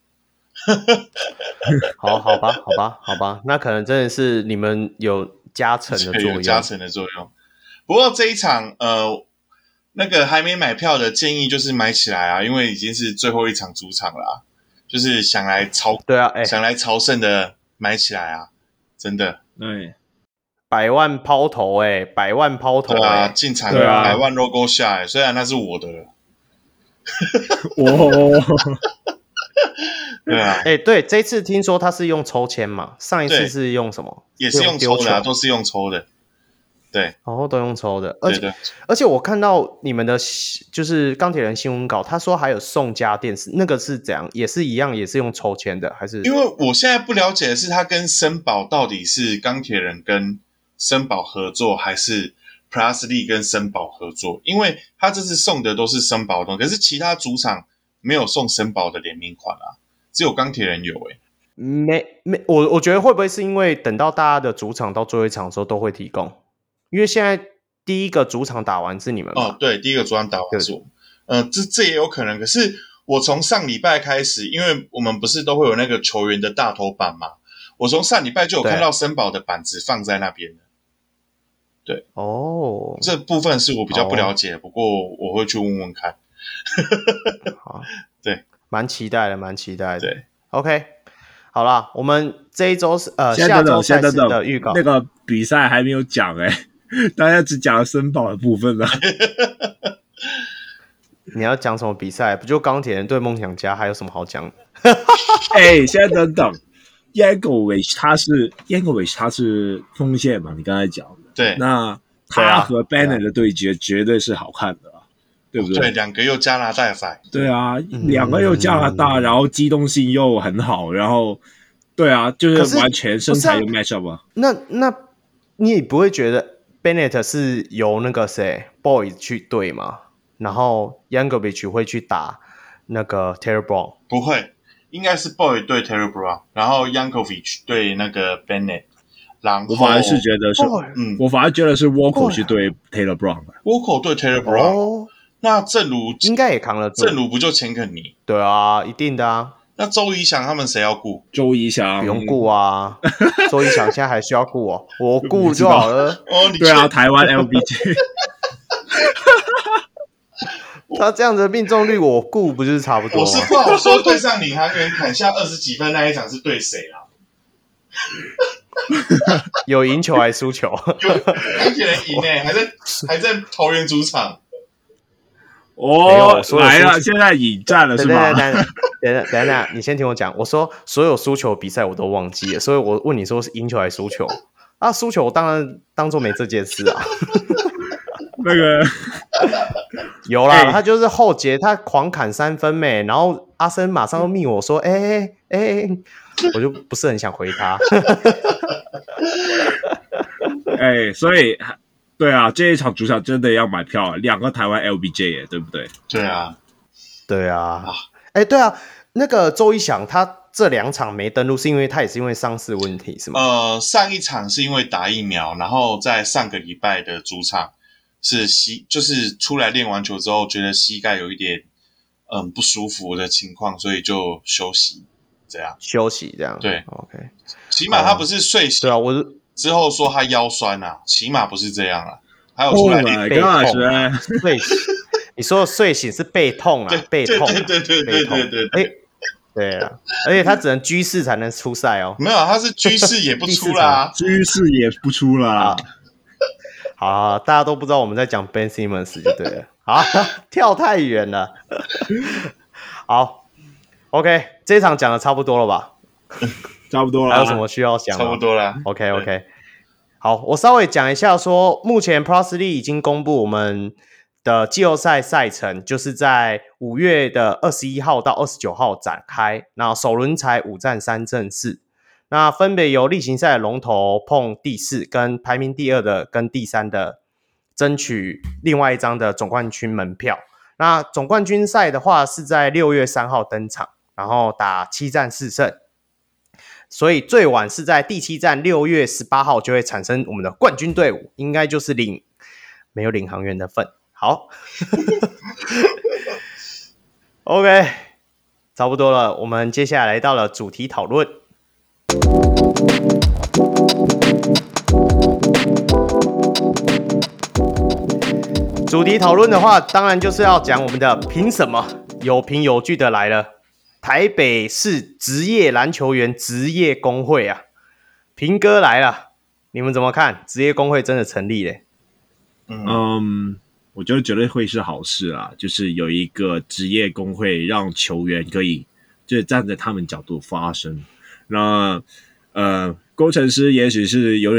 好好吧，好吧，好吧，那可能真的是你们有加成的作用， 有加成的作用。不过这一场，呃，那个还没买票的建议就是买起来啊，因为已经是最后一场主场了、啊，就是想来朝对啊，欸、 想来朝圣的买起来啊，真的， 对。 百万抛投哎、欸，百万抛投哎、欸， 对啊，进场百万 logo 下哎、欸，虽然那是我的了， 哦， 对啊， 哎、欸，对，这次听说他是用抽签嘛，上一次是用什么？ 也是用抽的、啊，都是用抽的。 对， 哦，都用抽的，而且对对而且我看到你们的就是钢铁人新闻稿，他说还有送家电，是那个是怎样？也是一样，也是用抽签的，还是？ 因为我现在不了解的是，他跟森宝到底是钢铁人跟森宝合作，还是 Plus Lee 跟森宝合作？因为他这次送的都是森宝的东西，可是其他主场没有送森宝的联名款啊，只有钢铁人有诶、欸。 没没，我我觉得会不会是因为等到大家的主场到最后一场的时候都会提供？因为现在第一个主场打完是你们嘛？ 哦，对，第一个主场打完是我们。呃，这这也有可能。可是我从上礼拜开始，因为我们不是都会有那个球员的大头版嘛，我从上礼拜就有看到森宝的板子放在那边的。对， 哦， 这部分是我比较不了解，哦、不过我会去问问看。 好， 对， 蛮期待的，蛮期待的。 对 ，OK， 好啦，我们这一周是呃下周赛事的预告， 那个比赛还没有讲哎、欸。大家只讲了森宝的部分了。 你要讲什么比赛？不就钢铁人对梦想家，还有什么好讲？ 哎、欸，现在等等 ，Yankovic 他是 Yankovic 他是锋线嘛？你刚才讲的， 对， 那他和 Bennett 的对决绝对是好看的、啊，对不对？ 对，两个又加拿大仔， 对啊，两个又加拿大， 嗯、 然后机动性又很好，然后对啊，就是完全身材又 match up 啊。 那那你也不会觉得？Bennett 是由那个谁 Boyd 去对吗？然后 Yankovic 会去打那个 Taylor Brown？ 不会，应该是 Boyd 对 Taylor Brown， 然后 Yankovic 对那个 Bennett。然后我反而是觉得是， 嗯， 我反而觉得是 Walker 去对 Taylor Brown。Walker 对 Taylor Brown，、哦、那正如应该也扛得住。 正如不就钱肯尼？ 对啊，一定的啊。 那周怡翔他们谁要顾？ 周怡翔不用顾啊，周怡翔现在还需要顾哦，我顾就好了。 哦， 对啊，台湾 L B J， 他这样子的命中率，我顾不就是差不多吗？ 我是不好说，对上领航员砍下二十几分那一场是对谁啊？ 有赢球还是输球？ 有钢铁人赢诶，还在还在桃园主场。 哦，来了，现在引战了是吗？ 等等等等等等，你先听我讲。我说所有输球比赛我都忘记了，所以我问你说是赢球还是输球啊？输球我当然当做没这件事啊。 那个有啦、欸，他就是后节他狂砍三分没，然后阿森马上又密我说，哎哎哎，我就不是很想回他。 哎、欸，所以。对啊，这一场主场真的要买票，两个台湾 L B J 耶，对不对？ 对啊， 对啊，哎、欸，对啊，那个周一翔他这两场没登录，是因为他也是因为伤势问题，是吗？ 呃，上一场是因为打疫苗，然后在上个礼拜的主场是膝，就是出来练完球之后，觉得膝盖有一点嗯不舒服的情况，所以就休息，这样休息这样。 对 ，OK， 起码他不是睡醒。 对啊，我是。 之后说他腰酸啊，起码不是这样啊，还有出来背痛、啊，睡醒。你说的睡醒是背痛啊，背痛、啊， 对对对对对对对， 哎，对啊，而且他只能居士才能出赛哦。 没有，他是居士也不出啦， 居士也不出啦。 好，好，大家都不知道我们在讲 Ben Simmons 就对了。好，跳太远了。好 ，OK， 这一场讲的差不多了吧？ 差不多了， 还有什么需要讲？ 差不多了。 OK OK， 好，我稍微讲一下说，目前 Plus Lee 已经公布我们的季后赛赛程，就是在五月的二十一号到二十九号展开。那首轮才五战三胜四，那分别由例行赛的龙头碰第四，跟排名第二的跟第三的争取另外一张的总冠军门票。那总冠军赛的话是在六月三号登场，然后打七战四胜。所以最晚是在第七站六月十八号就会产生我们的冠军队伍，应该就是领没有领航员的份。好，OK， 差不多了，我们接下来来到了主题讨论。主题讨论的话，当然就是要讲我们的凭什么，有凭有据的来了。台北市职业篮球员职业工会啊，平哥来了，你们怎么看？职业工会真的成立嘞？ 嗯，我觉得绝对会是好事啊，就是有一个职业工会，让球员可以就是站在他们角度发声。那呃，工程师也许是有点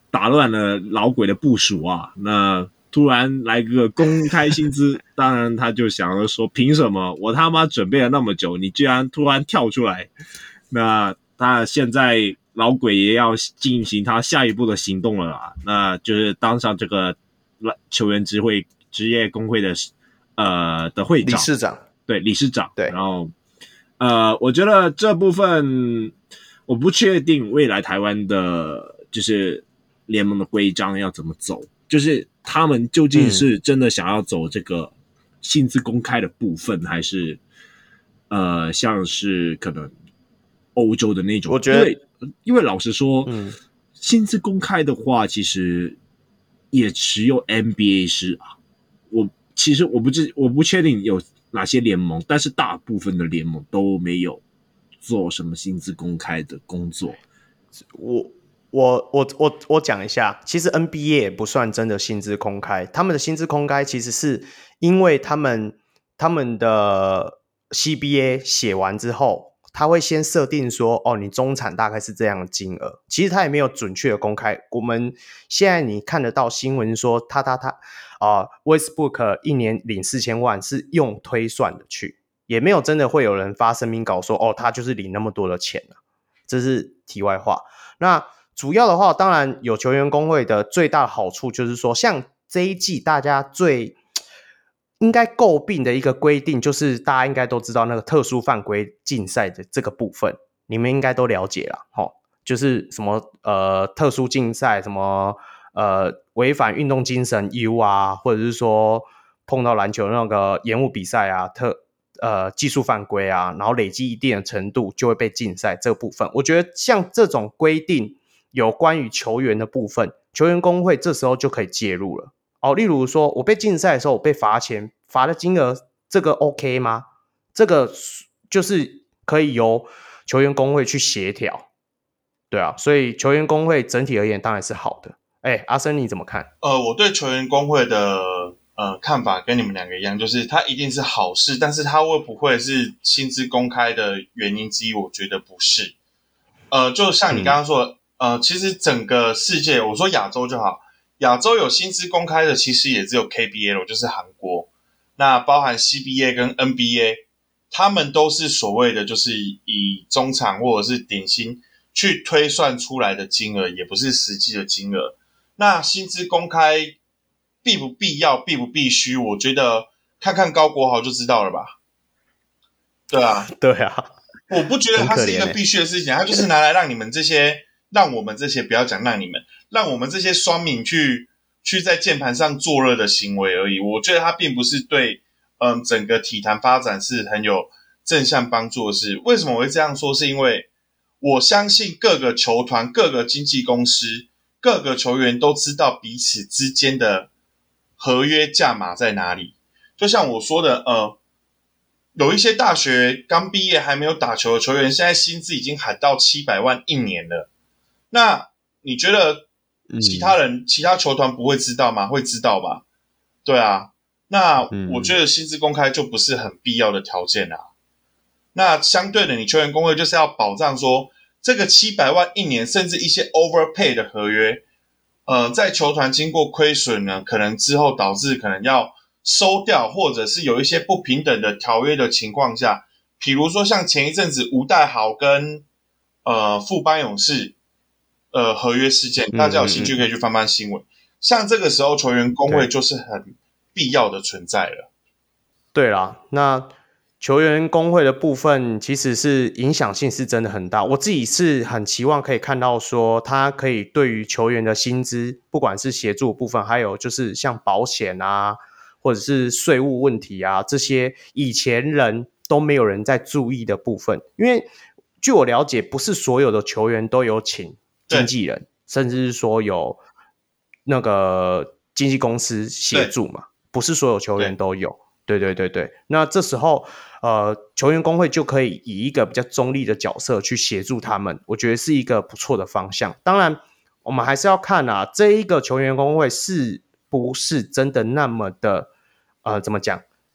打乱了老鬼的部署啊。那突然来个公开薪资，当然他就想要说，凭什么我他妈准备了那么久，你居然突然跳出来？那他现在老鬼也要进行他下一步的行动了啦，那就是当上这个球员职会职业工会的呃的会长、 理事长， 对理事长， 对， 然后呃，我觉得这部分我不确定未来台湾的就是联盟的规章要怎么走，就是他们究竟是真的想要走这个薪资公开的部分，还是呃像是可能欧洲的那种？ 我觉得， 因为因为老实说， 嗯， 薪资公开的话，其实也只有 N B A 是啊。我其实我不知我不确定有哪些联盟，但是大部分的联盟都没有做什么薪资公开的工作。 我我我我我讲一下，其实 N B A 也不算真的薪资公开，他们的薪资公开其实是因为他们他们的 C B A 写完之后，他会先设定说，哦，你中产大概是这样的金额，其实他也没有准确的公开。我们现在你看得到新闻说，他他他啊、呃、，Westbrook 一年领四千万是用推算的去，也没有真的会有人发声明稿说，哦，他就是领那么多的钱了。这是题外话。那主要的话，当然有球员工会的最大的好处就是说，像这一季大家最应该诟病的一个规定，就是大家应该都知道那个特殊犯规竞赛的这个部分，你们应该都了解了，齁，就是什么呃特殊竞赛，什么呃违反运动精神 U 啊，或者是说碰到篮球那个延误比赛啊，特呃技术犯规啊，然后累积一定的程度就会被禁赛这个部分，我觉得像这种规定有关于球员的部分，球员工会这时候就可以介入了。哦，例如说我被禁赛的时候，我被罚钱，罚的金额这个 OK 吗？这个就是可以由球员工会去协调，对啊，所以球员工会整体而言当然是好的。哎，阿森你怎么看？ 呃，我对球员工会的呃看法跟你们两个一样，就是它一定是好事，但是它会不会是薪资公开的原因之一？我觉得不是。呃，就像你刚刚说的，嗯、呃，其实整个世界，我说亚洲就好。亚洲有薪资公开的，其实也只有 K B L， 就是韩国。那包含 C B A 跟 N B A， 他们都是所谓的就是以中场或者是顶薪去推算出来的金额，也不是实际的金额。那薪资公开必不必要、必不必须，我觉得看看高国豪就知道了吧。对啊， 对啊， 我不觉得它是一个必须的事情，它就是拿来让你们这些。让我们这些不要讲让你们，让我们这些酸民去去在键盘上作热的行为而已。我觉得它并不是对嗯整个体坛发展是很有正向帮助的事。为什么我会这样说？是因为我相信各个球团、各个经纪公司、各个球员都知道彼此之间的合约价码在哪里。就像我说的，呃，有一些大学刚毕业还没有打球的球员，现在薪资已经喊到七百万一年了。那你觉得其他人、嗯、其他球团不会知道吗？会知道吧？对啊，那我觉得薪资公开就不是很必要的条件啊。那相对的，你球员工会就是要保障说，这个七百万一年，甚至一些 overpay 的合约，呃，在球团经过亏损呢，可能之后导致可能要收掉，或者是有一些不平等的条约的情况下，比如说像前一阵子吴岱豪跟呃富邦勇士。呃，合约事件，大家有兴趣可以去翻翻新闻。嗯嗯嗯像这个时候，球员工会就是很必要的存在了。 对啦，那球员工会的部分其实是影响性是真的很大。我自己是很期望可以看到说，他可以对于球员的薪资，不管是协助部分，还有就是像保险啊，或者是税务问题啊，这些以前人都没有人在注意的部分。因为据我了解，不是所有的球员都有请经纪人，甚至是说有那个经纪公司协助嘛，不是所有球员都有。对对对对，那这时候呃，球员工会就可以以一个比较中立的角色去协助他们，我觉得是一个不错的方向。当然，我们还是要看啊，这一个球员工会是不是真的那么的呃，怎么讲？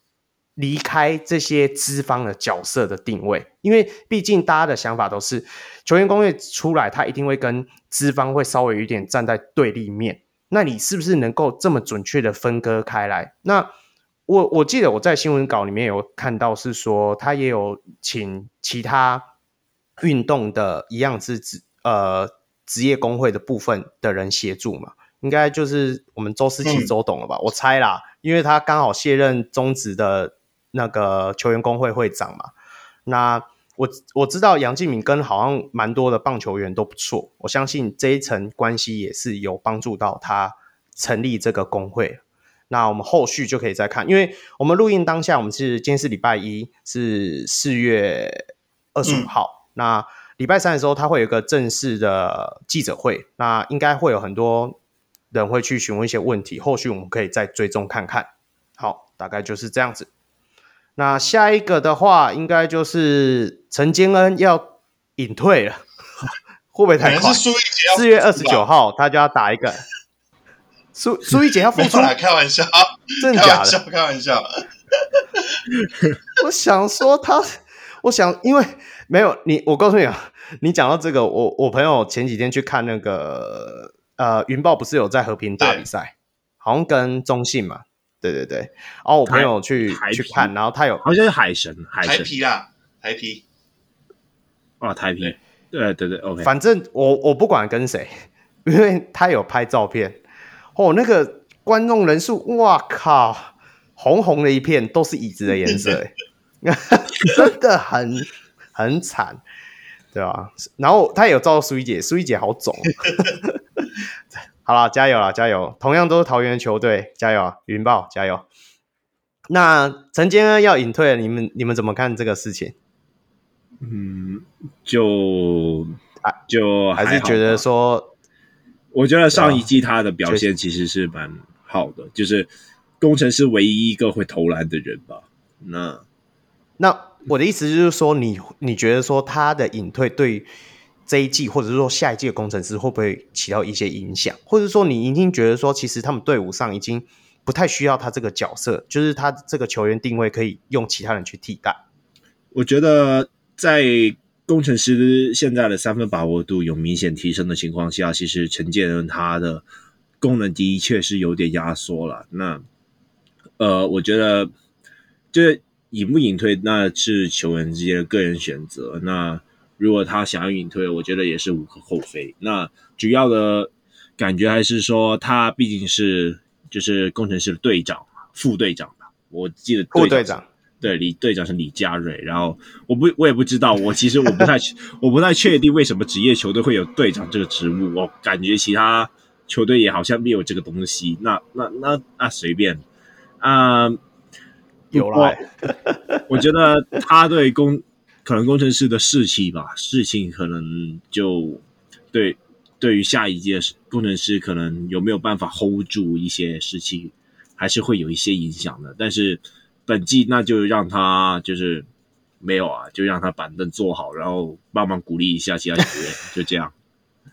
离开这些资方的角色的定位，因为毕竟大家的想法都是球员工会出来，他一定会跟资方会稍微有一点站在对立面。那你是不是能够这么准确的分割开来？那我我记得我在新闻稿里面有看到是说，他也有请其他运动的一样是职呃职业工会的部分的人协助嘛，应该就是我们周思齐周董了吧、嗯？我猜啦，因为他刚好卸任中职的那个球员工会会长嘛。那我我知道杨敬敏跟好像蛮多的棒球员都不错，我相信这一层关系也是有帮助到他成立这个工会。那我们后续就可以再看，因为我们录音当下，我们是今天是礼拜一，是四月二十五号。嗯、那礼拜三的时候，他会有一个正式的记者会，那应该会有很多人会去询问一些问题，后续我们可以再追踪看看。好，大概就是这样子。那下一个的话，应该就是陈坚恩要隐退了，会不会太快？四月二十九号他就要打一个。苏苏一姐要复出？ 开玩笑， 真的假的？ 开玩笑， 我想说他，我想因为没有你，我告诉你啊，你讲到这个，我我朋友前几天去看那个呃云豹不是有在和平打比赛，好像跟中信嘛，对对对，然后我朋友去去看，然后他有好像是海神，海神台啤啦，台啤， 哦台啤，对对对 ，OK， 反正我我不管跟谁，因为他有拍照片。哦，那个观众人数，哇靠，红红的一片，都是椅子的颜色，真的很很惨，对吧？然后他也有照到苏一姐，苏一姐好肿，好啦，加油啦，加油！同样都是桃园的球队，加油啊，云豹加油！那陈坚恩要隐退了，你们你们怎么看这个事情？ 嗯，就就还是觉得说。 我觉得上一季他的表现其实是蛮好的，就是工程师唯一一个会投篮的人吧。那那我的意思就是说你，你你觉得说他的隐退对这一季或者是说下一季的工程师会不会起到一些影响？或者说你已经觉得说，其实他们队伍上已经不太需要他这个角色，就是他这个球员定位可以用其他人去替代？ 我觉得在工程师现在的三分把握度有明显提升的情况下，其实陈建恩他的功能的确是有点压缩了。那呃，我觉得就是隐不隐退，那是球员之间的个人选择。那如果他想要隐退，我觉得也是无可厚非。那主要的感觉还是说，他毕竟是就是工程师的队长、副队长吧。我记得副队长。 对，李队长是李家瑞，然后我不我也不知道，我其实我不太我不太确定为什么职业球队会有队长这个职务，我感觉其他球队也好像没有这个东西。那那那那随便啊、呃， 有啦。 我觉得他对工可能工程师的士气吧，士气可能就对对于下一届工程师可能有没有办法 hold 住一些士气，还是会有一些影响的，但是。本季那就让他就是没有啊，就让他板凳坐好，然后帮忙鼓励一下其他球员，就这样。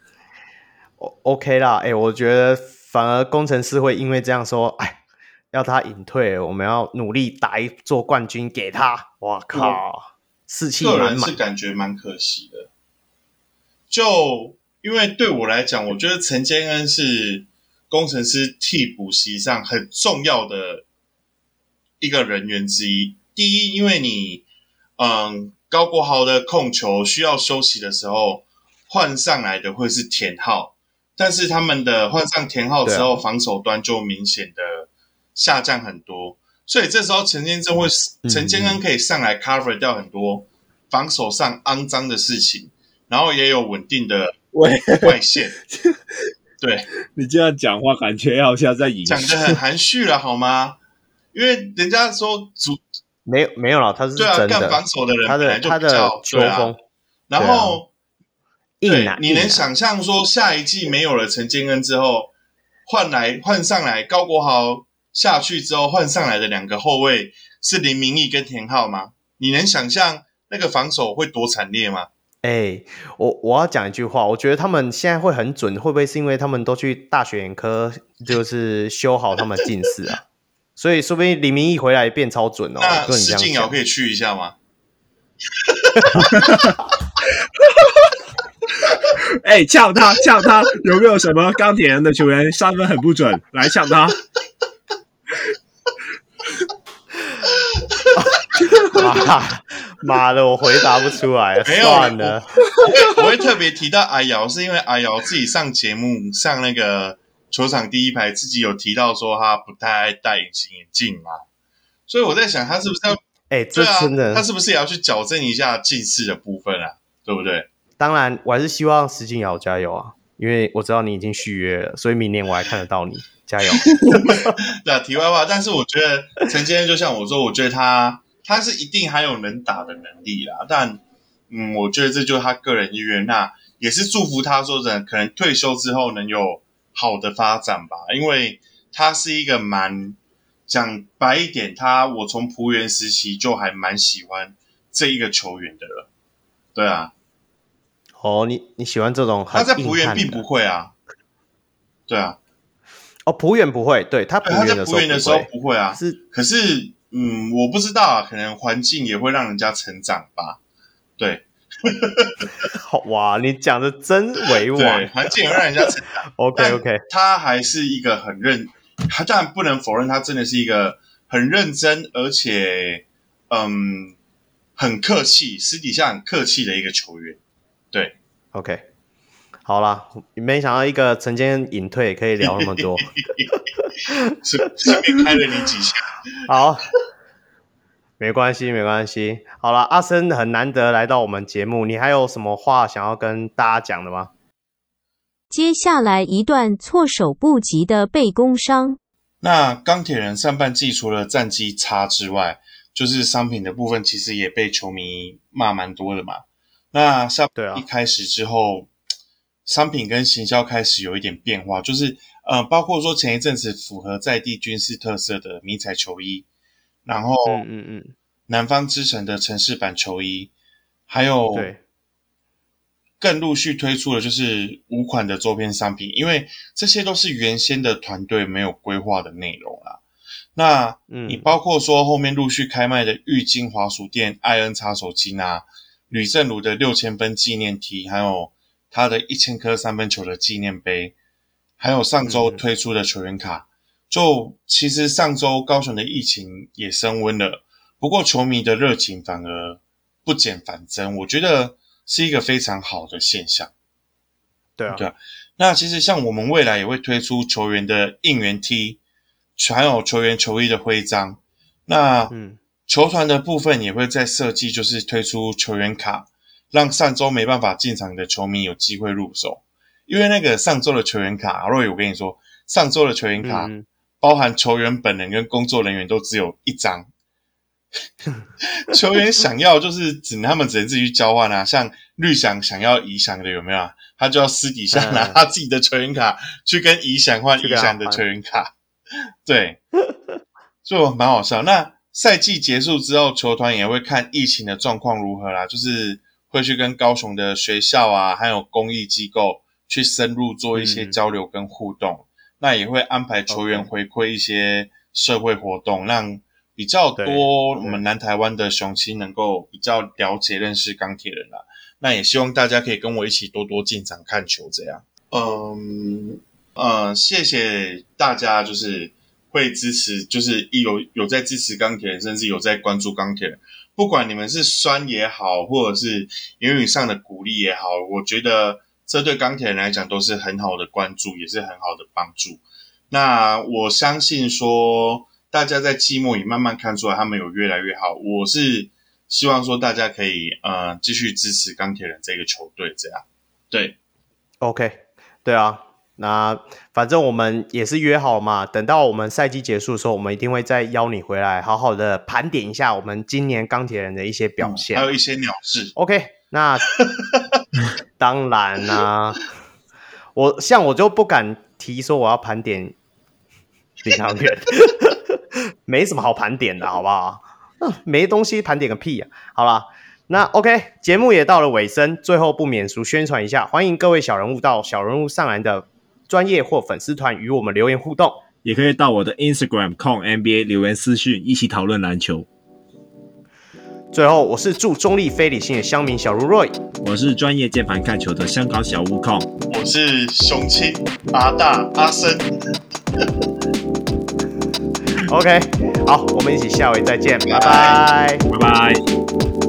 OK 啦，哎、欸，我觉得反而工程师会因为这样说，哎，要他隐退，我们要努力打一座冠军给他。哇靠，士气满满。 个人是感觉蛮可惜的。就因为对我来讲，我觉得陈坚恩是工程师替补席上很重要的。一个人员之一。第一，因为你嗯高国豪的控球需要休息的时候，换上来的会是田浩，但是他们的换上田浩之后，防守端就明显的下降很多，所以这时候陈建真会陈建恩可以上来 cover 掉很多防守上肮脏的事情，然后也有稳定的外线。对， 你这样讲话感觉好像在引讲得很含蓄了好吗？因为人家说主没有没有啦，他是真的， 对啊，干防守的人他的他的球风， 啊、然后对、啊， 你能想象说下一季没有了陈建恩之后，换来换上来高国豪下去之后换上来的两个后卫是林明义跟田浩吗？你能想象那个防守会多惨烈吗？ 哎、欸，我我要讲一句话，我觉得他们现在会很准，会不会是因为他们都去大学眼科，就是修好他们近视啊？ 所以说不定李明义回来变超准哦。 那施晋尧可以去一下吗？ 哎、欸，呛他，呛他！有没有什么钢铁人的球员三分很不准？来呛他！ 妈妈的，我回答不出来，算了。 我会我会特别提到阿瑶，是因为阿瑶自己上节目上那个球场第一排，自己有提到说他不太爱戴隐形眼镜嘛，所以我在想他是不是要， 哎、欸，这真的、 啊，他是不是也要去矫正一下近视的部分啊？对不对？ 当然，我还是希望施晋尧加油啊，因为我知道你已经续约了，所以明年我还看得到你，加油。 对啊，题外话，但是我觉得陈建就像我说，我觉得他他是一定还有能打的能力啦，但嗯，我觉得这就是他个人意愿，那也是祝福他说的，可能退休之后能有好的发展吧，因为他是一个蛮讲白一点，他我从璞园时期就还蛮喜欢这一个球员的了，对啊。 哦，你你喜欢这种很硬汉的？ 他在璞园并不会啊，对啊。 哦，璞园不会，对他璞园的时候不会啊， 是可是嗯，我不知道啊，可能环境也会让人家成长吧，对。 哇，你讲的真委婉。 对，环境也会让人家成长。 OK OK， 他还是一个很认，他当然不能否认，他真的是一个很认真，而且嗯很客气，私底下很客气的一个球员。对 ，OK， 好啦，没想到一个晨间隐退可以聊那么多， 顺便开了你几下。 好，没关系，没关系。好啦，阿森很难得来到我们节目，你还有什么话想要跟大家讲的吗？ 接下来一段措手不及的被工伤。 那钢铁人上半季除了战绩差之外，就是商品的部分其实也被球迷骂蛮多的嘛。那下一开始之后、啊、商品跟行销开始有一点变化，就是呃，包括说前一阵子符合在地军事特色的迷彩球衣，然后嗯嗯嗯， 南方之城的城市版球衣，还有对更陆续推出的就是五款的周边商品，因为这些都是原先的团队没有规划的内容啦。那你包括说后面陆续开卖的玉金滑鼠店、艾恩擦手巾啊，吕正如的六千分纪念 T， 还有他的一千颗三分球的纪念碑，还有上周推出的球员卡。嗯、就其实上周高雄的疫情也升温了，不过球迷的热情反而不减反增，我觉得是一个非常好的现象。 对啊， 对啊。那其实像我们未来也会推出球员的应援 T， 还有球员球衣的徽章。那嗯。球团的部分也会在设计，就是推出球员卡，让上周没办法进场的球迷有机会入手。因为那个上周的球员卡，若雨我跟你说，上周的球员卡、嗯、包含球员本人跟工作人员都只有一张。球员想要就是只能他们只能自己去交换啊，像绿翔想要宜翔的有没有啊？他就要私底下拿他自己的球员卡去跟宜翔换宜翔的球员卡，对，就蛮好笑。那赛季结束之后，球团也会看疫情的状况如何啦，就是会去跟高雄的学校啊，还有公益机构去深入做一些交流跟互动。嗯、那也会安排球员回馈一些社会活动， okay. 让比较多我们南台湾的雄青能够比较了解认识钢铁人啦。那也希望大家可以跟我一起多多进场看球，这样。嗯呃，谢谢大家，就是会支持，就是有有在支持钢铁人，甚至有在关注钢铁人。不管你们是酸也好，或者是言语上的鼓励也好，我觉得这对钢铁人来讲都是很好的关注，也是很好的帮助。那我相信说，大家在季末也慢慢看出来他们有越来越好。我是希望说大家可以呃继续支持钢铁人这个球队，这样。对 ，OK， 对啊。那反正我们也是约好嘛，等到我们赛季结束的时候，我们一定会再邀你回来，好好的盘点一下我们今年钢铁人的一些表现， 嗯、还有一些鸟事。 OK， 那当然啦、啊，我像我就不敢提说我要盘点领航员，没什么好盘点的，好不好？没东西盘点个屁啊！好啦。那 OK， 节目也到了尾声，最后不免俗宣传一下，欢迎各位小人物到小人物上篮的专业或粉丝团与我们留言互动。 也可以到我的 Instagram 空 N B A 留言私讯，一起讨论篮球。 最后，我是驻中立非理性的乡民小如 Roy， 我是专业键盘看球的香港小悟空， 我是雄青阿大阿森。 OK， 好，我们一起下回再见，拜拜， 拜拜。